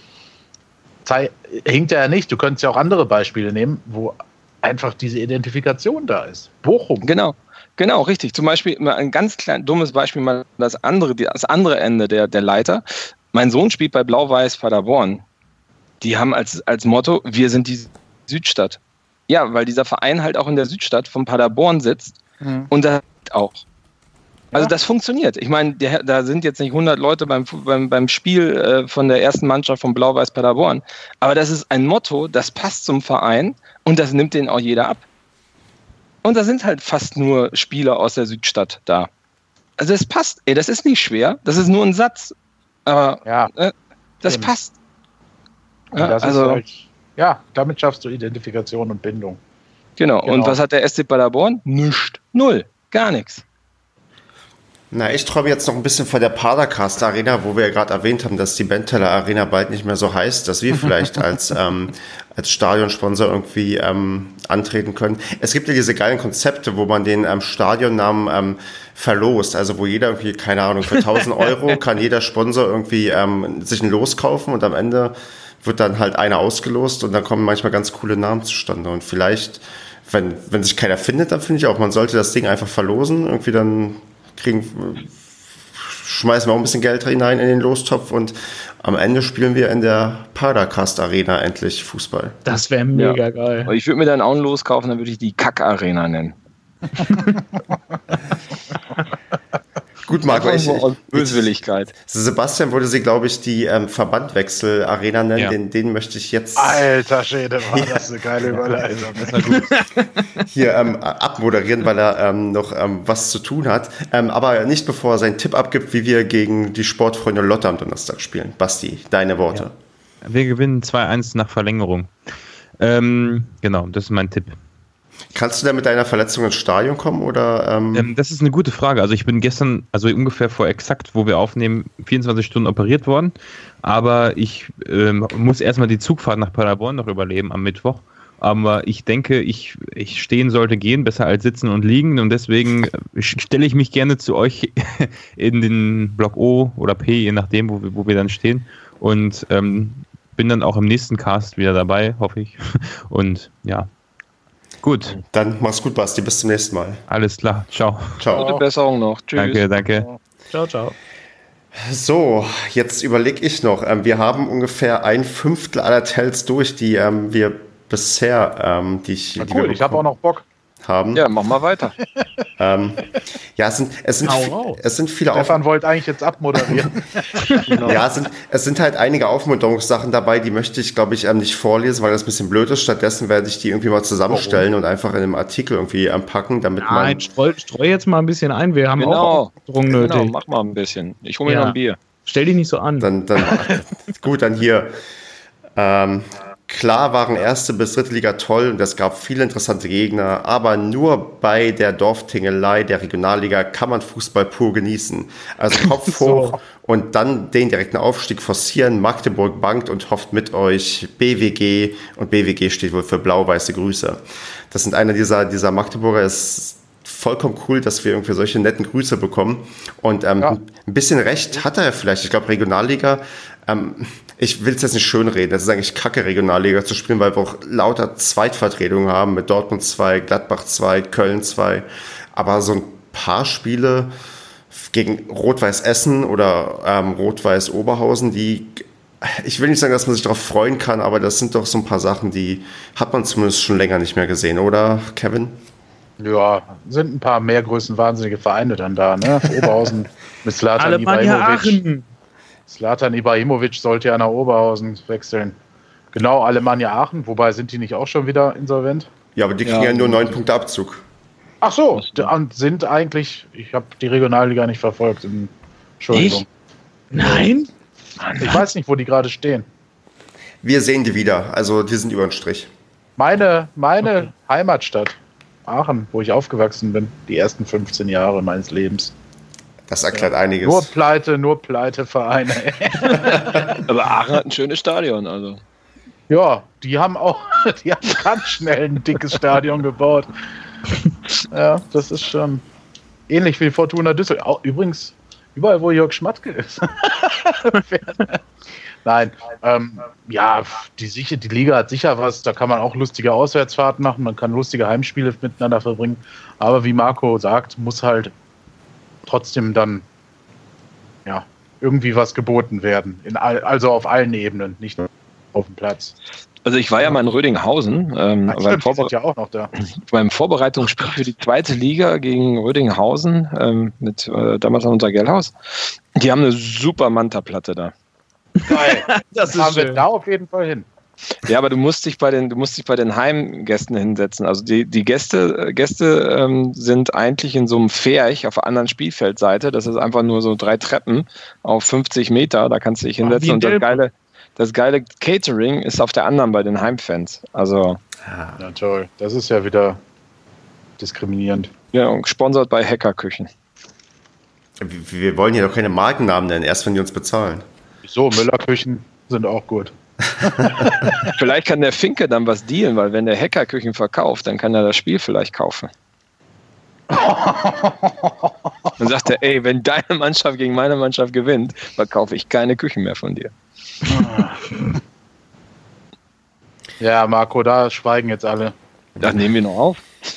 hinkt er ja nicht. Du könntest ja auch andere Beispiele nehmen, wo einfach diese Identifikation da ist. Bochum. Genau, richtig. Zum Beispiel mal ein ganz dummes Beispiel, mal das andere Ende der Leiter. Mein Sohn spielt bei Blau-Weiß Paderborn. Die haben als Motto, wir sind die Südstadt. Ja, weil dieser Verein halt auch in der Südstadt von Paderborn sitzt und da auch. Also das funktioniert. Ich meine, da sind jetzt nicht 100 Leute beim Spiel von der ersten Mannschaft von Blau-Weiß Paderborn. Aber das ist ein Motto, das passt zum Verein und das nimmt den auch jeder ab. Und da sind halt fast nur Spieler aus der Südstadt da. Also es passt. Das ist nicht schwer. Das ist nur ein Satz. Aber das passt. Das ist halt, damit schaffst du Identifikation und Bindung. Genau. Und was hat der SC Paderborn? Nichts. Null. Gar nichts. Na, ich träume jetzt noch ein bisschen von der Padercast Arena, wo wir ja gerade erwähnt haben, dass die Benteler Arena bald nicht mehr so heißt, dass wir vielleicht als Stadionsponsor irgendwie antreten können. Es gibt ja diese geilen Konzepte, wo man den Stadionnamen verlost, also wo jeder irgendwie, keine Ahnung, für 1.000 € kann jeder Sponsor irgendwie sich ein Los kaufen und am Ende wird dann halt einer ausgelost und dann kommen manchmal ganz coole Namen zustande. Und vielleicht, wenn sich keiner findet, dann finde ich auch, man sollte das Ding einfach verlosen. Irgendwie dann schmeißen wir auch ein bisschen Geld hinein in den Lostopf und am Ende spielen wir in der Padercast Arena endlich Fußball. Das wäre mega geil. Ich würde mir dann auch ein Los kaufen, dann würde ich die Kack-Arena nennen. Gut, Marco, Böswilligkeit. Sebastian würde sie, glaube ich, die Verbandwechsel-Arena nennen. Ja. Den möchte ich jetzt... Alter Schäde, war das eine geile Überleitung. Hier abmoderieren, weil er noch was zu tun hat. Aber nicht bevor er seinen Tipp abgibt, wie wir gegen die Sportfreunde Lotte am Donnerstag spielen. Basti, deine Worte. Ja. Wir gewinnen 2-1 nach Verlängerung. Genau, das ist mein Tipp. Kannst du denn mit deiner Verletzung ins Stadion kommen? Oder, Das ist eine gute Frage. Also ich bin gestern, also ungefähr vor exakt, wo wir aufnehmen, 24 Stunden operiert worden. Aber ich muss erstmal die Zugfahrt nach Paderborn noch überleben am Mittwoch. Aber ich denke, ich stehen sollte gehen, besser als sitzen und liegen. Und deswegen stelle ich mich gerne zu euch in den Block O oder P, je nachdem, wo wir dann stehen. Und bin dann auch im nächsten Cast wieder dabei, hoffe ich. Und ja. Gut. Dann mach's gut, Basti. Bis zum nächsten Mal. Alles klar. Ciao. Gute Besserung noch. Tschüss. Danke. Ciao. So, jetzt überlege ich noch. Wir haben ungefähr 1/5 aller Tells durch, die wir bisher, ich habe auch noch Bock. Haben. Ja, mach mal weiter. Ja, es sind viele Stefan wollte eigentlich jetzt abmoderieren. Genau. Ja, es sind halt einige Aufmunterungssachen dabei, die möchte ich, glaube ich, nicht vorlesen, weil das ein bisschen blöd ist. Stattdessen werde ich die irgendwie mal zusammenstellen und einfach in einem Artikel irgendwie packen, damit man... Nein, streu jetzt mal ein bisschen ein. Wir haben auch Aufmunterung nötig. Genau, mach mal ein bisschen. Ich hole mir noch ein Bier. Stell dich nicht so an. Dann gut, dann hier... Klar waren erste bis dritte Liga toll und es gab viele interessante Gegner, aber nur bei der Dorftingelei der Regionalliga kann man Fußball pur genießen. Also Kopf hoch und dann den direkten Aufstieg forcieren. Magdeburg bangt und hofft mit euch. BWG, und BWG steht wohl für blau-weiße Grüße. Das sind einer dieser Magdeburger. Es ist vollkommen cool, dass wir irgendwie solche netten Grüße bekommen. Und ein bisschen recht hat er vielleicht. Ich glaube, Regionalliga, ich will es jetzt nicht schönreden, das ist eigentlich kacke, Regionalliga zu spielen, weil wir auch lauter Zweitvertretungen haben mit Dortmund 2, Gladbach 2, Köln 2. Aber so ein paar Spiele gegen Rot-Weiß Essen oder Rot-Weiß Oberhausen, ich will nicht sagen, dass man sich darauf freuen kann, aber das sind doch so ein paar Sachen, die hat man zumindest schon länger nicht mehr gesehen, oder, Kevin? Ja, sind ein paar mehrgrößenwahnsinnige Vereine dann da, ne? Oberhausen mit Zlatan Ibrahimovic. Zlatan Ibrahimovic sollte ja nach Oberhausen wechseln. Genau, Alemannia Aachen, wobei sind die nicht auch schon wieder insolvent? Ja, aber die kriegen ja nur 9 Punkte Abzug. Ach so, und sind eigentlich, ich habe die Regionalliga nicht verfolgt. Entschuldigung. Nein? Ich weiß nicht, wo die gerade stehen. Wir sehen die wieder, also die sind über den Strich. Meine Heimatstadt, Aachen, wo ich aufgewachsen bin, die ersten 15 Jahre meines Lebens. Das erklärt einiges. Nur Pleite-Vereine. Aber Aachen hat ein schönes Stadion, also. Ja, die haben ganz schnell ein dickes Stadion gebaut. Ja, das ist schon ähnlich wie Fortuna Düsseldorf. Übrigens, überall, wo Jörg Schmatke ist. Nein, die Liga hat sicher was. Da kann man auch lustige Auswärtsfahrten machen. Man kann lustige Heimspiele miteinander verbringen. Aber wie Marco sagt, muss halt trotzdem dann irgendwie was geboten werden. Also auf allen Ebenen, nicht nur auf dem Platz. Also ich war ja mal in Rödinghausen beim Vorbereitungsspiel für die zweite Liga gegen Rödinghausen mit damals an unser Gellhaus. Die haben eine super Manta-Platte da. Geil. Das fahren wir da auf jeden Fall hin. Ja, aber du musst dich bei den Heimgästen hinsetzen. Also die Gäste sind eigentlich in so einem Pferch auf der anderen Spielfeldseite. Das ist einfach nur so 3 Treppen auf 50 Meter. Da kannst du dich hinsetzen. Und das geile Catering ist auf der anderen bei den Heimfans. Also. Ja, toll. Das ist ja wieder diskriminierend. Ja, und gesponsert bei Hackerküchen. Wir wollen hier doch keine Markennamen nennen, erst wenn die uns bezahlen. Wieso? Müllerküchen sind auch gut. Vielleicht kann der Finke dann was dealen, weil wenn der Hackerküchen verkauft, dann kann er das Spiel vielleicht kaufen. Dann sagt er, ey, wenn deine Mannschaft gegen meine Mannschaft gewinnt, verkaufe ich keine Küchen mehr von dir. Ja, Marco, da schweigen jetzt alle. Das nehmen wir noch auf.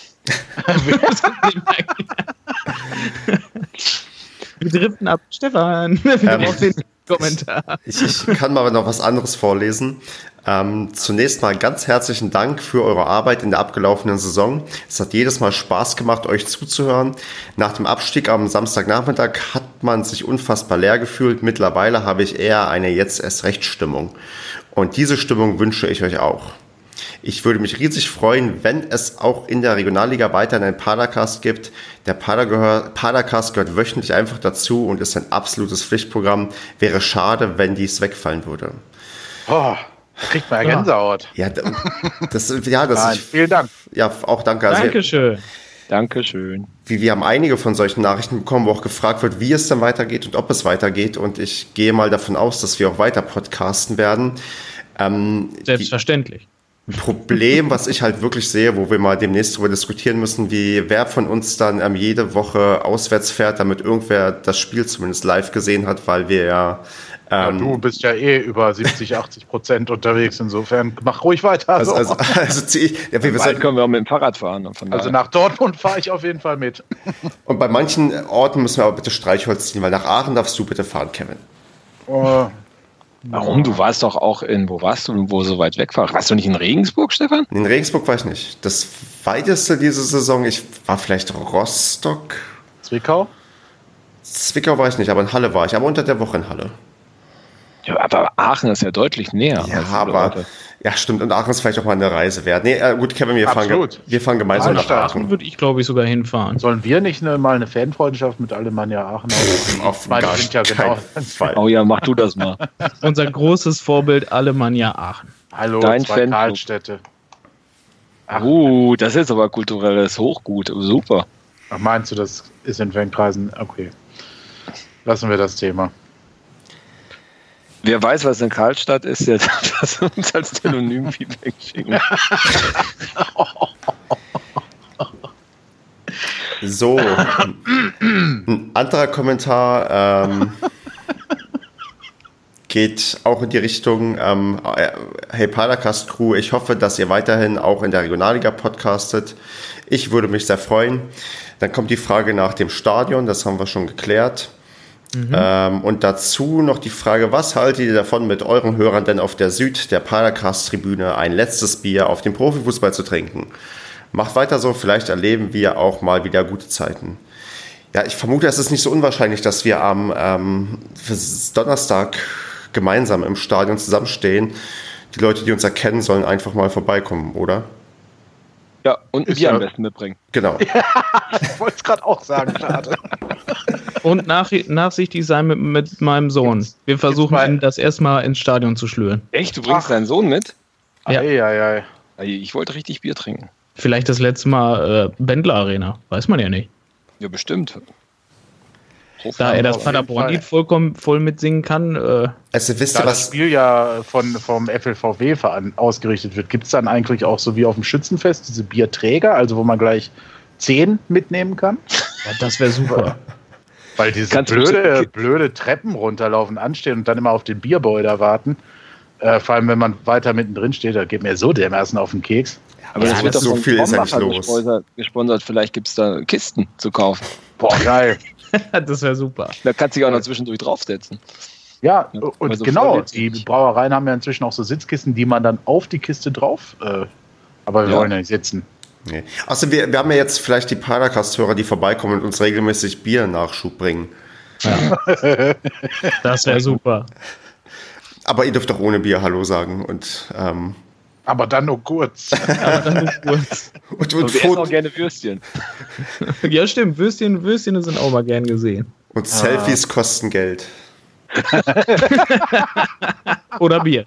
Wir driften ab. Stefan, auf den Kommentar. Ich kann mal noch was anderes vorlesen. Zunächst mal ganz herzlichen Dank für eure Arbeit in der abgelaufenen Saison. Es hat jedes Mal Spaß gemacht, euch zuzuhören. Nach dem Abstieg am Samstagnachmittag hat man sich unfassbar leer gefühlt. Mittlerweile habe ich eher eine Jetzt-erst-recht-Stimmung. Und diese Stimmung wünsche ich euch auch. Ich würde mich riesig freuen, wenn es auch in der Regionalliga weiterhin einen Padercast gibt. Der Padercast gehört wöchentlich einfach dazu und ist ein absolutes Pflichtprogramm. Wäre schade, wenn dies wegfallen würde. Oh, da kriegt man ja Gänsehaut. Ja, vielen Dank. Ja, auch danke. Also Dankeschön. Dankeschön. Wir haben einige von solchen Nachrichten bekommen, wo auch gefragt wird, wie es dann weitergeht und ob es weitergeht. Und ich gehe mal davon aus, dass wir auch weiter podcasten werden. Selbstverständlich. Problem, was ich halt wirklich sehe, wo wir mal demnächst darüber diskutieren müssen, wer von uns dann jede Woche auswärts fährt, damit irgendwer das Spiel zumindest live gesehen hat, weil wir ja... du bist ja über 70-80% unterwegs, insofern mach ruhig weiter. Also bald können wir auch mit dem Fahrrad fahren. Also nach Dortmund fahre ich auf jeden Fall mit. Und bei manchen Orten müssen wir aber bitte Streichholz ziehen, weil nach Aachen darfst du bitte fahren, Kevin. Warum? Du warst doch auch wo warst du, wo so weit weg war? Warst du nicht in Regensburg, Stefan? In Regensburg war ich nicht. Das weiteste diese Saison, ich war vielleicht Rostock. Zwickau? Zwickau war ich nicht, aber in Halle war ich. Aber unter der Woche in Halle. Ja, aber Aachen ist ja deutlich näher. Ja, aber ja, stimmt. Und Aachen ist vielleicht auch mal eine Reise wert. Nee, gut, Kevin, wir fahren gemeinsam nach Aachen. Würde ich, glaube ich, sogar hinfahren. Sollen wir nicht mal eine Fanfreundschaft mit Alemannia Aachen aufnehmen? Auf keinen Fall. Oh ja, mach du das mal. Unser großes Vorbild Alemannia Aachen. Hallo, dein zwei Karlstädte. Das ist aber kulturelles Hochgut. Super. Ach, meinst du, das ist in Fankreisen? Okay. Lassen wir das Thema. Wer weiß, was in Karlstadt ist, der darf das uns als Telonym-Feedback schicken. So, ein anderer Kommentar geht auch in die Richtung, hey Padercast Crew, ich hoffe, dass ihr weiterhin auch in der Regionalliga podcastet. Ich würde mich sehr freuen. Dann kommt die Frage nach dem Stadion, das haben wir schon geklärt. Und dazu noch die Frage, was haltet ihr davon, mit euren Hörern denn auf der Süd der Padercast-Tribüne ein letztes Bier auf dem Profifußball zu trinken? Macht weiter so, vielleicht erleben wir auch mal wieder gute Zeiten. Ja, ich vermute, es ist nicht so unwahrscheinlich, dass wir am Donnerstag gemeinsam im Stadion zusammenstehen. Die Leute, die uns erkennen, sollen einfach mal vorbeikommen, oder? Ja, und ein Bier am besten mitbringen. Genau. Ja, ich wollte es gerade auch sagen, schade. Und nachsichtig sein mit meinem Sohn. Wir versuchen ihn das erstmal ins Stadion zu schlüren. Echt? Du bringst deinen Sohn mit? Ja. Ei. Ich wollte richtig Bier trinken. Vielleicht das letzte Mal Bendler Arena. Weiß man ja nicht. Ja, bestimmt. Da er das Paderborn-Lied voll mitsingen kann. Also wisst ihr, das Spiel ja vom FLVW ausgerichtet wird, gibt es dann eigentlich auch so wie auf dem Schützenfest diese Bierträger, also wo man gleich 10 mitnehmen kann? Ja, das wäre super. Weil diese blöde Treppen runterlaufen, anstehen und dann immer auf den Bierbeutel warten. Vor allem, wenn man weiter mittendrin steht, da geht mir so dermaßen auf den Keks. Aber das wird doch so viel ist ja nicht los. Gesponsert. Vielleicht gibt es da Kisten zu kaufen. Boah, geil. Das wäre super. Da kannst du dich auch noch zwischendurch draufsetzen. Ja, und so genau, die Brauereien haben ja inzwischen auch so Sitzkisten, die man dann auf die Kiste drauf, aber wir wollen ja nicht sitzen. Nee. Also wir haben ja jetzt vielleicht die Padercast-Hörer, die vorbeikommen und uns regelmäßig Bier-Nachschub bringen. Ja. Das wäre super. Aber ihr dürft doch ohne Bier Hallo sagen und aber dann nur kurz. Und wir essen auch gerne Würstchen. Ja, stimmt. Würstchen sind auch mal gern gesehen. Und Selfies kosten Geld. Oder Bier.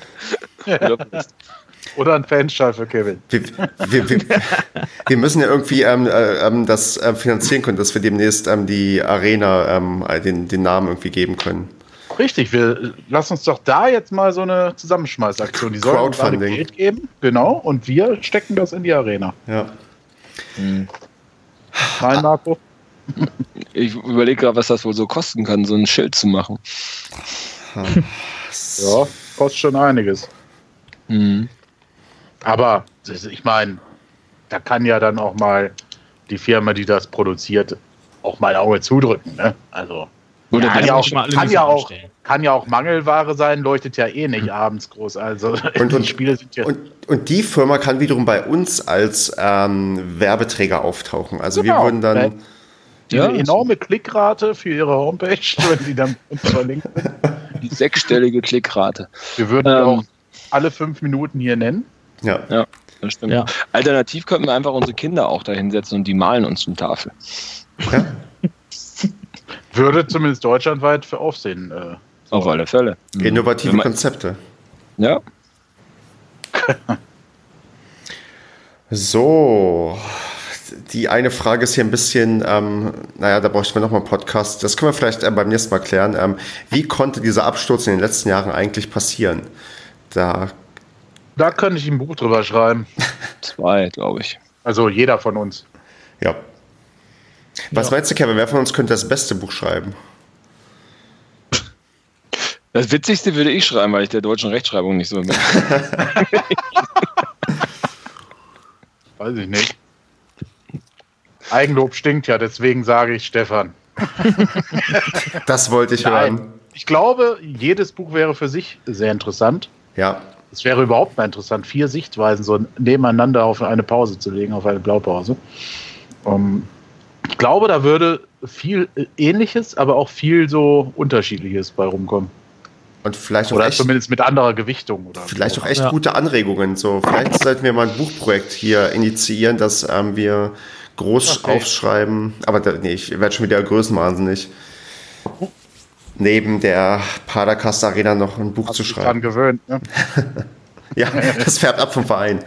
Oder ein Fanschal für Kevin. Wir müssen ja irgendwie das finanzieren können, dass wir demnächst die Arena den Namen irgendwie geben können. Richtig, lass uns doch da jetzt mal so eine Zusammenschmeißaktion. Die sollen uns alle Geld geben, genau, und wir stecken das in die Arena. Ja. Nein, Marco? Ich überlege gerade, was das wohl so kosten kann, so ein Schild zu machen. Ja, kostet schon einiges. Aber ich meine, da kann ja dann auch mal die Firma, die das produziert, auch mal ein Auge zudrücken. Ne? Also oder kann ja auch Mangelware sein, leuchtet ja eh nicht abends groß. Also die Spiele sind ja und die Firma kann wiederum bei uns als Werbeträger auftauchen. Also wir würden dann eine enorme Klickrate für ihre Homepage, wenn sie dann uns verlinken. Die 6-stellige Klickrate. Wir würden auch alle 5 Minuten hier nennen. Ja, das stimmt. Ja. Alternativ könnten wir einfach unsere Kinder auch da hinsetzen und die malen uns eine Tafel. Ja. Würde zumindest deutschlandweit für Aufsehen. Auf alle Fälle. Innovative Konzepte. Ja. So. Die eine Frage ist hier ein bisschen, da bräuchten wir nochmal einen Podcast. Das können wir vielleicht beim nächsten Mal klären. Wie konnte dieser Absturz in den letzten Jahren eigentlich passieren? Da könnte ich ein Buch drüber schreiben. 2, glaube ich. Also jeder von uns. Ja. Was meinst du, Kevin? Wer von uns könnte das beste Buch schreiben? Das Witzigste würde ich schreiben, weil ich der deutschen Rechtschreibung nicht so bin. Weiß ich nicht. Eigenlob stinkt ja, deswegen sage ich Stefan. Das wollte ich hören. Ich glaube, jedes Buch wäre für sich sehr interessant. Ja. Es wäre überhaupt mal interessant, 4 Sichtweisen so nebeneinander auf eine Pause zu legen, auf eine Blaupause. Ich glaube, da würde viel Ähnliches, aber auch viel so Unterschiedliches bei rumkommen. Und vielleicht oder zumindest mit anderer Gewichtung. Oder vielleicht so. Auch echt gute Anregungen. So, vielleicht sollten wir mal ein Buchprojekt hier initiieren, dass wir groß aufschreiben. Aber ich werde schon wieder größenwahnsinnig. Neben der Padercast Arena noch ein Buch zu schreiben. Dran gewöhnt, ne? Ja, das färbt ab vom Verein.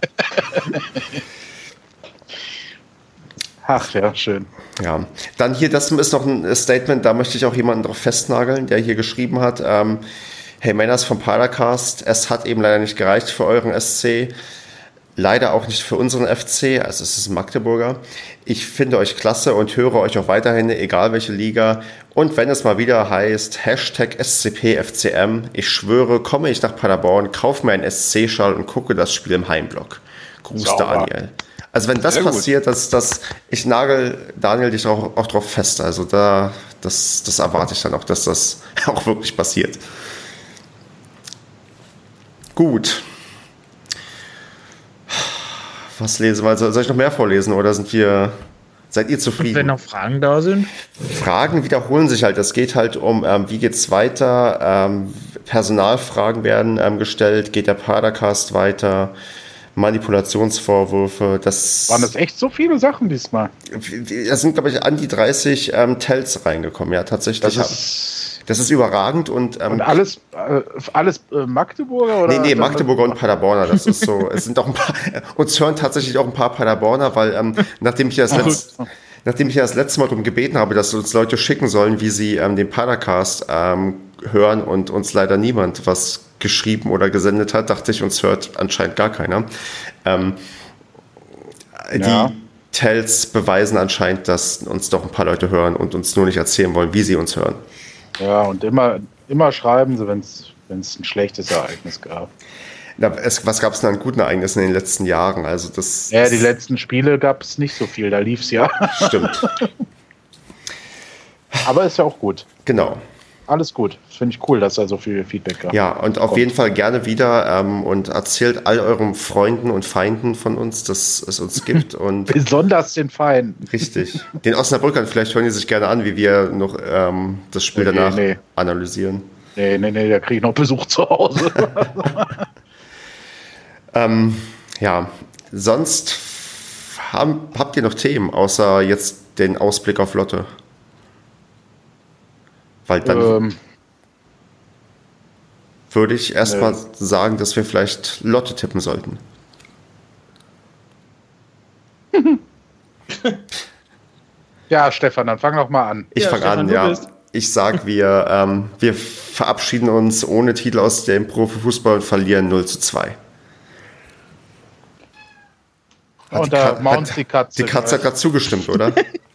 Ach ja, schön. Ja, dann hier, das ist noch ein Statement, da möchte ich auch jemanden drauf festnageln, der hier geschrieben hat, hey Männers vom Padercast, es hat eben leider nicht gereicht für euren SC, leider auch nicht für unseren FC, also es ist ein Magdeburger. Ich finde euch klasse und höre euch auch weiterhin, egal welche Liga. Und wenn es mal wieder heißt, #SCPFCM, ich schwöre, komme ich nach Paderborn, kaufe mir einen SC-Schal und gucke das Spiel im Heimblock. Gruß Daniel. Also wenn das passiert, ich nagel Daniel dich auch drauf fest. Also das erwarte ich dann auch, dass das auch wirklich passiert. Gut. Was lesen wir? Soll ich noch mehr vorlesen oder seid ihr zufrieden? Und wenn noch Fragen da sind? Fragen wiederholen sich halt. Es geht halt um, wie geht's weiter? Personalfragen werden gestellt. Geht der Padercast weiter? Manipulationsvorwürfe. Waren das echt so viele Sachen diesmal? Da sind, glaube ich, an die 30 Tells reingekommen. Ja, tatsächlich. Das ist überragend. Und alles Magdeburger? Oder? Nee, Magdeburger und Paderborner. Das ist so. Es sind auch ein paar. Uns hören tatsächlich auch ein paar Paderborner, weil nachdem ich das letzte Mal darum gebeten habe, dass uns Leute schicken sollen, wie sie den Padercast hören und uns leider niemand was geschrieben oder gesendet hat, dachte ich, uns hört anscheinend gar keiner. Die Tells beweisen anscheinend, dass uns doch ein paar Leute hören und uns nur nicht erzählen wollen, wie sie uns hören. Ja, und immer schreiben sie, wenn es ein schlechtes Ereignis gab. Was gab es denn an guten Ereignissen in den letzten Jahren? Also die letzten Spiele gab es nicht so viel, da lief es ja. Stimmt. Aber ist ja auch gut. Genau. Alles gut. Finde ich cool, dass da so viel Feedback gab. Ja, und auf jeden Fall gerne wieder und erzählt all euren Freunden und Feinden von uns, dass es uns gibt. Und besonders den Feinden. Richtig. Den Osnabrückern, vielleicht hören die sich gerne an, wie wir noch das Spiel danach analysieren. Nee, da kriege ich noch Besuch zu Hause. Ja, sonst habt ihr noch Themen, außer jetzt den Ausblick auf Lotte? Weil dann würde ich erstmal sagen, dass wir vielleicht Lotte tippen sollten. Ja, Stefan, dann fang doch mal an. Ich fange an, ja. Ich sag, wir verabschieden uns ohne Titel aus dem Profifußball und verlieren 0:2. Und da maunzt die Katze. Die Katze hat gerade zugestimmt, oder?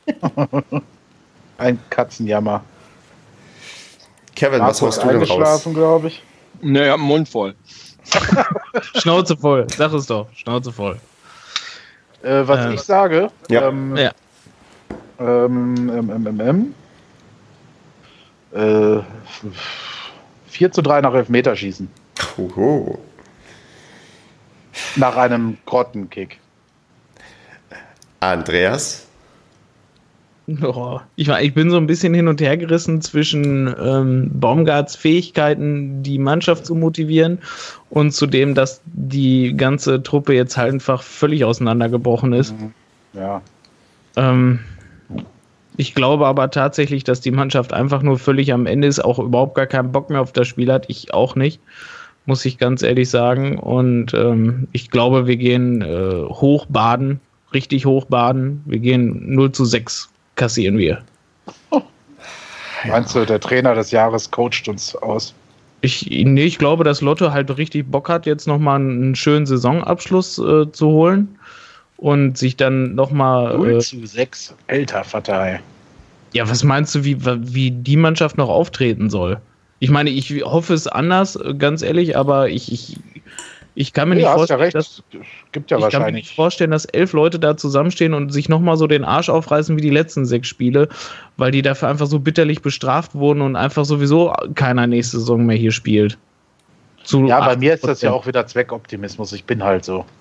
Ein Katzenjammer. Kevin, was haust du denn raus? Eingeschlafen, glaube ich. Nee, ich hab den Mund voll. Schnauze voll. Sag es doch. Schnauze voll. Was ich sage, ja. 4:3 nach Elfmeterschießen. Oho. Nach einem Grottenkick. Andreas? Oh, ich bin so ein bisschen hin und her gerissen zwischen Baumgarts Fähigkeiten, die Mannschaft zu motivieren und zu dem, dass die ganze Truppe jetzt halt einfach völlig auseinandergebrochen ist. Ja. Ich glaube aber tatsächlich, dass die Mannschaft einfach nur völlig am Ende ist, auch überhaupt gar keinen Bock mehr auf das Spiel hat. Ich auch nicht, muss ich ganz ehrlich sagen. Und ich glaube, wir gehen hochbaden, richtig hochbaden. Wir gehen 0:6. Kassieren wir. Meinst du, der Trainer des Jahres coacht uns aus? Ich glaube, dass Lotte halt richtig Bock hat, jetzt nochmal einen schönen Saisonabschluss zu holen und sich dann nochmal 0:6, alter Vater. Ja, was meinst du, wie die Mannschaft noch auftreten soll? Ich meine, ich hoffe es anders, ganz ehrlich, aber ich kann mir nicht vorstellen, ich kann mir nicht vorstellen, dass 11 Leute da zusammenstehen und sich nochmal so den Arsch aufreißen wie die letzten 6 Spiele, weil die dafür einfach so bitterlich bestraft wurden und einfach sowieso keiner nächste Saison mehr hier spielt. Ja, bei mir ist das ja auch wieder Zweckoptimismus. Ich bin halt so.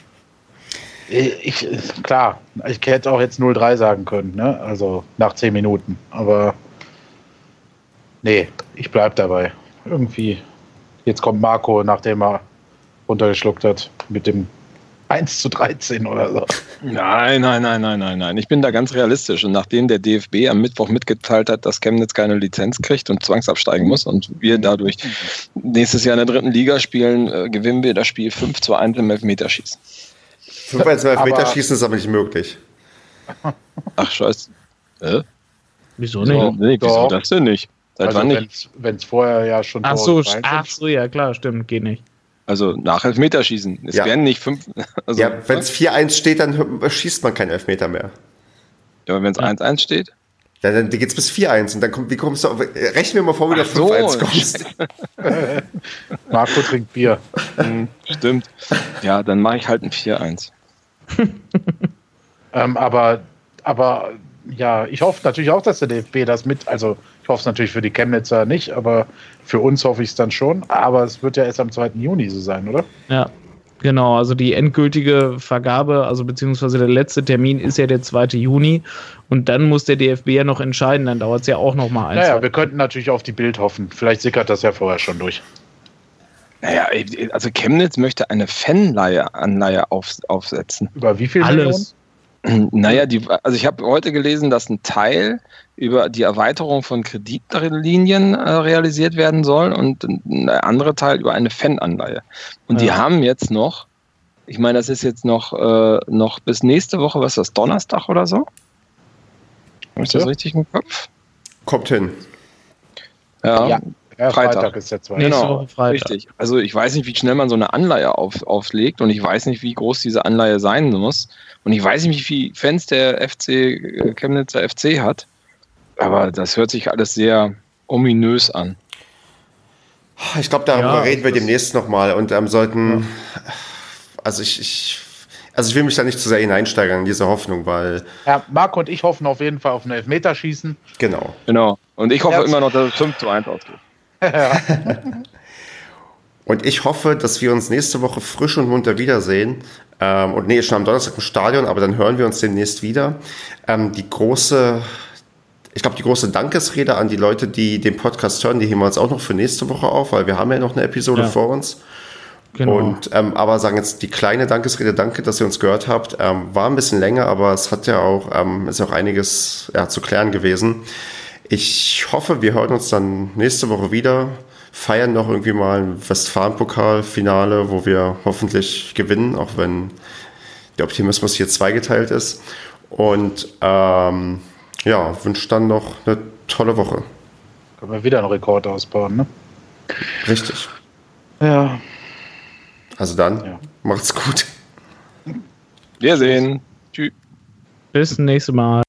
Klar, ich hätte auch jetzt 0:3 sagen können, ne? Also nach 10 Minuten. Aber nee, ich bleib dabei. Irgendwie. Jetzt kommt Marco, nachdem er runtergeschluckt hat, mit dem 1:13 oder so. Nein. Ich bin da ganz realistisch. Und nachdem der DFB am Mittwoch mitgeteilt hat, dass Chemnitz keine Lizenz kriegt und zwangsabsteigen muss und wir dadurch nächstes Jahr in der 3. Liga spielen, gewinnen wir das Spiel 5:1 im Elfmeterschießen. 5:1 im Elfmeterschießen ist aber nicht möglich. Ach, scheiße. Wieso nicht? Nee, wieso das denn nicht? Seit wann nicht? Wenn es vorher ja schon... Ach so, ja klar, stimmt, geht nicht. Also nach Elfmeterschießen. Es werden nicht 5... Also, ja, wenn es 4:1 steht, dann schießt man keinen Elfmeter mehr. Ja, aber wenn es 1:1 steht? Dann geht es bis 4:1 und dann wie kommst du auf... Rechnen wir mal vor, wie du auf 5:1 kommst. Marco trinkt Bier. Stimmt. Ja, dann mache ich halt ein 4:1. Aber ja, ich hoffe natürlich auch, dass der DFB das also ich hoffe es natürlich für die Chemnitzer nicht, aber für uns hoffe ich es dann schon. Aber es wird ja erst am 2. Juni so sein, oder? Ja, genau. Also die endgültige Vergabe, also beziehungsweise der letzte Termin ist ja der 2. Juni und dann muss der DFB ja noch entscheiden, dann dauert es ja auch noch mal ein. Naja, wir könnten natürlich auf die Bild hoffen. Vielleicht sickert das ja vorher schon durch. Naja, also Chemnitz möchte eine Fanleihe-Anleihe aufsetzen. Über wie viel Alles? Millionen? Naja, also ich habe heute gelesen, dass ein Teil über die Erweiterung von Kreditlinien realisiert werden soll und ein anderer Teil über eine Fananleihe. Und die haben jetzt noch, ich meine, das ist jetzt noch bis nächste Woche, was ist das, Donnerstag oder so? Habe ich das richtig im Kopf? Kommt hin. Ja. Freitag ist der 2. Genau, richtig. Also ich weiß nicht, wie schnell man so eine Anleihe auflegt und ich weiß nicht, wie groß diese Anleihe sein muss und ich weiß nicht, wie viele Fans der Chemnitzer FC hat, aber das hört sich alles sehr ominös an. Ich glaube, darüber reden wir demnächst nochmal und sollten, also ich will mich da nicht zu sehr hineinsteigern in diese Hoffnung, weil... Ja, Marco und ich hoffen auf jeden Fall auf ein Elfmeterschießen. Genau. Und ich hoffe immer noch, dass es 5:1 ausgeht. Und ich hoffe, dass wir uns nächste Woche frisch und munter wiedersehen. Schon am Donnerstag im Stadion, aber dann hören wir uns demnächst wieder. Die große Dankesrede an die Leute, die den Podcast hören, die heben wir uns auch noch für nächste Woche auf, weil wir haben ja noch eine Episode vor uns. Genau. Und aber sagen jetzt die kleine Dankesrede, danke, dass ihr uns gehört habt. War ein bisschen länger, aber es hat ja auch, ist auch einiges zu klären gewesen. Ich hoffe, wir hören uns dann nächste Woche wieder, feiern noch irgendwie mal ein Westfalen-Pokal-Finale, wo wir hoffentlich gewinnen, auch wenn der Optimismus hier zweigeteilt ist. Und wünsche dann noch eine tolle Woche. Können wir wieder einen Rekord ausbauen, ne? Richtig. Ja. Also dann, macht's gut. Wir sehen. Tschüss. Bis nächstes Mal.